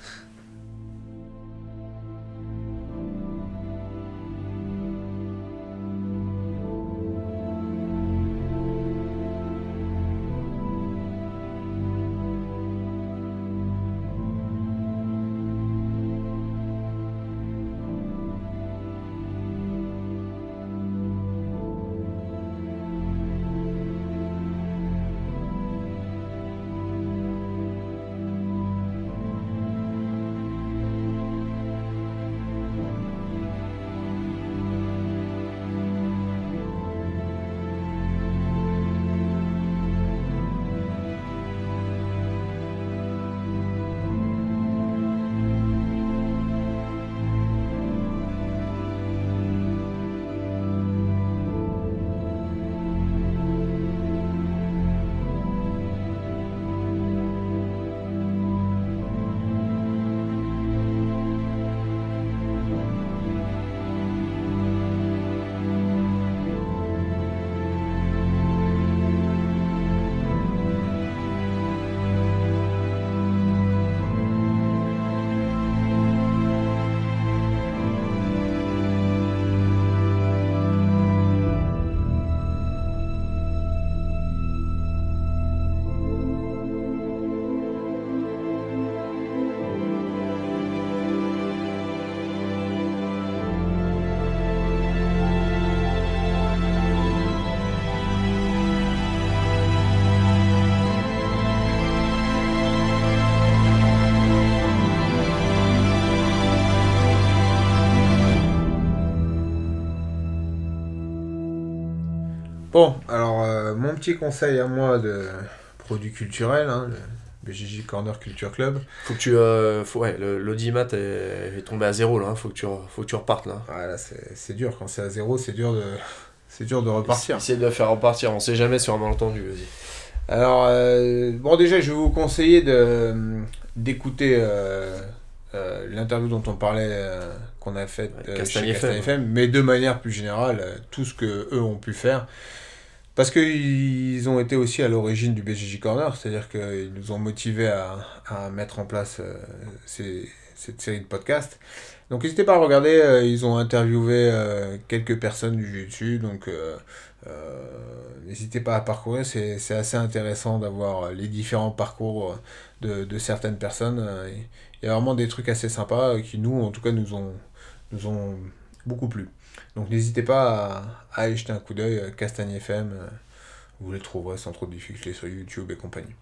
Bon, alors, euh, mon petit conseil à moi de produit culturel, hein, le B J J Corner Culture Club. Faut que tu. Euh, faut, ouais, le, l'audimat est, est tombé à zéro là. Hein. Faut, que tu, faut que tu repartes là. Voilà, c'est c'est dur. Quand c'est à zéro, c'est dur de, c'est dur de repartir. Essaye de le faire repartir. On sait jamais sur un malentendu. Vas-y. Alors, euh, bon, déjà, je vais vous conseiller de, d'écouter euh, euh, l'interview dont on parlait, euh, qu'on a faite Ouais, euh, Castagne chez Castagne F M. F M, mais de manière plus générale, euh, tout ce que eux ont pu faire. Parce qu'ils ont été aussi à l'origine du B J J Corner, c'est-à-dire qu'ils nous ont motivés à, à mettre en place euh, ces, cette série de podcasts. Donc n'hésitez pas à regarder, euh, ils ont interviewé euh, quelques personnes du jiu-jitsu, donc euh, euh, n'hésitez pas à parcourir, c'est, c'est assez intéressant d'avoir les différents parcours de, de certaines personnes. Il y a vraiment des trucs assez sympas qui nous, en tout cas, nous ont, nous ont beaucoup plu. Donc n'hésitez pas à, à y jeter un coup d'œil, euh, Castagne F M, euh, vous les trouverez sans trop de difficultés sur YouTube et compagnie.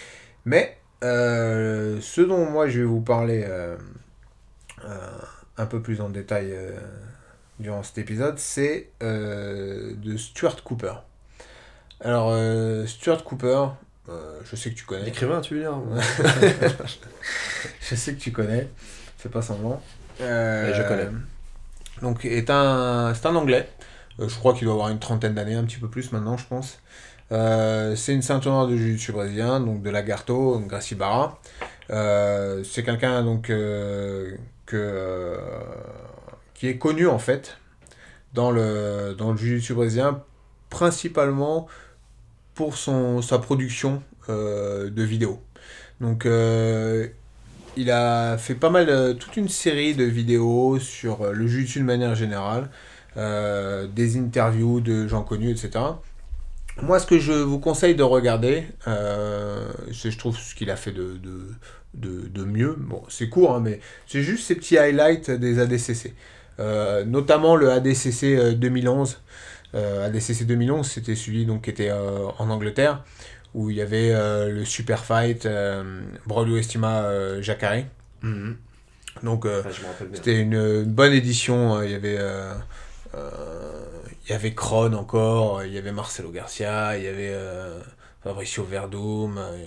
Mais euh, ce dont moi je vais vous parler euh, euh, un peu plus en détail euh, durant cet épisode, c'est euh, de Stuart Cooper. Alors euh, Stuart Cooper, euh, je sais que tu connais. L'écrivain, tu veux dire? Je sais que tu connais, fais pas semblant. Euh, Ouais, je connais. Donc est un, c'est un Anglais. Euh, je crois qu'il doit avoir une trentaine d'années, un petit peu plus maintenant, je pense. Euh, c'est une ceinture noire de jiu-jitsu brésilien, donc de Lagarto, Gracie Barra. Euh, c'est quelqu'un donc euh, que euh, qui est connu en fait dans le dans le jiu-jitsu brésilien principalement pour son, sa production euh, de vidéos. Donc, euh, il a fait pas mal, euh, toute une série de vidéos sur euh, le jiu-jitsu de manière générale, euh, des interviews de gens connus, et cetera. Moi, ce que je vous conseille de regarder, euh, c'est, je trouve, ce qu'il a fait de, de, de, de mieux. Bon, c'est court, hein, mais c'est juste ces petits highlights des A D C C. Euh, notamment le A D C C deux mille onze. Euh, A D C C deux mille onze, c'était celui donc, qui était euh, en Angleterre, où il y avait euh, le super fight euh, Braulio Estima euh, Jacare. Mm-hmm. Donc, euh, Ah, je me rappelle bien. c'était une, une bonne édition. euh, Il y avait... Euh, euh, il y avait Kron encore, il y avait Marcelo Garcia, il y avait euh, Fabricio Verdum, euh,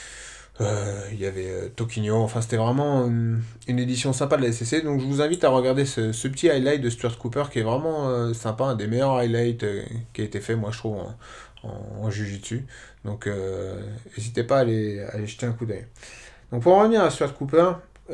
euh, il y avait euh, Toquinho, enfin c'était vraiment une, une édition sympa de la S C C, donc je vous invite à regarder ce, ce petit highlight de Stuart Cooper qui est vraiment euh, sympa, un des meilleurs highlights euh, qui a été fait, moi je trouve, en, en, en Jiu-Jitsu, donc euh, n'hésitez pas à aller, à aller jeter un coup d'œil. Donc pour revenir à Stuart Cooper,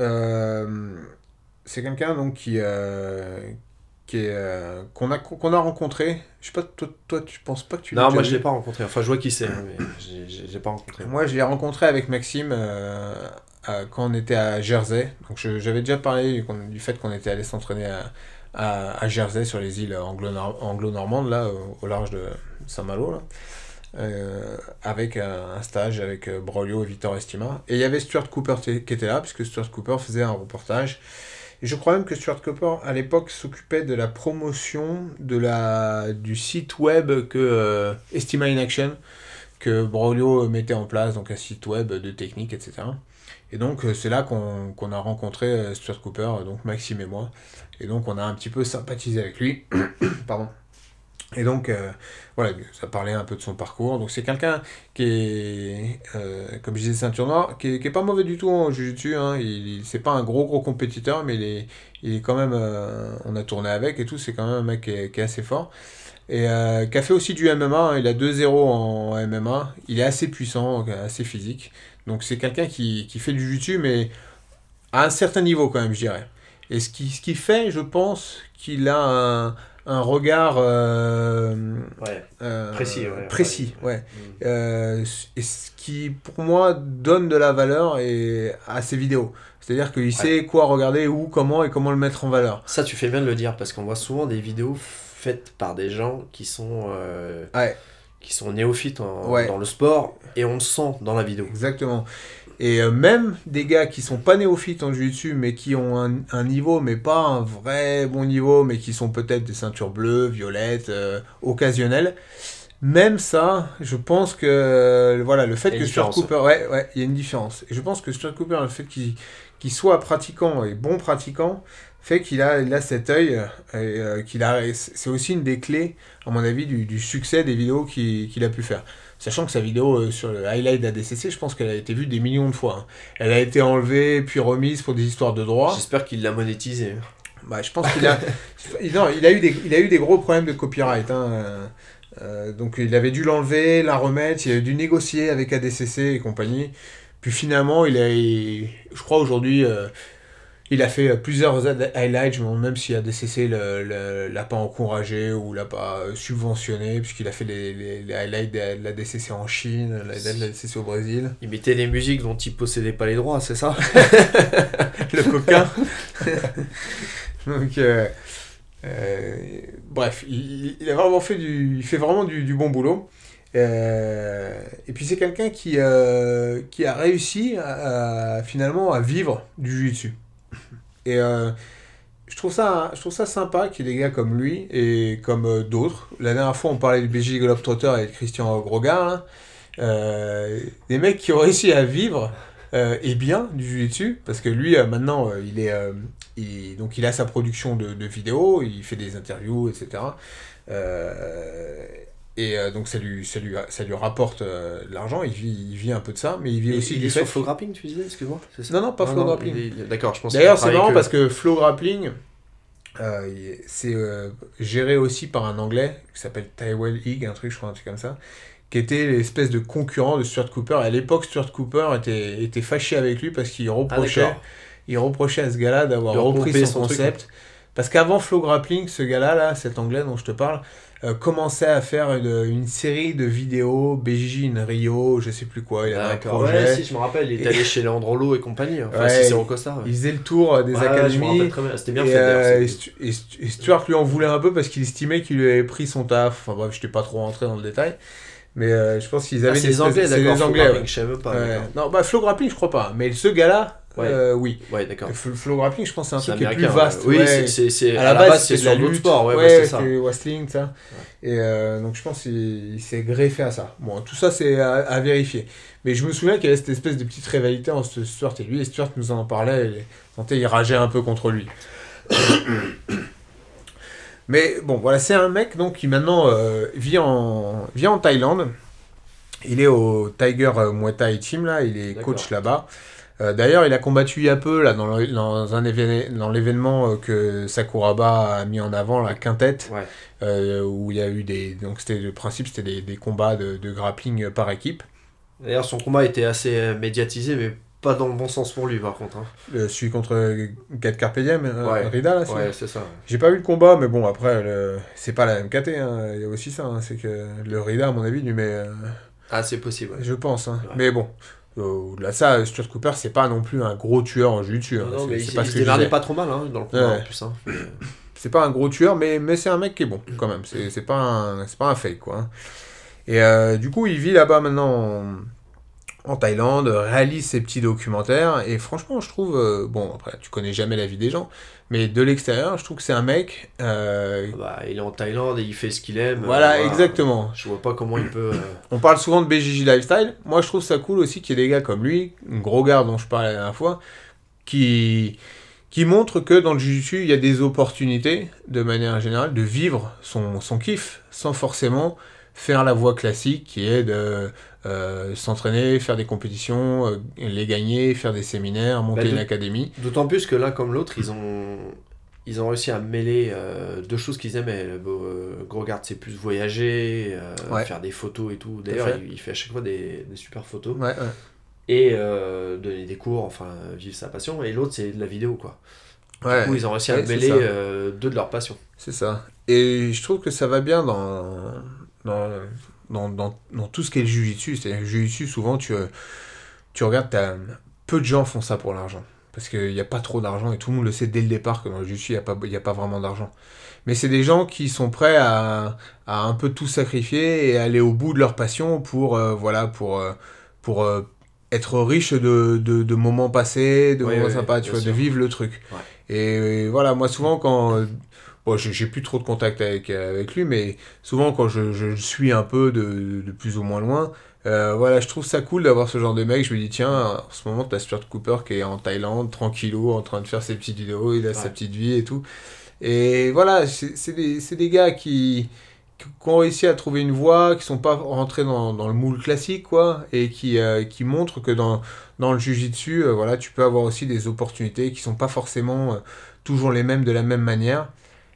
euh, c'est quelqu'un donc qui... Euh, Qui est, euh, qu'on, a, qu'on a rencontré. Je sais pas, toi, toi tu penses pas que tu l'as Non, déjà moi vu? je l'ai pas rencontré. Enfin, je vois qui c'est, hein, mais j'ai, j'ai, j'ai pas rencontré. Moi, je l'ai rencontré avec Maxime euh, à- quand on était à Jersey. Donc, je- j'avais déjà parlé qu'on- du fait qu'on était allé s'entraîner à, à, à Jersey, sur les îles anglo-nor- anglo-normandes, là, au, au large de Saint-Malo, là. Euh, avec un, un stage avec euh, Braulio et Victor Estima. Et il y avait Stuart Cooper t- qui était là, puisque Stuart Cooper faisait un reportage. Et je crois même que Stuart Cooper, à l'époque, s'occupait de la promotion de la, du site web que euh, Estima in Action, que Braulio mettait en place, donc un site web de technique, et cetera. Et donc, euh, c'est là qu'on, qu'on a rencontré euh, Stuart Cooper, donc Maxime et moi. Et donc, on a un petit peu sympathisé avec lui. Pardon. Et donc, euh, voilà, ça parlait un peu de son parcours. Donc, c'est quelqu'un qui est, euh, comme je disais, ceinture noire, qui est, qui est pas mauvais du tout en jiu-jitsu. Hein. Il, il- c'est pas un gros, gros compétiteur, mais il est, il est quand même... euh, on a tourné avec et tout, c'est quand même un mec qui est, qui est assez fort. Et euh, qui a fait aussi du M M A. Hein. Il a deux zéro en M M A. Il est assez puissant, assez physique. Donc, c'est quelqu'un qui, qui fait du jiu-jitsu, mais à un certain niveau quand même, je dirais. Et ce qui, ce qui fait, je pense, qu'il a un, un regard euh, Ouais. euh, Précis, ouais, précis, ouais. ouais. Mm. Euh, et ce qui, pour moi, donne de la valeur et, à ses vidéos. C'est-à-dire qu'il sait quoi regarder, où, comment et comment le mettre en valeur. Ça, tu fais bien de le dire, parce qu'on voit souvent des vidéos faites par des gens qui sont, euh, Ouais, qui sont néophytes en- Ouais. dans le sport, et on le sent dans la vidéo. exactement. Et euh, même des gars qui sont pas néophytes en jiu-jitsu, mais qui ont un, un niveau, mais pas un vrai bon niveau, mais qui sont peut-être des ceintures bleues, violettes, euh, occasionnelles. Même ça, je pense que euh, voilà, le fait Il y a que une Stuart différence. Cooper, ouais, ouais, il y a une différence. Et je pense que Stuart Cooper, le fait qu'il qu'il soit pratiquant et bon pratiquant, fait qu'il a, il a cet œil, euh, et, euh, qu'il a, et c'est c'est aussi une des clés, à mon avis, du, du succès des vidéos qu'il qu'il a pu faire. Sachant que sa vidéo euh, sur le highlight d'A D C C, je pense qu'elle a été vue des millions de fois. Hein. Elle a été enlevée puis remise pour des histoires de droit. J'espère qu'il l'a monétisé. Bah, je pense qu'il a, non, il a eu des, il a eu des gros problèmes de copyright. Hein. Euh, euh, donc il avait dû l'enlever, la remettre, il a dû négocier avec A D C C et compagnie. Puis finalement, il a, il- je crois aujourd'hui, euh, il a fait plusieurs ad- highlights. Je me demande même si A D C C le, le- l'a pas encouragé ou l'a pas euh, subventionné, puisqu'il a fait les, les, les highlights de la D C C en Chine, la, de la D C C au Brésil. Il mettait les musiques dont il possédait pas les droits, c'est ça? Le coquin. Donc, euh, euh, bref, il, il a vraiment fait du, il fait vraiment du, du bon boulot. Euh, et puis c'est quelqu'un qui, euh, qui a réussi à, à, finalement à vivre du jiu-jitsu. Et euh, je trouve ça, je trouve ça sympa qu'il y ait des gars comme lui et comme euh, d'autres. La dernière fois, on parlait du B J Globetrotter et de Christian Grogard. Là. Euh, des mecs qui ont réussi à vivre euh, et bien du jiu-jitsu, parce que lui, euh, maintenant, euh, il est, euh, il, donc il a sa production de, de vidéos, il fait des interviews, et cetera. Euh, et euh, donc ça lui, ça lui, ça lui rapporte euh, de l'argent, il vit, il vit un peu de ça, mais il vit Et aussi il du est fait... sur Flow Grappling, tu disais, excuse-moi, c'est ça? Non, non, pas Flow Grappling. il est- D'accord, je pense. D'ailleurs, qu'il c'est travaille marrant que- parce que Flow Grappling, euh, il- c'est euh, géré aussi par un Anglais qui s'appelle Tywell Higg, un truc, je crois, un truc comme ça, qui était l'espèce de concurrent de Stuart Cooper. À l'époque, Stuart Cooper était, était fâché avec lui parce qu'il reprochait, d'accord. il reprochait à ce gars-là d'avoir De repris repomper son, son truc, concept. Parce qu'avant Flow Grappling, ce gars-là, là, cet anglais dont je te parle, euh, commençait à faire une, une série de vidéos, B J J in Rio, je sais plus quoi, il avait un D'accord, projet. ouais, si, je me rappelle, il est allé chez Leandrolo et compagnie, enfin, Ouais, Cicero Costa. Ouais. Il faisait le tour des Ouais, ouais, je me académies. rappelle très bien, c'était bien et, fait d'ailleurs. euh, et, c'est- Stu- et Stu- et Stuart lui en voulait un peu parce qu'il estimait qu'il lui avait pris son taf. Enfin bref, je t'ai pas trop rentré dans le détail. Mais euh, je pense qu'ils avaient Ah, c'est une les espèce- Anglais, c'est d'accord, les Flow Anglais, Grappling, ouais. je savais pas. Ouais. d'accord. Non, bah Flow Grappling, je crois pas. Mais ce gars-là, Ouais. euh, oui. Ouais, d'accord. F- Flow Grappling, je pense que c'est un C'est truc qui est plus américain, vaste. ouais. Oui, ouais. c'est- c'est, c'est, À la base, c'est c'est de la sur d'autres lutte. sports, ouais, ouais, ouais, c'est ça. c'est wrestling, ça. Et euh, donc je pense qu'il il s'est greffé à ça. Bon, tout ça, c'est à, à vérifier. Mais je me souviens qu'il y avait cette espèce de petite rivalité entre Stuart et lui. Et Stuart nous en parlait. Et sentait, il rageait un peu contre lui. Mais bon, voilà, c'est un mec donc, qui maintenant euh, vit, en, vit en Thaïlande. Il est au Tiger euh, Muay Thai Team, là. Il est D'accord. coach là-bas. Euh, D'ailleurs, il a combattu il y a peu là, dans, le- dans, un évén- dans l'événement euh, que Sakuraba a mis en avant, la quintette, Ouais. euh, où il y a eu des. Donc, c'était le principe, c'était des, des combats de, de grappling par équipe. D'ailleurs, son combat était assez euh, médiatisé, mais pas dans le bon sens pour lui, par contre. Hein. Le, celui contre Gat Carpe Diem, euh, Ouais. Rida, là, c'est Ouais, c'est ça. ouais. J'ai pas vu le combat, mais bon, après, le- c'est pas la M K T, hein. Il y a aussi ça, hein. C'est que le Rida, à mon avis, lui met. euh, Ah, c'est possible. ouais. Je pense, hein. Ouais. Mais bon. euh, Au-delà de ça, Stuart Cooper, c'est pas non plus un gros tueur en jiu-jitsu. hein. Non, non, C'est- mais c'est il, pas il ce se que je démerdait disais. pas trop mal hein, dans le combat Ouais. en plus. Hein. Mais, euh, C'est pas un gros tueur, mais, mais c'est un mec qui est bon, quand même. C'est c'est pas, un- c'est pas un fake, quoi. hein. Et euh, du coup, il vit là-bas maintenant en, en Thaïlande, réalise ses petits documentaires. Et franchement, je trouve... euh, bon, après, tu connais jamais la vie des gens, mais de l'extérieur, je trouve que c'est un mec... euh, bah, il est en Thaïlande et il fait ce qu'il aime. voilà, euh, exactement. Je vois pas comment il peut. euh, On parle souvent de B J J Lifestyle. Moi, je trouve ça cool aussi qu'il y ait des gars comme lui, un gros gars dont je parlais la dernière fois, qui, qui montrent que dans le jiu-jitsu, il y a des opportunités, de manière générale, de vivre son, son kiff sans forcément faire la voie classique qui est de euh, s'entraîner, faire des compétitions, euh, les gagner, faire des séminaires, monter Bah, de- une académie. D'autant plus que l'un comme l'autre, ils ont. Ils ont réussi à mêler euh, deux choses qu'ils aimaient. Le beau, euh, Grogard, c'est plus voyager, euh, Ouais. faire des photos et tout. Tout à D'ailleurs, fait. il, il fait à chaque fois des, des super photos. Ouais, ouais. Et euh, donner des cours, enfin, vivre sa passion. Et l'autre, c'est de la vidéo, quoi. Ouais. Du coup, ils ont réussi à Ouais, c'est mêler ça. euh, deux de leurs passions. C'est ça. Et je trouve que ça va bien dans, dans, dans, dans, dans tout ce qui est le jiu-jitsu. C'est-à-dire que le jiu-jitsu, souvent, tu, tu regardes, t'as, peu de gens font ça pour l'argent. Parce qu'il n'y a pas trop d'argent et tout le monde le sait dès le départ que dans le jiu-jitsu, il n'y a, pas- il y a pas vraiment d'argent. Mais c'est des gens qui sont prêts à, à un peu tout sacrifier et aller au bout de leur passion pour, euh, voilà, pour, euh, pour euh, être riche de, de, de moments passés, de Oui, moments oui, sympas, tu bien vois, de sûr. vivre le truc. Ouais. Et, voilà, moi souvent quand... euh, bon, j'ai, j'ai plus trop de contact avec, avec lui, mais souvent quand je, je le suis un peu de, de plus ou moins loin, euh, voilà, je trouve ça cool d'avoir ce genre de mec. Je me dis, tiens, en ce moment, t'as Stuart Cooper qui est en Thaïlande, tranquillou, en train de faire ses petites vidéos, il a sa Ouais. petite vie et tout. Et voilà, c'est, c'est, des, c'est des gars qui, qui ont réussi à trouver une voie, qui sont pas rentrés dans, dans le moule classique, quoi, et qui, euh, qui montrent que dans, dans le jiu-jitsu, euh, voilà, tu peux avoir aussi des opportunités qui sont pas forcément euh, toujours les mêmes de la même manière.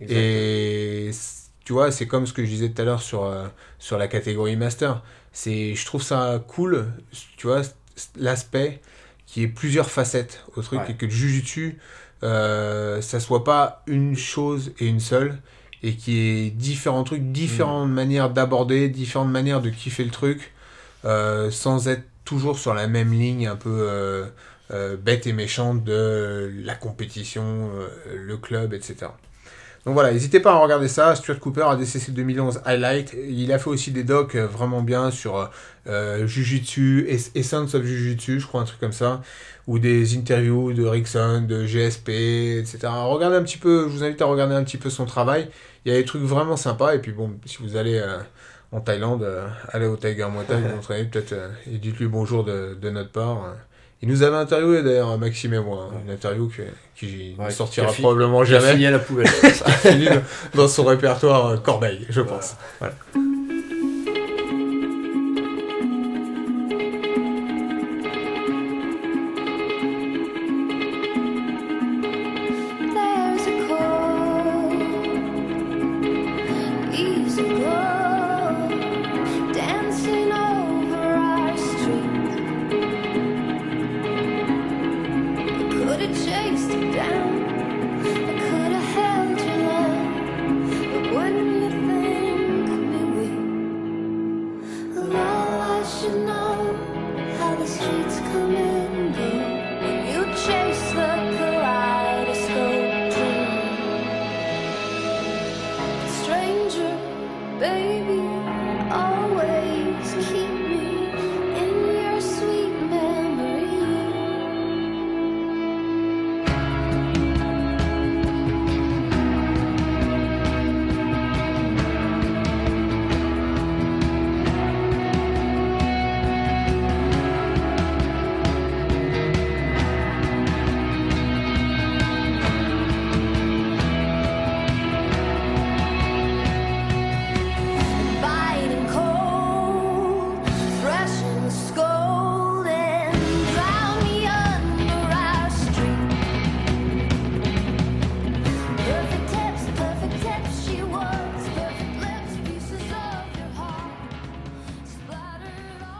Et c- tu vois, c'est comme ce que je disais tout à l'heure sur, euh, sur la catégorie master. C'est, je trouve ça cool, tu vois, c- l'aspect qui est plusieurs facettes au truc Ouais. et que le jujutsu, euh, ça soit pas une chose et une seule et qui est différents trucs, différentes manières d'aborder, différentes manières de kiffer le truc euh, sans être toujours sur la même ligne un peu euh, euh, bête et méchante de la compétition, euh, le club, et cetera. Donc voilà, n'hésitez pas à regarder ça. Stuart Cooper, A D C C deux mille onze Highlight. Il a fait aussi des docs euh, vraiment bien sur euh, Jiu-Jitsu, Es- Essence of Jiu-Jitsu, je crois, un truc comme ça. Ou des interviews de Rickson, de G S P, et cetera. Regardez un petit peu, je vous invite à regarder un petit peu son travail. Il y a des trucs vraiment sympas. Et puis bon, si vous allez euh, en Thaïlande, euh, allez au Tiger Muay Thai, vous entraînez peut-être euh, et dites-lui bonjour de, de notre part. euh. Il nous avait interviewé d'ailleurs, Maxime et moi. hein, Une interview que, qui Ouais, ne sortira qui a fi- probablement J'ai jamais. fini à la poubelle. Fini dans- dans son répertoire euh, Corbeil, je pense. Voilà. There's a cold, easy glow dancing over our street. I could have chased it down, I could have held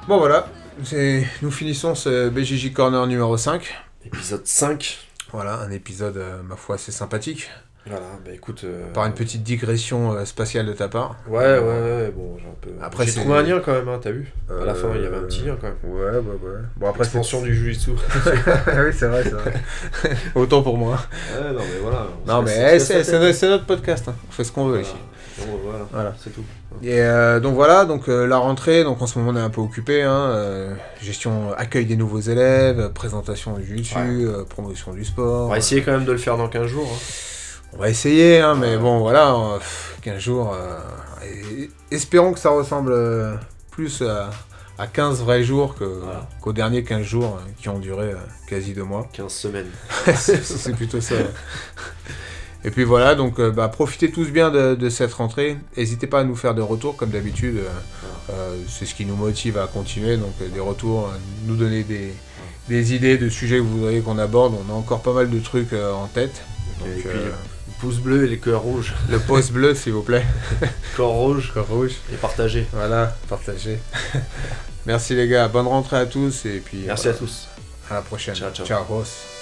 Bon voilà, c'est... nous finissons ce B J J Corner numéro cinq. Épisode cinq. Voilà, un épisode, euh, ma foi, assez sympathique. Voilà, bah écoute... Euh... Par une petite digression euh, spatiale de ta part. Ouais, ouais, ouais, bon, j'ai un peu... Après, j'ai c'est- trouvé un lien quand même, hein, t'as vu Euh, À la fin, il y avait un petit lien quand même. Ouais, bah ouais. Bon après, Expansion du Jujutsu. oui, c'est vrai, c'est vrai. Autant pour moi. Ouais, non, mais voilà. on Non, se mais laisse- eh, se c'est, laisse la c'est tête. notre, c'est notre podcast. Hein. On fait ce qu'on veut Voilà. ici. Bon, voilà, Voilà. c'est tout. Et euh, donc voilà, donc euh, la rentrée, donc en ce moment on est un peu occupé, hein, euh, gestion, accueil des nouveaux élèves, euh, présentation du YouTube, Ouais. euh, promotion du sport. On va essayer quand même de le faire dans quinze jours. Hein. On va essayer, hein, mais bon voilà, euh, pff, quinze jours, euh, et- espérons que ça ressemble euh, plus à, à quinze vrais jours que, Voilà. qu'aux derniers quinze jours euh, qui ont duré euh, quasi deux mois. quinze semaines. c'est, c'est plutôt ça. Ouais. Et puis voilà, donc euh, bah, profitez tous bien de, de cette rentrée. N'hésitez pas à nous faire des retours comme d'habitude. euh, euh, c'est ce qui nous motive à continuer. Donc euh, des retours, euh, nous donner des, des idées de sujets que vous voudriez qu'on aborde. On a encore pas mal de trucs euh, en tête. Donc, Et puis, euh, pouce bleu et les cœurs rouges. le pouce bleu s'il vous plaît. Cœur rouge Cœur rouge. et partagé. Voilà, partagez. Merci les gars, bonne rentrée à tous et puis Merci voilà, à tous. à la prochaine. Ciao, ciao. Ciao, boss.